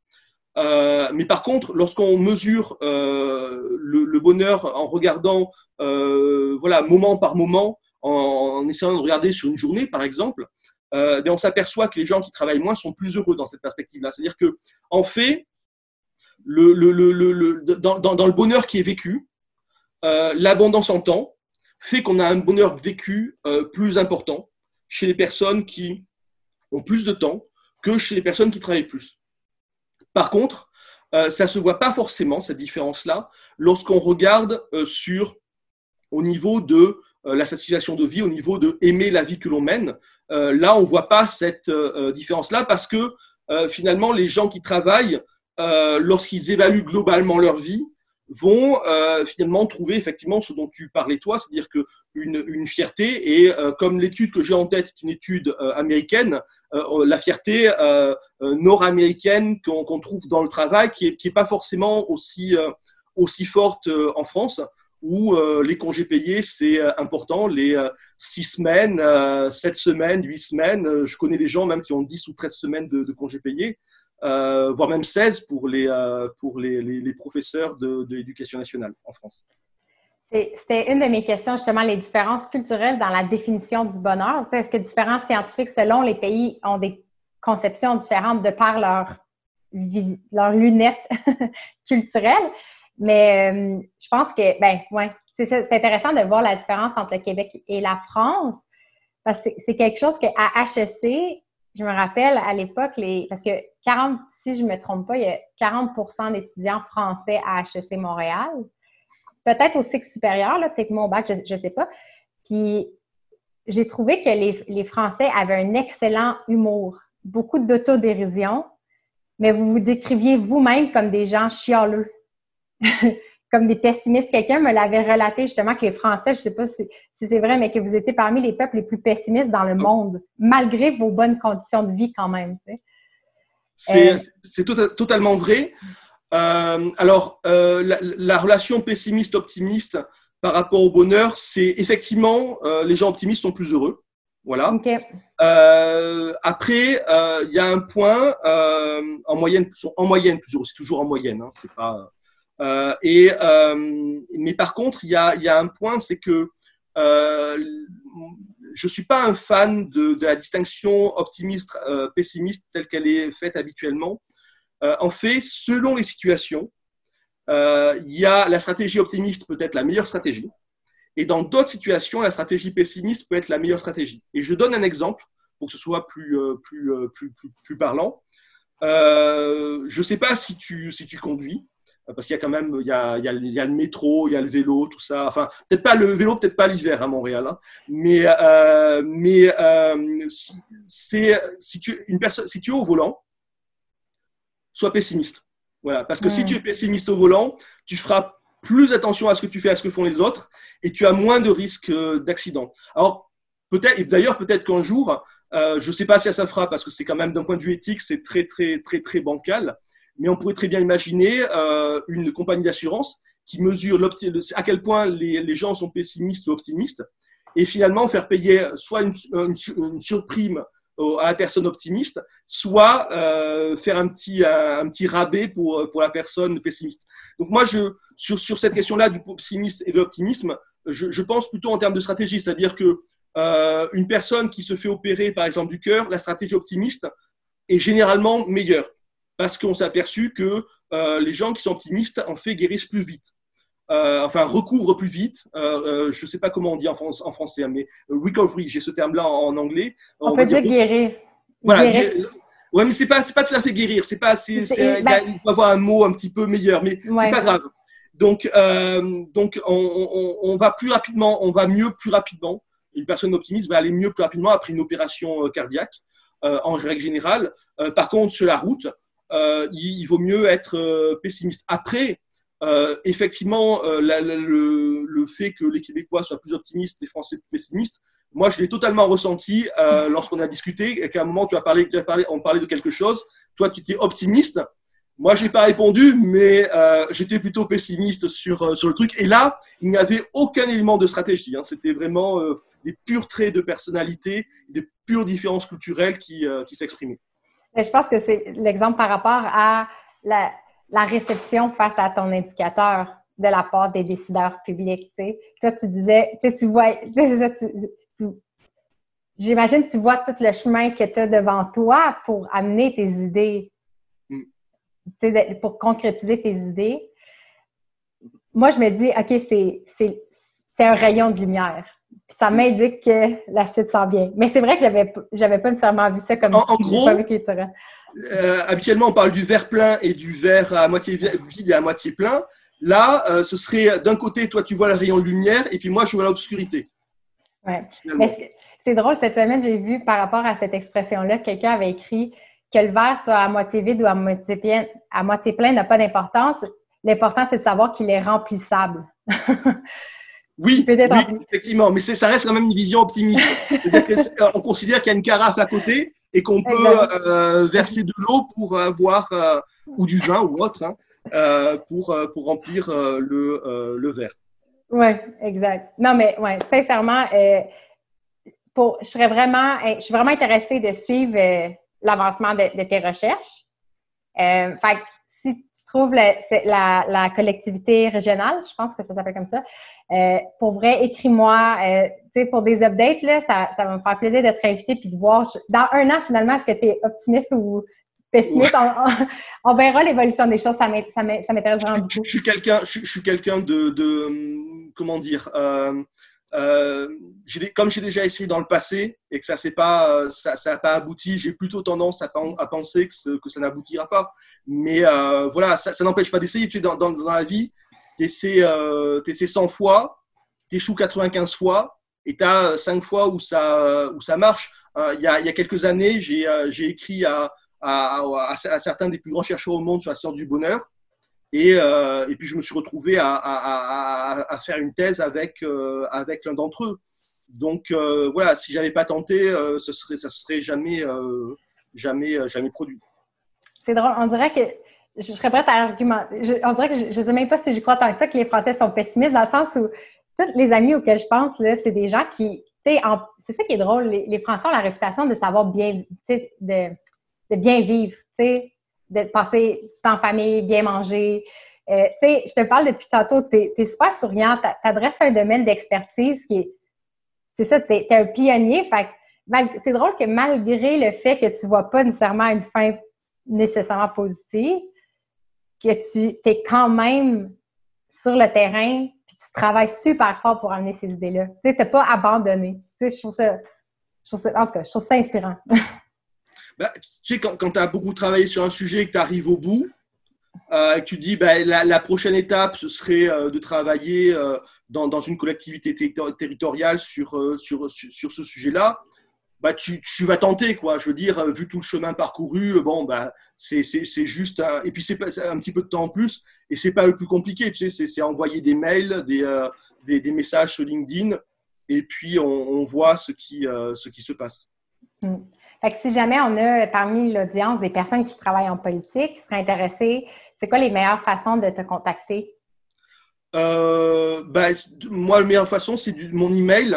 Euh, mais par contre, lorsqu'on mesure euh, le, le bonheur en regardant euh, voilà, moment par moment, en, en essayant de regarder sur une journée, par exemple, euh, bien on s'aperçoit que les gens qui travaillent moins sont plus heureux dans cette perspective-là. C'est-à-dire que, en fait, le, le, le, le, dans, dans, dans le bonheur qui est vécu, euh, l'abondance en temps fait qu'on a un bonheur vécu euh, plus important chez les personnes qui ont plus de temps que chez les personnes qui travaillent plus. Par contre, euh, ça ne se voit pas forcément, cette différence-là, lorsqu'on regarde euh, sur, au niveau de euh, la satisfaction de vie, au niveau de aimer la vie que l'on mène. Euh, là, on ne voit pas cette euh, différence-là parce que euh, finalement, les gens qui travaillent, euh, lorsqu'ils évaluent globalement leur vie, vont euh, finalement trouver effectivement ce dont tu parlais toi, c'est-à-dire que une, une fierté, et euh, comme l'étude que j'ai en tête est une étude euh, américaine, euh, la fierté euh, euh, nord-américaine qu'on qu'on trouve dans le travail, qui est, qui est pas forcément aussi, euh, aussi forte euh, en France, où euh, les congés payés, c'est euh, important, les euh, six semaines, euh, sept semaines, huit semaines, euh, je connais des gens même qui ont dix ou treize semaines de, de congés payés, euh, voire même seize pour les, euh, pour les, les, les professeurs de, de l'éducation nationale en France. C'était une de mes questions, justement, les différences culturelles dans la définition du bonheur. Tu sais, est-ce que différents scientifiques, selon les pays, ont des conceptions différentes de par leurs leur lunettes culturelles? Mais euh, je pense que, ben, ouais, c'est, c'est intéressant de voir la différence entre le Québec et la France, parce que c'est quelque chose qu'à H E C, je me rappelle à l'époque, les, parce que quarante, si je ne me trompe pas, il y a quarante pour cent d'étudiants français à H E C Montréal. Peut-être au cycle supérieur, là, peut-être mon bac, je ne sais pas. Puis, j'ai trouvé que les, les Français avaient un excellent humour, beaucoup d'autodérision, mais vous vous décriviez vous-même comme des gens chialeux, comme des pessimistes. Quelqu'un me l'avait relaté justement que les Français, je ne sais pas si, si c'est vrai, mais que vous étiez parmi les peuples les plus pessimistes dans le monde, malgré vos bonnes conditions de vie quand même. Tu sais. C'est, euh, c'est to- totalement vrai. Euh, alors, euh, la, la relation pessimiste-optimiste par rapport au bonheur, c'est effectivement, euh, les gens optimistes sont plus heureux. Voilà. Okay. Euh, après, il euh, y a un point, euh, en moyenne, en moyenne plus heureux, c'est toujours en moyenne, hein, c'est pas. Euh, et euh, mais par contre, il y a, y a un point, c'est que euh, je suis pas un fan de, de la distinction optimiste-pessimiste euh, telle qu'elle est faite habituellement. Euh, en fait, selon les situations, euh, il y a la stratégie optimiste peut être la meilleure stratégie, et dans d'autres situations, la stratégie pessimiste peut être la meilleure stratégie. Et je donne un exemple pour que ce soit plus, euh, plus, euh, plus, plus, plus parlant. Euh, je ne sais pas si tu, si tu conduis, parce qu'il y a quand même il y a, il y a, il y a le métro, il y a le vélo, tout ça. Enfin, peut-être pas le vélo, peut-être pas l'hiver à Montréal, hein. mais, euh, mais euh, si, c'est, si, tu, une personne, si tu es au volant, sois pessimiste. Voilà. Parce que mmh. si tu es pessimiste au volant, tu feras plus attention à ce que tu fais, à ce que font les autres, et tu as moins de risques d'accident. Alors, peut-être, et d'ailleurs, peut-être qu'un jour, euh, je ne sais pas si ça, ça fera, parce que c'est quand même, d'un point de vue éthique, c'est très, très, très, très bancal, mais on pourrait très bien imaginer euh, une compagnie d'assurance qui mesure à quel point les, les gens sont pessimistes ou optimistes, et finalement faire payer soit une, une, une surprime à la personne optimiste, soit euh, faire un petit, un, un petit rabais pour, pour la personne pessimiste. Donc moi, je, sur, sur cette question-là du pessimisme et de l'optimisme, je, je pense plutôt en termes de stratégie, c'est-à-dire que euh, une personne qui se fait opérer, par exemple, du cœur, la stratégie optimiste est généralement meilleure, parce qu'on s'est aperçu que euh, les gens qui sont optimistes, en fait, guérissent plus vite. Euh, enfin, recouvre plus vite. Euh, euh, je ne sais pas comment on dit en, France, en français, mais recovery, j'ai ce terme-là en, en anglais. On, on peut dire, dire guérir. Voilà. Guérir. Ouais, mais c'est pas, c'est pas tout à fait guérir. C'est pas, c'est, c'est, c'est, bah, il faut avoir un mot un petit peu meilleur, mais ouais. c'est pas grave. Donc, euh, donc, on, on, on va plus rapidement, on va mieux plus rapidement. Une personne optimiste va aller mieux plus rapidement après une opération cardiaque, euh, en règle générale. Euh, par contre, sur la route, euh, il, il vaut mieux être euh, pessimiste. Après. Euh, effectivement, euh, la, la, le, le fait que les Québécois soient plus optimistes, les Français plus pessimistes, moi, je l'ai totalement ressenti euh, lorsqu'on a discuté et qu'à un moment, tu as parlé, tu as parlé, on parlait de quelque chose. Toi, tu étais optimiste. Moi, je n'ai pas répondu, mais euh, j'étais plutôt pessimiste sur, euh, sur le truc. Et là, il n'y avait aucun élément de stratégie. Hein. C'était vraiment euh, des purs traits de personnalité, des pures différences culturelles qui, euh, qui s'exprimaient. Je pense que c'est l'exemple par rapport à la... la réception face à ton indicateur de la part des décideurs publics. Tu sais. Toi, tu disais, tu sais, tu vois, c'est ça, tu, tu, j'imagine que tu vois tout le chemin que tu as devant toi pour amener tes idées, mm. tu sais, pour concrétiser tes idées. Moi, je me dis, OK, c'est, c'est, c'est un rayon de lumière. Puis ça m'indique que la suite s'en vient. Mais c'est vrai que j'avais, j'avais pas nécessairement vu ça comme en, en gros, pas vu que tu Euh, habituellement, on parle du verre plein et du verre à moitié vide et à moitié plein. Là, euh, ce serait d'un côté, toi, tu vois le rayon de lumière et puis moi, je vois l'obscurité. Ouais. Mais c'est, c'est drôle, cette semaine, j'ai vu par rapport à cette expression-là, quelqu'un avait écrit que le verre soit à moitié vide ou à moitié plein, à moitié plein n'a pas d'importance. L'important, c'est de savoir qu'il est remplissable. Oui, oui, effectivement, mais ça reste quand même une vision optimiste. On considère qu'il y a une carafe à côté et qu'on peut euh, verser de l'eau pour avoir, euh, ou du vin ou autre, hein, euh, pour, pour remplir euh, le, euh, le verre. Oui, exact. Non, mais ouais, sincèrement, euh, pour, je serais vraiment, je suis vraiment intéressée de suivre euh, l'avancement de, de tes recherches. Euh, fait que si tu trouves la, la, la collectivité régionale, je pense que ça s'appelle comme ça, euh, pour vrai, écris-moi. Euh, tu sais, pour des updates, là, ça, ça va me faire plaisir de te réinviter puis de voir, dans un an, finalement, est-ce que tu es optimiste ou pessimiste? Ouais. On, on, on verra l'évolution des choses. Ça m'intéresse vraiment beaucoup. Je, je suis quelqu'un je, je suis quelqu'un de, de, comment dire, euh, euh, j'ai, comme j'ai déjà essayé dans le passé et que ça n'a pas, ça, ça pas abouti, j'ai plutôt tendance à, à penser que, ce, que ça n'aboutira pas. Mais euh, voilà, ça, ça n'empêche pas d'essayer. Tu sais, dans, dans, dans la vie, tu essaies euh, cent fois, tu échoues quatre-vingt-quinze fois et tu as cinq fois où ça, où ça marche. Euh, il, y a, il y a quelques années, j'ai, euh, j'ai écrit à, à, à, à certains des plus grands chercheurs au monde sur la science du bonheur. Et, euh, et puis, je me suis retrouvé à, à, à, à faire une thèse avec, euh, avec l'un d'entre eux. Donc, euh, voilà, si je n'avais pas tenté, euh, ce serait, ça ne serait jamais, euh, jamais, euh, jamais produit. C'est drôle. On dirait que je serais prête à argumenter. Je, on dirait que je ne sais même pas si j'y crois tant que ça que les Français sont pessimistes, dans le sens où tous les amis auxquels je pense, là, c'est des gens qui, tu sais, c'est ça qui est drôle. Les, les Français ont la réputation de savoir bien, tu sais, de, de bien vivre, tu sais, de passer du temps en famille, bien manger. Euh, tu sais, je te parle depuis tantôt, tu es super souriant, tu adresses un domaine d'expertise qui est, c'est ça, tu es un pionnier. Fait que c'est drôle que malgré le fait que tu ne vois pas nécessairement une fin nécessairement positive, que tu es quand même sur le terrain puis tu travailles super fort pour amener ces idées-là. Tu sais, tu n'as pas abandonné. Tu sais, je trouve ça, je trouve ça, en tout cas, je trouve ça inspirant. Ben, tu sais, quand, quand tu as beaucoup travaillé sur un sujet et que tu arrives au bout, euh, et que tu dis ben, la, la prochaine étape, ce serait euh, de travailler euh, dans, dans une collectivité ter- territoriale sur, euh, sur, sur, sur ce sujet-là, bah, tu, tu vas tenter, quoi. Je veux dire, vu tout le chemin parcouru, bon, bah, c'est, c'est, c'est juste. Un, et puis, c'est, c'est un petit peu de temps en plus, et c'est pas le plus compliqué, tu sais, c'est, c'est envoyer des mails, des, euh, des, des messages sur LinkedIn, et puis on, on voit ce qui, euh, ce qui se passe. Mmh. Fait que si jamais on a parmi l'audience des personnes qui travaillent en politique, qui seraient intéressées, c'est quoi les meilleures façons de te contacter? Euh, bah, moi, la meilleure façon, c'est du, mon email.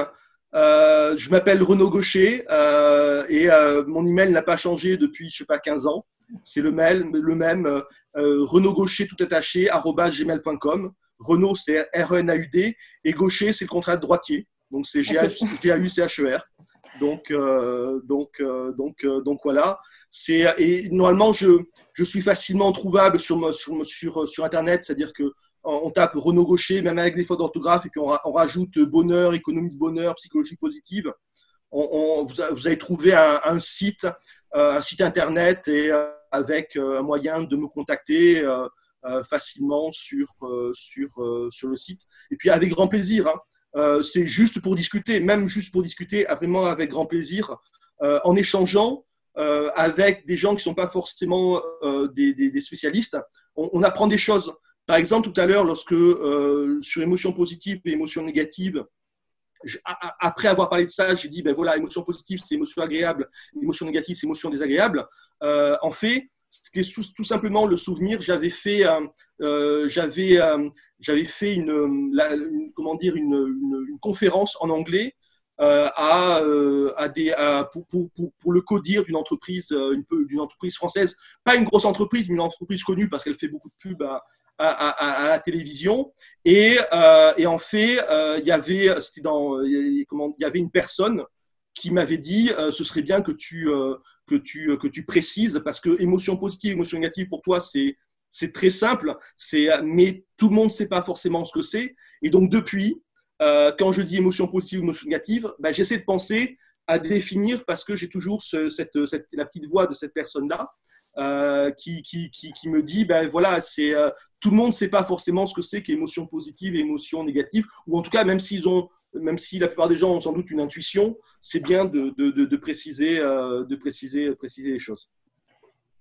Euh, je m'appelle Renaud Gaucher euh, et euh, mon email n'a pas changé depuis, je sais pas, quinze ans. C'est le même, le même euh, Renaud Gaucher tout attaché, arobase gmail point com. Renaud, c'est R E N A U D et Gaucher, c'est le contrat de droitier. Donc, c'est G A U C H E R. Donc, euh, donc, euh, donc, euh, donc voilà. C'est, et normalement, je, je suis facilement trouvable sur, sur, sur, sur Internet, c'est-à-dire que on tape Renaud Gaucher, même avec des fautes d'orthographe, et puis on, on rajoute bonheur, économie de bonheur, psychologie positive. On, on, vous avez trouvé un, un site, euh, un site internet et euh, avec euh, un moyen de me contacter euh, euh, facilement sur, euh, sur, euh, sur le site. Et puis avec grand plaisir. Hein. Euh, c'est juste pour discuter, même juste pour discuter, vraiment avec grand plaisir, euh, en échangeant euh, avec des gens qui ne sont pas forcément euh, des, des, des spécialistes. On, on apprend des choses. Par exemple, tout à l'heure, lorsque euh, sur émotion positive et émotion négative, je, a, après avoir parlé de ça, j'ai dit, ben voilà, émotion positive, c'est émotion agréable, émotion négative, c'est émotion désagréable. Euh, en fait, c'était sous, tout simplement le souvenir. J'avais fait, euh, euh, j'avais, euh, j'avais fait une, la, une, comment dire, une, une, une conférence en anglais euh, à, euh, à des, à, pour, pour, pour, pour le codir d'une entreprise, une, d'une entreprise française, pas une grosse entreprise, mais une entreprise connue parce qu'elle fait beaucoup de pubs à À, à, à la télévision et, euh, et en fait euh, il y avait c'était dans comment il y avait une personne qui m'avait dit euh, ce serait bien que tu euh, que tu que tu précises parce que émotion positive émotion négative pour toi c'est c'est très simple c'est mais tout le monde sait pas forcément ce que c'est et donc depuis euh, quand je dis émotion positive émotion négative ben, j'essaie de penser à définir parce que j'ai toujours ce, cette, cette la petite voix de cette personne là Euh, qui, qui, qui, qui me dit, ben voilà, c'est, euh, tout le monde ne sait pas forcément ce que c'est qu'émotion positive et émotion négative, ou en tout cas, même s'ils ont, même si la plupart des gens ont sans doute une intuition, c'est bien de, de, de, de préciser, euh, de préciser, préciser les choses.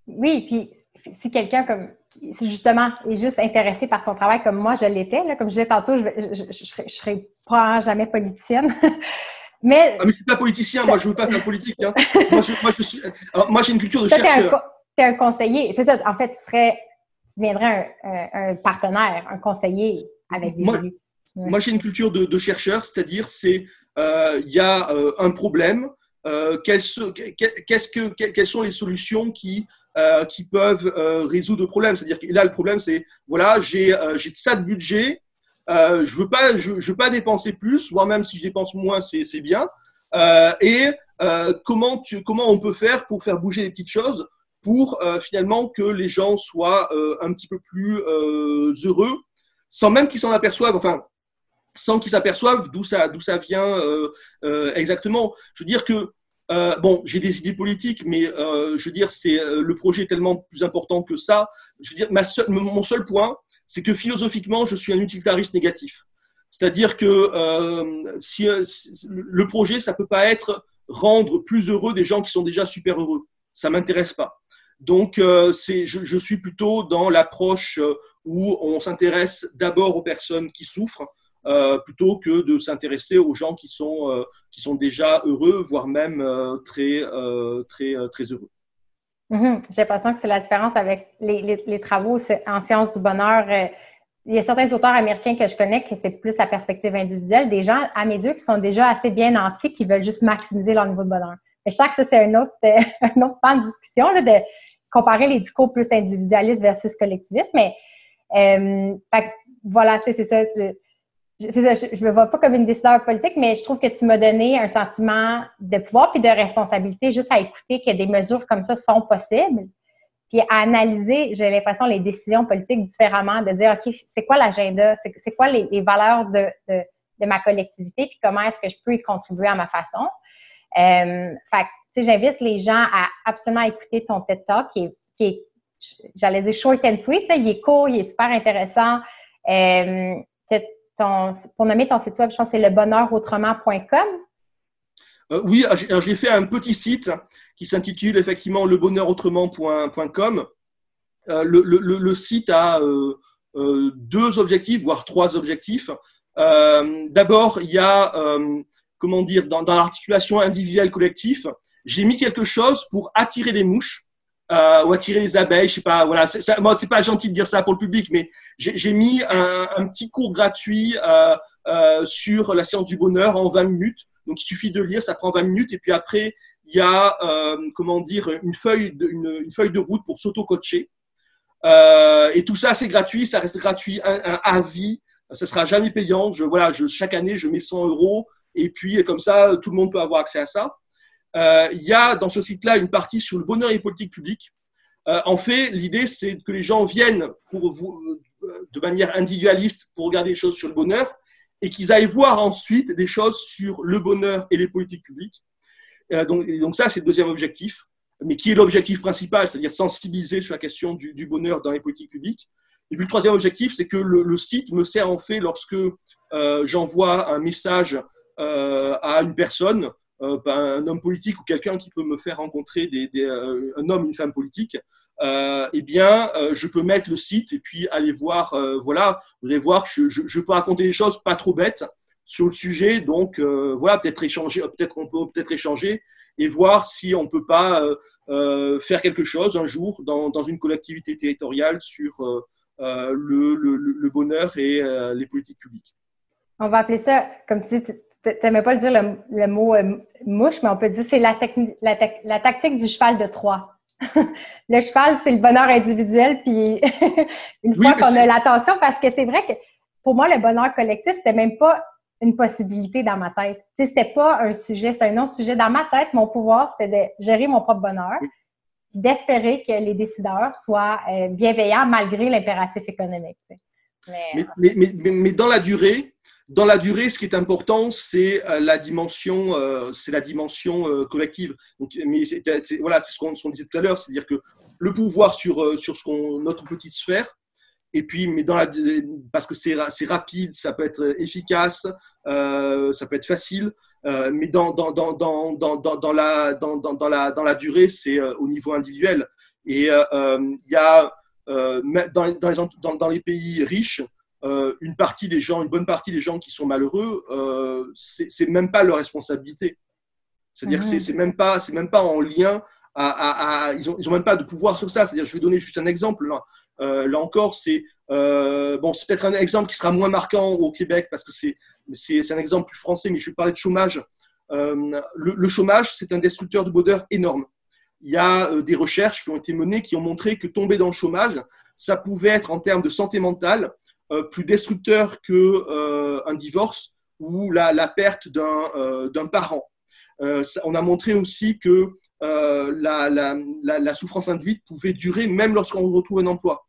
Oui, puis si quelqu'un comme si justement est juste intéressé par ton travail comme moi je l'étais, là, comme je disais tantôt, je ne je, je, je, serais, je serais pas jamais politicienne. mais ah, mais je suis pas politicien, moi je veux pas faire politique. Hein. Moi, je, moi, je suis, alors, moi j'ai une culture de toi, chercheur. Tu es un, un conseiller, c'est ça. En fait, tu serais, tu deviendrais un, un, un partenaire, un conseiller avec des moi, élus. Ouais. Moi j'ai une culture de, de chercheur, c'est-à-dire c'est il euh, y a euh, un problème, euh, quelles, qu'est-ce que, quelles sont les solutions qui Euh, qui peuvent euh, résoudre le problème. C'est-à-dire que là, le problème, c'est, voilà, j'ai euh, j'ai ça de budget, euh, je veux pas, je, je veux pas dépenser plus, voire même si je dépense moins, c'est c'est bien. Euh, et euh, comment tu, comment on peut faire pour faire bouger les petites choses, pour euh, finalement que les gens soient euh, un petit peu plus euh, heureux, sans même qu'ils s'en aperçoivent. Enfin, sans qu'ils s'aperçoivent d'où ça, d'où ça vient euh, euh, exactement. Je veux dire que euh, bon, j'ai des idées politiques, mais euh, je veux dire, c'est euh, le projet est tellement plus important que ça. Je veux dire, ma seule, mon seul point, c'est que philosophiquement, je suis un utilitariste négatif. C'est-à-dire que euh, si, si le projet, ça peut pas être rendre plus heureux des gens qui sont déjà super heureux. Ça m'intéresse pas. Donc, euh, c'est, je, je suis plutôt dans l'approche où on s'intéresse d'abord aux personnes qui souffrent, Euh, plutôt que de s'intéresser aux gens qui sont, euh, qui sont déjà heureux, voire même euh, très, euh, très, euh, très heureux. Mm-hmm. J'ai l'impression que c'est la différence avec les, les, les travaux en sciences du bonheur. Euh, il y a certains auteurs américains que je connais que c'est plus la perspective individuelle. Des gens, à mes yeux, qui sont déjà assez bien nantis, qui veulent juste maximiser leur niveau de bonheur. Mais je sens que ça, c'est un autre, euh, un autre pan de discussion, là, de comparer les discours plus individualistes versus collectivistes. Mais euh, fait, voilà, tu sais, c'est ça. Je, C'est ça, je ne me vois pas comme une décideur politique, mais je trouve que tu m'as donné un sentiment de pouvoir puis de responsabilité juste à écouter que des mesures comme ça sont possibles, puis à analyser, j'ai l'impression, les décisions politiques différemment, de dire, OK, c'est quoi l'agenda, c'est, c'est quoi les, les valeurs de, de, de ma collectivité, puis comment est-ce que je peux y contribuer à ma façon. Euh, fait que, tu sais, j'invite les gens à absolument écouter ton TED Talk, qui est, qui est j'allais dire short and sweet, là, il est court, il est super intéressant. Euh, Ton, pour nommer ton site web, je pense que c'est le bonheur autrement point com. Euh, oui, j'ai, j'ai fait un petit site qui s'intitule effectivement le bonheur autrement point com. Euh, le, le, le site a euh, euh, deux objectifs, voire trois objectifs. Euh, d'abord, il y a, euh, comment dire, dans, dans l'articulation individuelle-collectif, j'ai mis quelque chose pour attirer les mouches. Euh, ou attirer les abeilles, je sais pas, voilà, c'est, ça, moi c'est pas gentil de dire ça pour le public, mais j'ai, j'ai mis un, un petit cours gratuit euh, euh, sur la science du bonheur en vingt minutes. Donc il suffit de lire, ça prend vingt minutes, et puis après il y a euh, comment dire une feuille de, une, une feuille de route pour s'auto-coacher. Euh, et tout ça c'est gratuit, ça reste gratuit un, un, à vie, ça sera jamais payant. Je voilà, je, chaque année je mets cent euros, et puis comme ça tout le monde peut avoir accès à ça. Euh, il y a dans ce site-là une partie sur le bonheur et les politiques publiques. Euh, en fait, l'idée, c'est que les gens viennent pour vous, de manière individualiste pour regarder des choses sur le bonheur et qu'ils aillent voir ensuite des choses sur le bonheur et les politiques publiques. Euh, donc, et donc ça, c'est le deuxième objectif, mais qui est l'objectif principal, c'est-à-dire sensibiliser sur la question du, du bonheur dans les politiques publiques. Et puis le troisième objectif, c'est que le, le site me sert en fait lorsque euh, j'envoie un message euh, à une personne, Euh, un homme politique ou quelqu'un qui peut me faire rencontrer des, des, euh, un homme, une femme politique, euh, eh bien, euh, je peux mettre le site et puis aller voir, euh, voilà, vous allez voir, je, je, je peux raconter des choses pas trop bêtes sur le sujet, donc euh, voilà, peut-être échanger, peut-être on peut peut-être échanger et voir si on peut pas euh, euh, faire quelque chose un jour dans, dans une collectivité territoriale sur euh, euh, le, le, le bonheur et euh, les politiques publiques. On va appeler ça, comme tu dis, tu n'aimais pas le dire le, le mot euh, mouche, mais on peut dire que c'est la, techni- la, te- la tactique du cheval de Troie. Le cheval, c'est le bonheur individuel, puis une Oui, fois qu'on c'est... a l'attention, parce que c'est vrai que pour moi, le bonheur collectif, c'était même pas une possibilité dans ma tête. Tu sais, c'était pas un sujet, c'était un non-sujet. Dans ma tête, mon pouvoir, c'était de gérer mon propre bonheur, d'espérer que les décideurs soient euh, bienveillants malgré l'impératif économique. Tu sais. mais, mais, mais, mais, mais dans la durée, Dans la durée, ce qui est important, c'est la dimension, euh, c'est la dimension euh, collective. Donc, mais c'est, c'est, voilà, c'est ce qu'on, ce qu'on disait tout à l'heure, c'est-à-dire que le pouvoir sur sur ce qu'on, notre petite sphère, et puis, mais dans la, parce que c'est c'est rapide, ça peut être efficace, euh, ça peut être facile, euh, mais dans dans dans dans dans dans la dans dans dans la dans la durée, c'est euh, au niveau individuel. Et euh, il y a euh, dans, dans, les, dans, dans les pays riches, euh, une partie des gens, une bonne partie des gens qui sont malheureux, euh, c'est, c'est même pas leur responsabilité. C'est-à-dire que c'est, c'est même pas, c'est même pas en lien. À, à, à, ils ont, ils ont même pas de pouvoir sur ça. C'est-à-dire, je vais donner juste un exemple. Là, euh, là encore, c'est euh, bon, c'est peut-être un exemple qui sera moins marquant au Québec parce que c'est, c'est, c'est un exemple plus français. Mais je vais parler de chômage. Euh, le, le chômage, c'est un destructeur de bonheur énorme. Il y a euh, des recherches qui ont été menées qui ont montré que tomber dans le chômage, ça pouvait être en termes de santé mentale euh, plus destructeur que euh, un divorce ou la, la perte d'un, euh, d'un parent. Euh, ça, on a montré aussi que euh, la, la, la, la souffrance induite pouvait durer même lorsqu'on retrouve un emploi.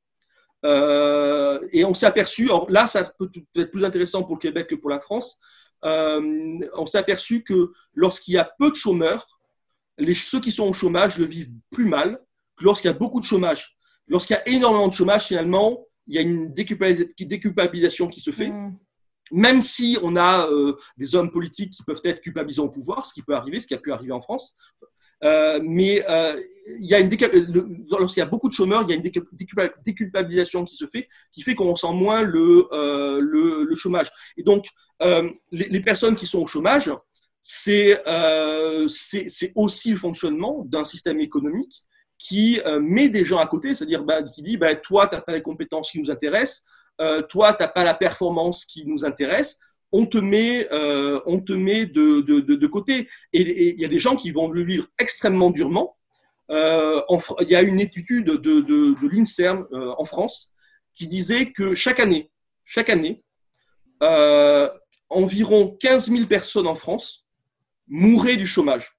Euh, et on s'est aperçu, alors là, ça peut être plus intéressant pour le Québec que pour la France, euh, on s'est aperçu que lorsqu'il y a peu de chômeurs, les, ceux qui sont au chômage le vivent plus mal que lorsqu'il y a beaucoup de chômage. Lorsqu'il y a énormément de chômage, finalement, il y a une déculpabilisation qui se fait. Mmh. Même si on a euh, des hommes politiques qui peuvent être culpabilisés au pouvoir, ce qui peut arriver, ce qui a pu arriver en France, euh, mais euh, il y a une décal... le... lorsqu'il y a beaucoup de chômeurs, il y a une déculpabilisation qui se fait, qui fait qu'on sent moins le, euh, le, le chômage. Et donc, euh, les, les personnes qui sont au chômage, c'est, euh, c'est, c'est aussi le fonctionnement d'un système économique qui euh, met des gens à côté, c'est-à-dire bah, qui dit bah, toi, tu n'as pas les compétences qui nous intéressent, euh, toi, tu n'as pas la performance qui nous intéresse, on te met, euh, on te met de, de, de, de côté. Et il y a des gens qui vont le vivre extrêmement durement. Euh, il y a une étude de, de, de l'INSERM euh, en France qui disait que chaque année, chaque année euh, environ quinze mille personnes en France mouraient du chômage.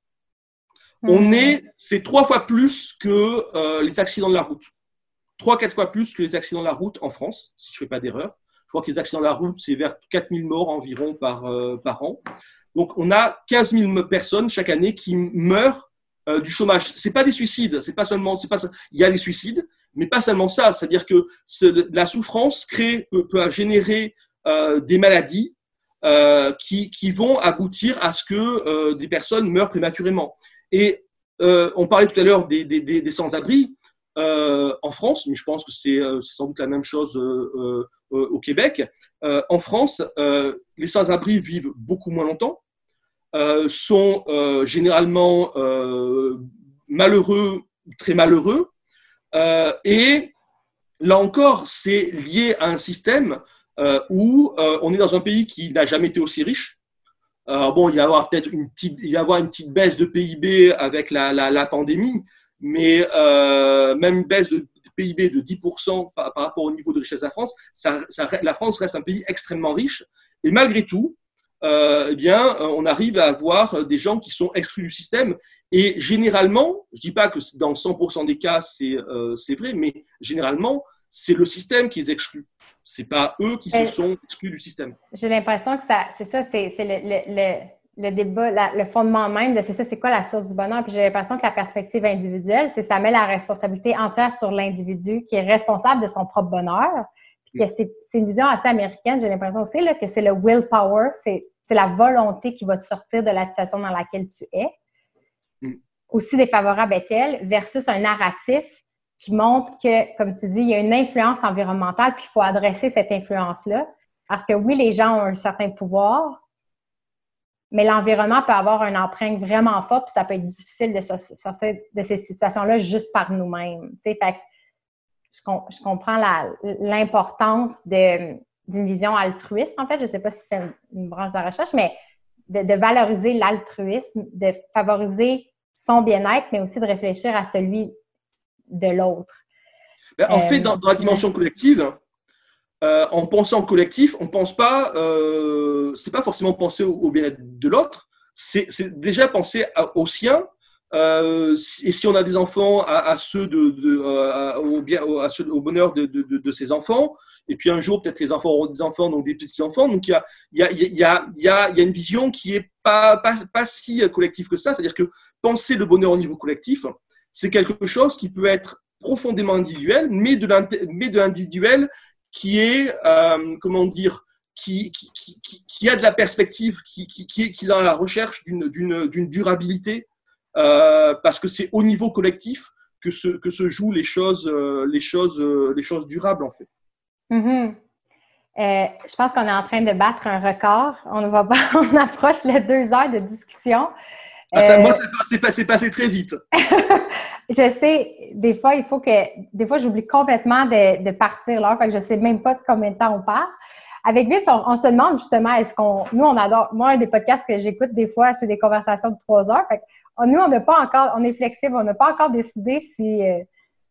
On est, c'est trois fois plus que euh, les accidents de la route. Trois, quatre fois plus que les accidents de la route en France, si je ne fais pas d'erreur. Je crois que les accidents de la route, c'est vers quatre mille morts environ par, euh, par an. Donc, on a quinze mille personnes chaque année qui meurent euh, du chômage. Ce n'est pas des suicides, c'est pas seulement, c'est pas, il y a des suicides, mais pas seulement ça. C'est-à-dire que la souffrance crée, peut, peut générer euh, des maladies euh, qui, qui vont aboutir à ce que euh, des personnes meurent prématurément. Et euh, on parlait tout à l'heure des, des, des, des sans-abri euh, en France, mais je pense que c'est, euh, c'est sans doute la même chose euh, euh, au Québec. Euh, en France, euh, les sans-abri vivent beaucoup moins longtemps, euh, sont euh, généralement euh, malheureux, très malheureux, euh, et là encore, c'est lié à un système euh, où euh, on est dans un pays qui n'a jamais été aussi riche. Alors bon, il va y avoir peut-être une petite, il va y avoir une petite baisse de P I B avec la, la, la pandémie, mais euh, même une baisse de P I B de dix pour cent par, par rapport au niveau de richesse de la France, ça, ça, la France reste un pays extrêmement riche. Et malgré tout, euh, eh bien, on arrive à avoir des gens qui sont exclus du système. Et généralement, je dis pas que dans cent pour cent des cas c'est euh, c'est vrai, mais généralement, c'est le système qui les exclut. C'est pas eux qui se sont exclus du système. J'ai l'impression que ça, c'est ça, c'est, c'est le, le, le, le débat, la, le fondement même de c'est ça, c'est quoi la source du bonheur. Puis j'ai l'impression que la perspective individuelle, c'est ça met la responsabilité entière sur l'individu qui est responsable de son propre bonheur. Puis que c'est, c'est une vision assez américaine, j'ai l'impression aussi, là, que c'est le willpower, c'est, c'est la volonté qui va te sortir de la situation dans laquelle tu es. Mm. Aussi défavorable est-elle versus un narratif qui montre que, comme tu dis, il y a une influence environnementale, puis il faut adresser cette influence-là. Parce que oui, les gens ont un certain pouvoir, mais l'environnement peut avoir une empreinte vraiment forte, puis ça peut être difficile de sortir de ces situations-là juste par nous-mêmes. Tu sais, fait que je, je comprends la, l'importance de, d'une vision altruiste, en fait. Je ne sais pas si c'est une, une branche de la recherche, mais de, de valoriser l'altruisme, de favoriser son bien-être, mais aussi de réfléchir à celui de l'autre. En euh, fait, dans, dans la dimension collective, euh, en pensant collectif, on pense pas, euh, c'est pas forcément penser au, au bien-être de l'autre, c'est, c'est déjà penser à, au sien. Euh, et si on a des enfants, à, à ceux de, de à, au bien, à ceux, au bonheur de, de, de, de ses enfants. Et puis un jour, peut-être les enfants auront des enfants, donc des petits enfants. Donc il y a, il y a, il y a, il y a, il y a une vision qui est pas, pas, pas si collective que ça. C'est-à-dire que penser le bonheur au niveau collectif, c'est quelque chose qui peut être profondément individuel, mais de, mais de l'individuel qui est, euh, comment dire, qui, qui, qui, qui a de la perspective, qui, qui, qui est, qui est dans la recherche d'une, d'une, d'une durabilité, euh, parce que c'est au niveau collectif que se, que se jouent les choses, euh, les choses, euh, les choses durables, en fait. Mm-hmm. Euh, je pense qu'on est en train de battre un record. On va on approche les deux heures de discussion. Ah, ça, euh, moi, c'est passé, passé très vite. Je sais, des fois, il faut que, des fois, j'oublie complètement de, de partir l'heure, fait que je sais même pas de combien de temps on part. Avec Vince, on, on se demande justement, est-ce qu'on, nous, on adore, moi, un des podcasts que j'écoute des fois, c'est des conversations de trois heures. Fait que nous, on n'a pas encore, on est flexible, on n'a pas encore décidé si euh,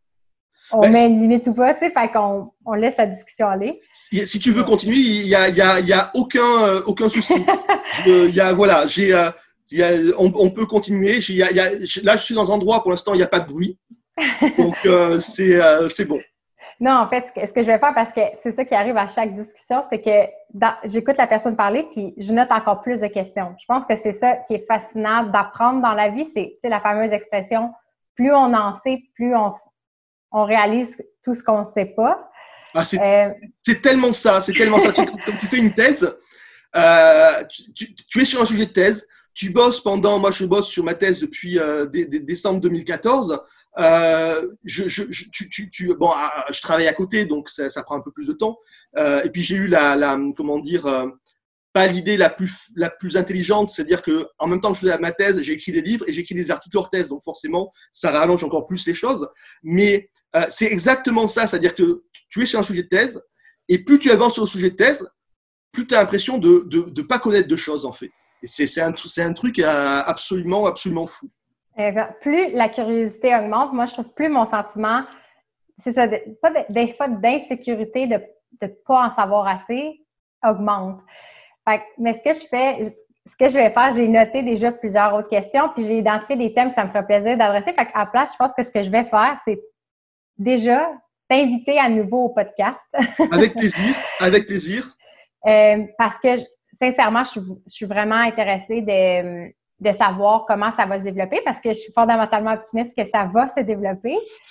on ben, met une limite ou pas, tu sais, fait qu'on on laisse la discussion aller. Si tu veux continuer, il y a, il y a, il y a aucun, euh, aucun souci. Je, il y a, voilà, j'ai, euh, il y a, on, on peut continuer. Il y a, il y a, là, je suis dans un endroit, pour l'instant, il n'y a pas de bruit. Donc, euh, c'est, euh, c'est bon. Non, en fait, ce que je vais faire, parce que c'est ça qui arrive à chaque discussion, c'est que dans, j'écoute la personne parler, puis je note encore plus de questions. Je pense que c'est ça qui est fascinant d'apprendre dans la vie, c'est la fameuse expression, plus on en sait, plus on, on réalise tout ce qu'on ne sait pas. Ah, c'est, euh, c'est tellement ça, c'est tellement ça. Tu, quand tu fais une thèse, euh, tu, tu, tu es sur un sujet de thèse, tu bosses pendant, moi je bosse sur ma thèse depuis euh, dé, dé, décembre deux mille quatorze. Euh, je, je, je, tu, tu, tu, bon, je travaille à côté, donc ça, ça prend un peu plus de temps. Euh, et puis j'ai eu la, la comment dire, euh, pas l'idée la plus, la plus intelligente, c'est-à-dire que en même temps que je faisais ma thèse, j'ai écrit des livres et j'ai écrit des articles hors thèse, donc forcément ça rallonge encore plus les choses. Mais euh, c'est exactement ça, c'est-à-dire que tu es sur un sujet de thèse et plus tu avances sur le sujet de thèse, plus tu as l'impression de de, de pas connaître de choses en fait. Et c'est, c'est, un, c'est un truc absolument, absolument fou. Plus la curiosité augmente, moi, je trouve plus mon sentiment, c'est ça, de, pas de, des fois d'insécurité, de ne pas en savoir assez, augmente. Fait, mais ce que je fais, ce que je vais faire, j'ai noté déjà plusieurs autres questions, puis j'ai identifié des thèmes que ça me ferait plaisir d'adresser. Fait qu'à la place, je pense que ce que je vais faire, c'est déjà t'inviter à nouveau au podcast. Avec plaisir, avec plaisir. Euh, parce que, sincèrement, je suis, je suis vraiment intéressée de, de savoir comment ça va se développer parce que je suis fondamentalement optimiste que ça va se développer.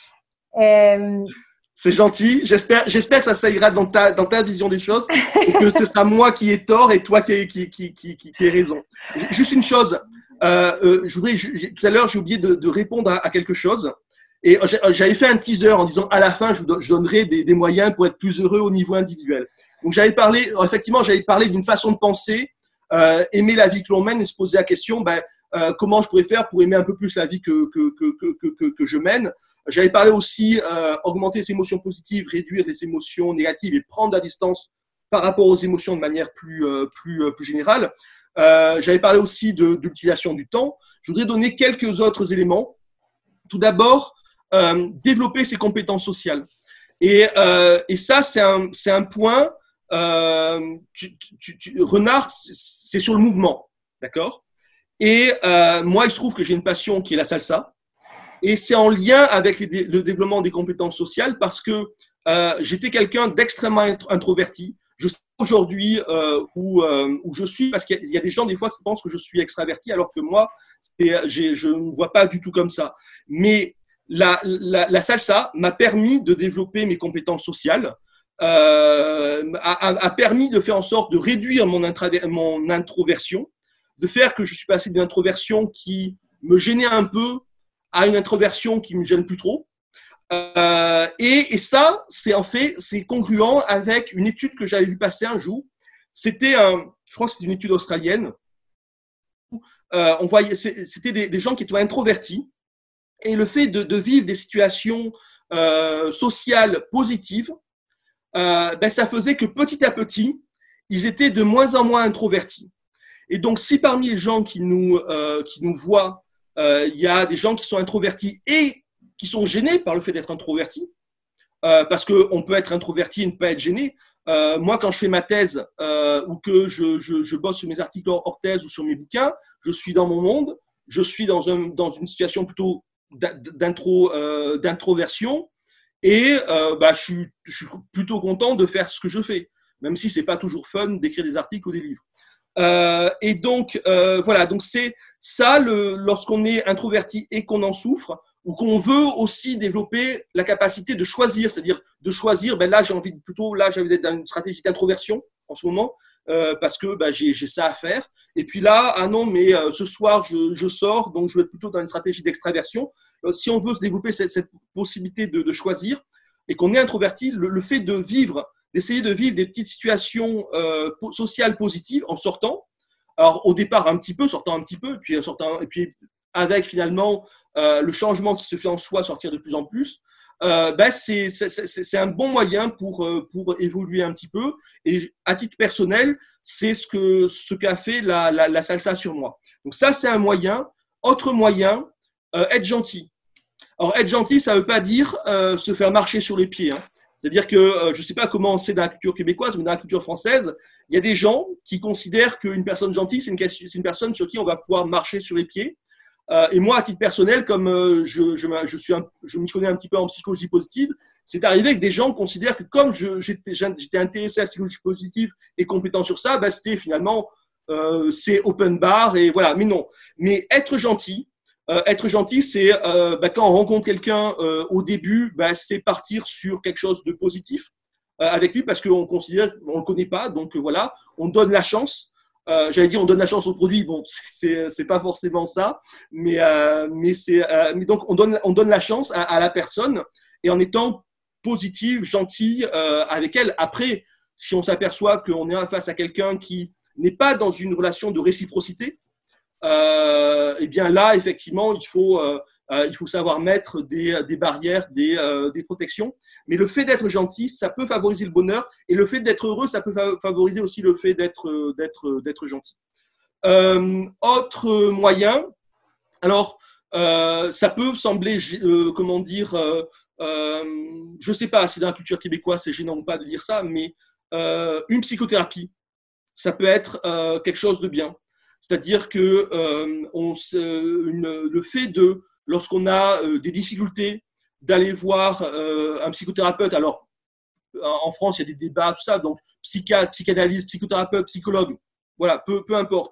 Euh... C'est gentil. J'espère, j'espère que ça, ça ira dans ta, dans ta vision des choses et que ce sera moi qui ai tort et toi qui ai, qui, qui, qui, qui, qui ai raison. Juste une chose. Euh, euh, je voudrais, je, tout à l'heure, j'ai oublié de, de répondre à, à quelque chose. Et j'avais fait un teaser en disant à la fin, je vous donnerai des, des moyens pour être plus heureux au niveau individuel. Donc, j'avais parlé, effectivement, j'avais parlé d'une façon de penser, euh, aimer la vie que l'on mène et se poser la question, ben, euh, comment je pourrais faire pour aimer un peu plus la vie que, que, que, que, que, que je mène. J'avais parlé aussi, euh, augmenter les émotions positives, réduire les émotions négatives et prendre la distance par rapport aux émotions de manière plus, euh, plus, euh, plus générale. Euh, j'avais parlé aussi de, de l'utilisation du temps. Je voudrais donner quelques autres éléments. Tout d'abord, euh, développer ses compétences sociales. Et, euh, et ça, c'est un, c'est un point. Euh, tu, tu, tu, Renard, c'est sur le mouvement, d'accord. Et euh, moi, il se trouve que j'ai une passion qui est la salsa, et c'est en lien avec les, le développement des compétences sociales parce que euh, j'étais quelqu'un d'extrêmement introverti. Je sais aujourd'hui euh, où, euh, où je suis parce qu'il y a, il y a des gens des fois qui pensent que je suis extraverti, alors que moi, c'est, j'ai, je ne vois pas du tout comme ça. Mais la, la, la salsa m'a permis de développer mes compétences sociales. Euh, a, a permis de faire en sorte de réduire mon, intraver, mon introversion, de faire que je suis passé d'une introversion qui me gênait un peu à une introversion qui me gêne plus trop. Euh, et, et ça, c'est en fait, c'est congruent avec une étude que j'avais vu passer un jour. C'était un, je crois que c'était une étude australienne. Euh, on voyait, c'était des, des gens qui étaient introvertis, et le fait de, de vivre des situations euh, sociales positives, Euh, ben, ça faisait que petit à petit, ils étaient de moins en moins introvertis. Et donc, si parmi les gens qui nous, euh, qui nous voient, euh, il y a des gens qui sont introvertis et qui sont gênés par le fait d'être introvertis, euh, parce qu'on peut être introverti et ne pas être gêné. Euh, moi, quand je fais ma thèse euh, ou que je, je, je bosse sur mes articles hors thèse ou sur mes bouquins, je suis dans mon monde, je suis dans, un, dans une situation plutôt d'intro, euh, d'introversion. Et euh, bah, je, suis, je suis plutôt content de faire ce que je fais, même si c'est pas toujours fun d'écrire des articles ou des livres. Euh, et donc, euh, voilà, donc c'est ça, le, lorsqu'on est introverti et qu'on en souffre, ou qu'on veut aussi développer la capacité de choisir, c'est-à-dire de choisir, ben là j'ai envie de, plutôt, là j'ai envie d'être dans une stratégie d'introversion en ce moment, euh, parce que bah, j'ai, j'ai ça à faire. Et puis là, ah non, mais euh, ce soir, je, je sors, donc je vais être plutôt dans une stratégie d'extraversion. Euh, si on veut se développer cette, cette possibilité de, de choisir et qu'on est introverti, le, le fait de vivre, d'essayer de vivre des petites situations euh, sociales positives en sortant, alors au départ un petit peu, sortant un petit peu, et puis, sortant, et puis avec finalement euh, le changement qui se fait en soi, sortir de plus en plus, euh, ben c'est, c'est, c'est, c'est un bon moyen pour, pour évoluer un petit peu. Et à titre personnel, c'est ce, que, ce qu'a fait la, la, la salsa sur moi. Donc ça, c'est un moyen. Autre moyen, euh, être gentil. Alors, être gentil, ça ne veut pas dire euh, se faire marcher sur les pieds. Hein. C'est-à-dire que, euh, je ne sais pas comment c'est dans la culture québécoise, mais dans la culture française, il y a des gens qui considèrent qu'une personne gentille, c'est une, c'est une personne sur qui on va pouvoir marcher sur les pieds. Euh, et moi, à titre personnel, comme euh, je, je, je, suis un, je m'y connais un petit peu en psychologie positive, c'est arrivé que des gens considèrent que comme je, j'étais, j'étais intéressé à la psychologie positive et compétent sur ça, bah, c'était finalement, euh, c'est open bar et voilà. Mais non. Mais être gentil, euh, être gentil, c'est euh, bah, quand on rencontre quelqu'un euh, au début, bah, c'est partir sur quelque chose de positif euh, avec lui parce qu'on considère qu'on le connaît pas, donc euh, voilà, on donne la chance. Euh, j'allais dire on donne la chance au produit, bon c'est c'est pas forcément ça, mais euh, mais c'est euh, mais donc on donne on donne la chance à, à la personne et en étant positive, gentil euh, avec elle. Après, si on s'aperçoit qu'on est face à quelqu'un qui n'est pas dans une relation de réciprocité, euh, et bien là effectivement il faut euh, euh, il faut savoir mettre des des barrières, des euh, des protections. Mais le fait d'être gentil, ça peut favoriser le bonheur. Et le fait d'être heureux, ça peut favoriser aussi le fait d'être, d'être, d'être gentil. Euh, autre moyen, alors, euh, ça peut sembler, euh, comment dire, euh, euh, je ne sais pas si dans la culture québécoise, c'est gênant ou pas de dire ça, mais euh, une psychothérapie, ça peut être euh, quelque chose de bien. C'est-à-dire que euh, on, une, le fait de, lorsqu'on a euh, des difficultés, d'aller voir euh, un psychothérapeute. Alors, en France, il y a des débats, tout ça, donc psychiatre, psychanalyse, psychothérapeute, psychologue, voilà, peu, peu importe.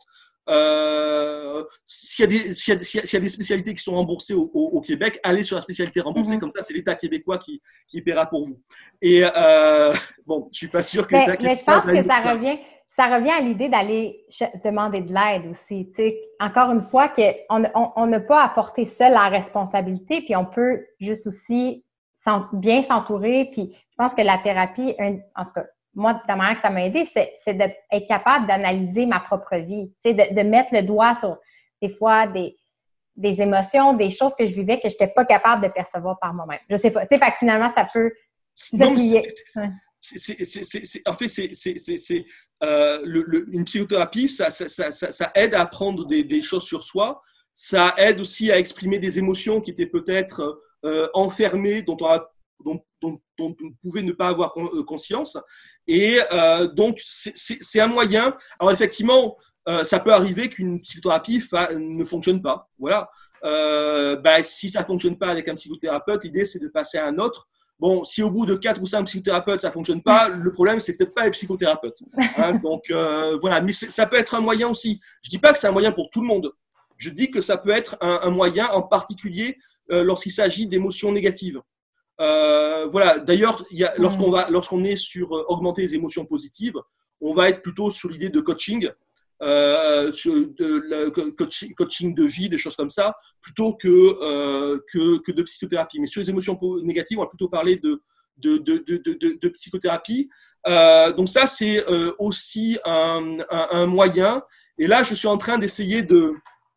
Euh, s'il y a des, s'il y a, s'il y a des spécialités qui sont remboursées au, au, au Québec, allez sur la spécialité remboursée, mm-hmm. Comme ça, c'est l'État québécois qui, qui paiera pour vous. Et euh, bon, je suis pas sûr que mais, l'État mais québécois… Mais je pense que ça revient… Ça revient à l'idée d'aller demander de l'aide aussi. Tu sais, encore une fois, qu'on on n'a pas à porter seul la responsabilité, puis on peut juste aussi bien s'entourer. Puis je pense que la thérapie, un, en tout cas, moi, de la manière que ça m'a aidé, c'est, c'est d'être capable d'analyser ma propre vie, tu sais, de, de mettre le doigt sur des fois des, des émotions, des choses que je vivais que je n'étais pas capable de percevoir par moi-même. Je sais pas. Tu sais, fait que finalement, ça peut se plier. C'est, c'est, c'est, c'est, c'est, en fait, c'est, c'est, c'est, c'est euh, le, le, une psychothérapie, ça, ça, ça, ça, ça aide à apprendre des, des choses sur soi. Ça aide aussi à exprimer des émotions qui étaient peut-être euh, enfermées, dont on, a, dont, dont, dont on pouvait ne pas avoir conscience. Et euh, donc, c'est, c'est, c'est un moyen. Alors, effectivement, euh, ça peut arriver qu'une psychothérapie fa- ne fonctionne pas. Voilà. Euh, bah, si ça ne fonctionne pas avec un psychothérapeute, l'idée, c'est de passer à un autre. Bon, si au bout de quatre ou cinq psychothérapeutes, ça ne fonctionne pas, le problème, c'est peut-être pas les psychothérapeutes. Hein, donc, euh, voilà. Mais ça peut être un moyen aussi. Je ne dis pas que c'est un moyen pour tout le monde. Je dis que ça peut être un, un moyen, en particulier euh, lorsqu'il s'agit d'émotions négatives. Euh, voilà. D'ailleurs, il y a, lorsqu'on va, lorsqu'on est sur euh, augmenter les émotions positives, on va être plutôt sur l'idée de coaching. Euh, de, le coaching, coaching de vie, des choses comme ça, plutôt que, euh, que, que de psychothérapie. Mais sur les émotions négatives, on va plutôt parler de, de, de, de, de, de psychothérapie. Euh, donc ça, c'est euh, aussi un, un, un moyen. Et là, je suis en train d'essayer de,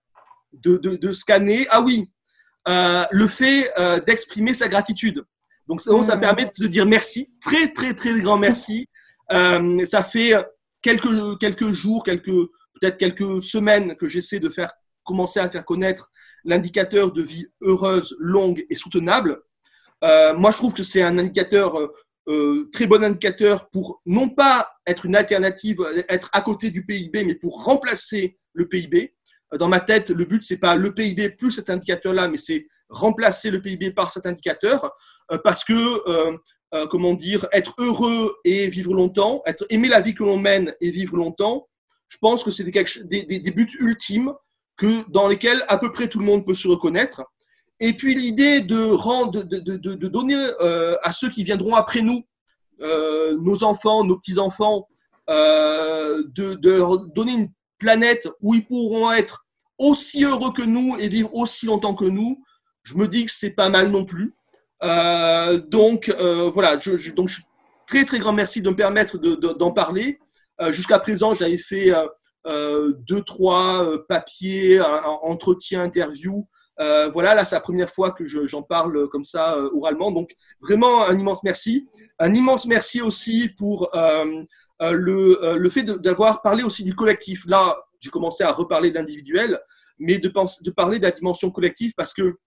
de, de, de scanner. Ah oui, euh, le fait euh, d'exprimer sa gratitude. Donc ça, mmh. ça permet de dire merci, très, très, très grand merci. Euh, ça fait quelques, quelques jours, quelques, peut-être quelques semaines que j'essaie de faire commencer à faire connaître l'indicateur de vie heureuse, longue et soutenable. Euh, moi, je trouve que c'est un indicateur, euh, très bon indicateur pour non pas être une alternative, être à côté du P I B, mais pour remplacer le P I B. Dans ma tête, le but, c'est pas le P I B plus cet indicateur-là, mais c'est remplacer le P I B par cet indicateur, euh, parce que euh, Euh, comment dire, être heureux et vivre longtemps, être, aimer la vie que l'on mène et vivre longtemps, je pense que c'est des, des, des, des buts ultimes que, dans lesquels à peu près tout le monde peut se reconnaître. Et puis l'idée de, rendre, de, de, de, de donner euh, à ceux qui viendront après nous, euh, nos enfants, nos petits-enfants, euh, de, de leur donner une planète où ils pourront être aussi heureux que nous et vivre aussi longtemps que nous, je me dis que c'est pas mal non plus. Euh, donc euh, voilà, je, je, donc je, très très grand merci de me permettre de, de, d'en parler. Euh, jusqu'à présent, j'avais fait euh, euh, deux trois euh, papiers, un, un entretien, interview. Euh, voilà, là c'est la première fois que je, j'en parle comme ça euh, oralement. Donc vraiment un immense merci. Un immense merci aussi pour euh, euh, le, euh, le fait de, d'avoir parlé aussi du collectif. Là, j'ai commencé à reparler d'individuel, mais de, pense, de parler de la dimension collective parce que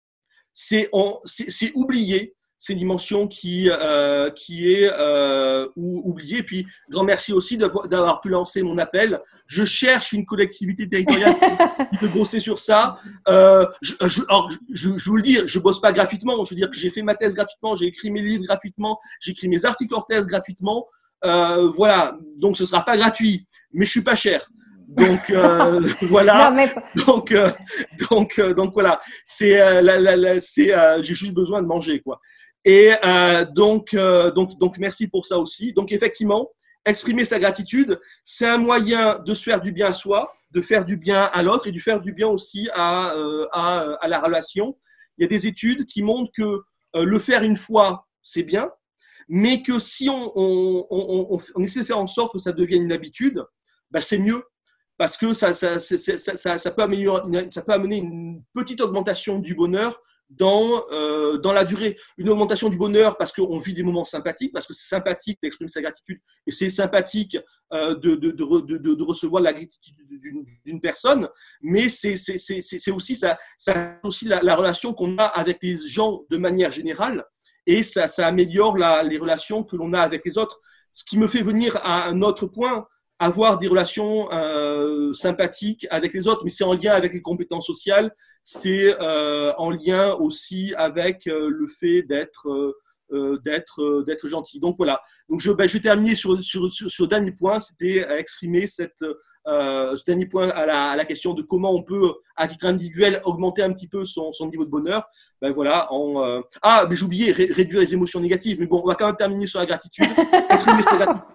c'est, on, c'est, c'est oublié, c'est une dimension qui, euh, qui est euh, oubliée. Et puis, grand merci aussi d'avoir pu lancer mon appel. Je cherche une collectivité territoriale qui peut bosser sur ça. Euh, je, je, alors, je, je vous le dis, je bosse pas gratuitement. Je veux dire que j'ai fait ma thèse gratuitement, j'ai écrit mes livres gratuitement, j'ai écrit mes articles hors thèse gratuitement. Euh, voilà, donc ce sera pas gratuit, mais je suis pas cher. Donc euh, voilà. Non, mais... Donc euh, donc euh, donc voilà. C'est euh, la, la, la, c'est euh, j'ai juste besoin de manger quoi. Et euh, donc euh, donc donc merci pour ça aussi. Donc effectivement, exprimer sa gratitude, c'est un moyen de se faire du bien à soi, de faire du bien à l'autre et de faire du bien aussi à euh, à, à la relation. Il y a des études qui montrent que euh, le faire une fois, c'est bien, mais que si on on, on, on, on essaie de faire en sorte que ça devienne une habitude, bah c'est mieux. Parce que ça, ça, ça, ça, ça, ça, peut améliorer, ça peut amener une petite augmentation du bonheur dans, euh, dans la durée. Une augmentation du bonheur parce qu'on vit des moments sympathiques, parce que c'est sympathique d'exprimer sa gratitude et c'est sympathique euh, de, de, de, de, de recevoir la gratitude d'une, d'une personne, mais c'est, c'est, c'est, c'est aussi, ça, ça aussi la, la relation qu'on a avec les gens de manière générale et ça, ça améliore la, les relations que l'on a avec les autres. Ce qui me fait venir à un autre point, avoir des relations euh, sympathiques avec les autres, mais c'est en lien avec les compétences sociales, c'est euh, en lien aussi avec euh, le fait d'être euh, d'être euh, d'être gentil. Donc voilà. Donc je, ben, je vais terminer sur sur sur, sur le dernier point, c'était à exprimer cette euh, ce dernier point à la à la question de comment on peut à titre individuel augmenter un petit peu son son niveau de bonheur. Ben voilà. En, euh... Ah, mais j'ai oublié ré, réduire les émotions négatives. Mais bon, on va quand même terminer sur la gratitude. Exprimer sa gratitude.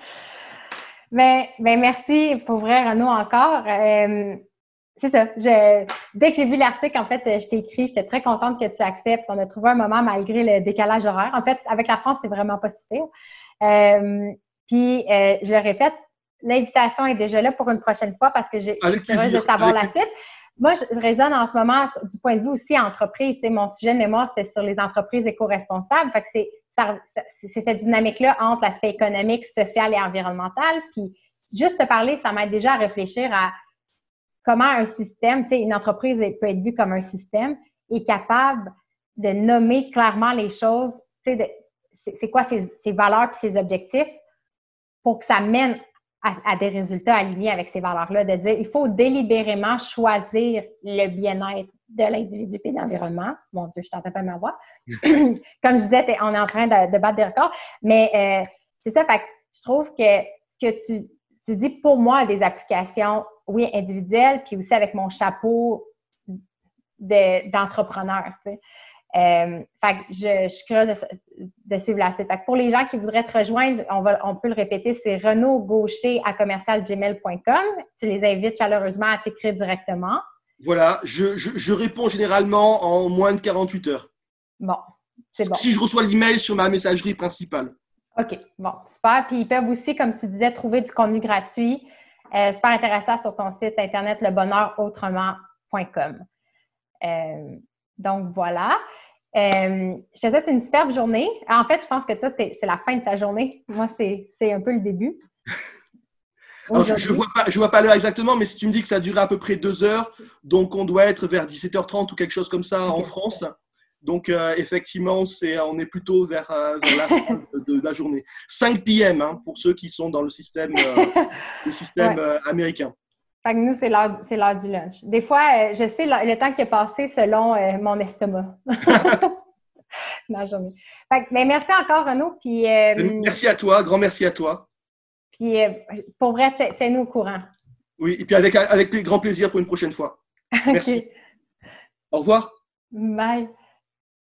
Ben, ben merci pour vrai, Renaud, encore. Euh, c'est ça. Je, dès que j'ai vu l'article, en fait, je t'ai écrit, j'étais très contente que tu acceptes. On a trouvé un moment malgré le décalage horaire. En fait, avec la France, c'est vraiment pas si pire. Euh, puis, euh, je le répète, l'invitation est déjà là pour une prochaine fois parce que je, je suis curieuse de savoir la suite. Moi, je raisonne en ce moment du point de vue aussi entreprise. C'est mon sujet de mémoire, c'est sur les entreprises éco-responsables. Fait que c'est, ça, c'est cette dynamique-là entre l'aspect économique, social et environnemental. Puis, juste te parler, ça m'aide déjà à réfléchir à comment un système, tu sais, une entreprise peut être vue comme un système, est capable de nommer clairement les choses, tu sais, de, c'est, c'est quoi ses, ses valeurs puis ses objectifs pour que ça mène À, à des résultats alignés avec ces valeurs-là, de dire il faut délibérément choisir le bien-être de l'individu et de l'environnement. Mon Dieu, je t'entends pas ma voix. Comme je disais, on est en train de, de battre des records. Mais euh, c'est ça, fait que je trouve que ce que tu, tu dis pour moi a des applications, oui, individuelles, puis aussi avec mon chapeau de, d'entrepreneur. Tu sais. Euh, fait que je, je suis curieuse de, de suivre la suite. Fait que pour les gens qui voudraient te rejoindre, on, va, on peut le répéter, c'est renaud gaucher à commercial gmail point com. Tu les invites chaleureusement à t'écrire directement. Voilà, je, je, je réponds généralement en moins de quarante-huit heures. Bon, c'est bon. Si je reçois l'email sur ma messagerie principale. OK, bon, super. Puis ils peuvent aussi, comme tu disais, trouver du contenu gratuit, euh, super intéressant sur ton site internet le bonheur autrement point com. Euh, donc, voilà. Euh, je te souhaite une superbe journée. En fait, je pense que toi, c'est la fin de ta journée. Moi, c'est, c'est un peu le début. Alors, je ne vois pas, je vois pas l'heure exactement, mais si tu me dis que ça dure à peu près deux heures, donc on doit être vers dix-sept heures trente ou quelque chose comme ça okay. en France. Donc, euh, effectivement, c'est, on est plutôt vers, euh, vers la fin de, de la journée. cinq P M hein, pour ceux qui sont dans le système, euh, le système ouais. euh, américain. Fait que nous, c'est l'heure, c'est l'heure du lunch. Des fois, euh, je sais le, le temps qui est passé selon euh, mon estomac. Dans la journée. Fait que, ben, merci encore, Renaud. Puis, euh, merci à toi, grand merci à toi. Puis, euh, pour vrai, tiens-nous au courant. Oui, et puis avec, avec grand plaisir pour une prochaine fois. Merci. Okay. Au revoir. Bye.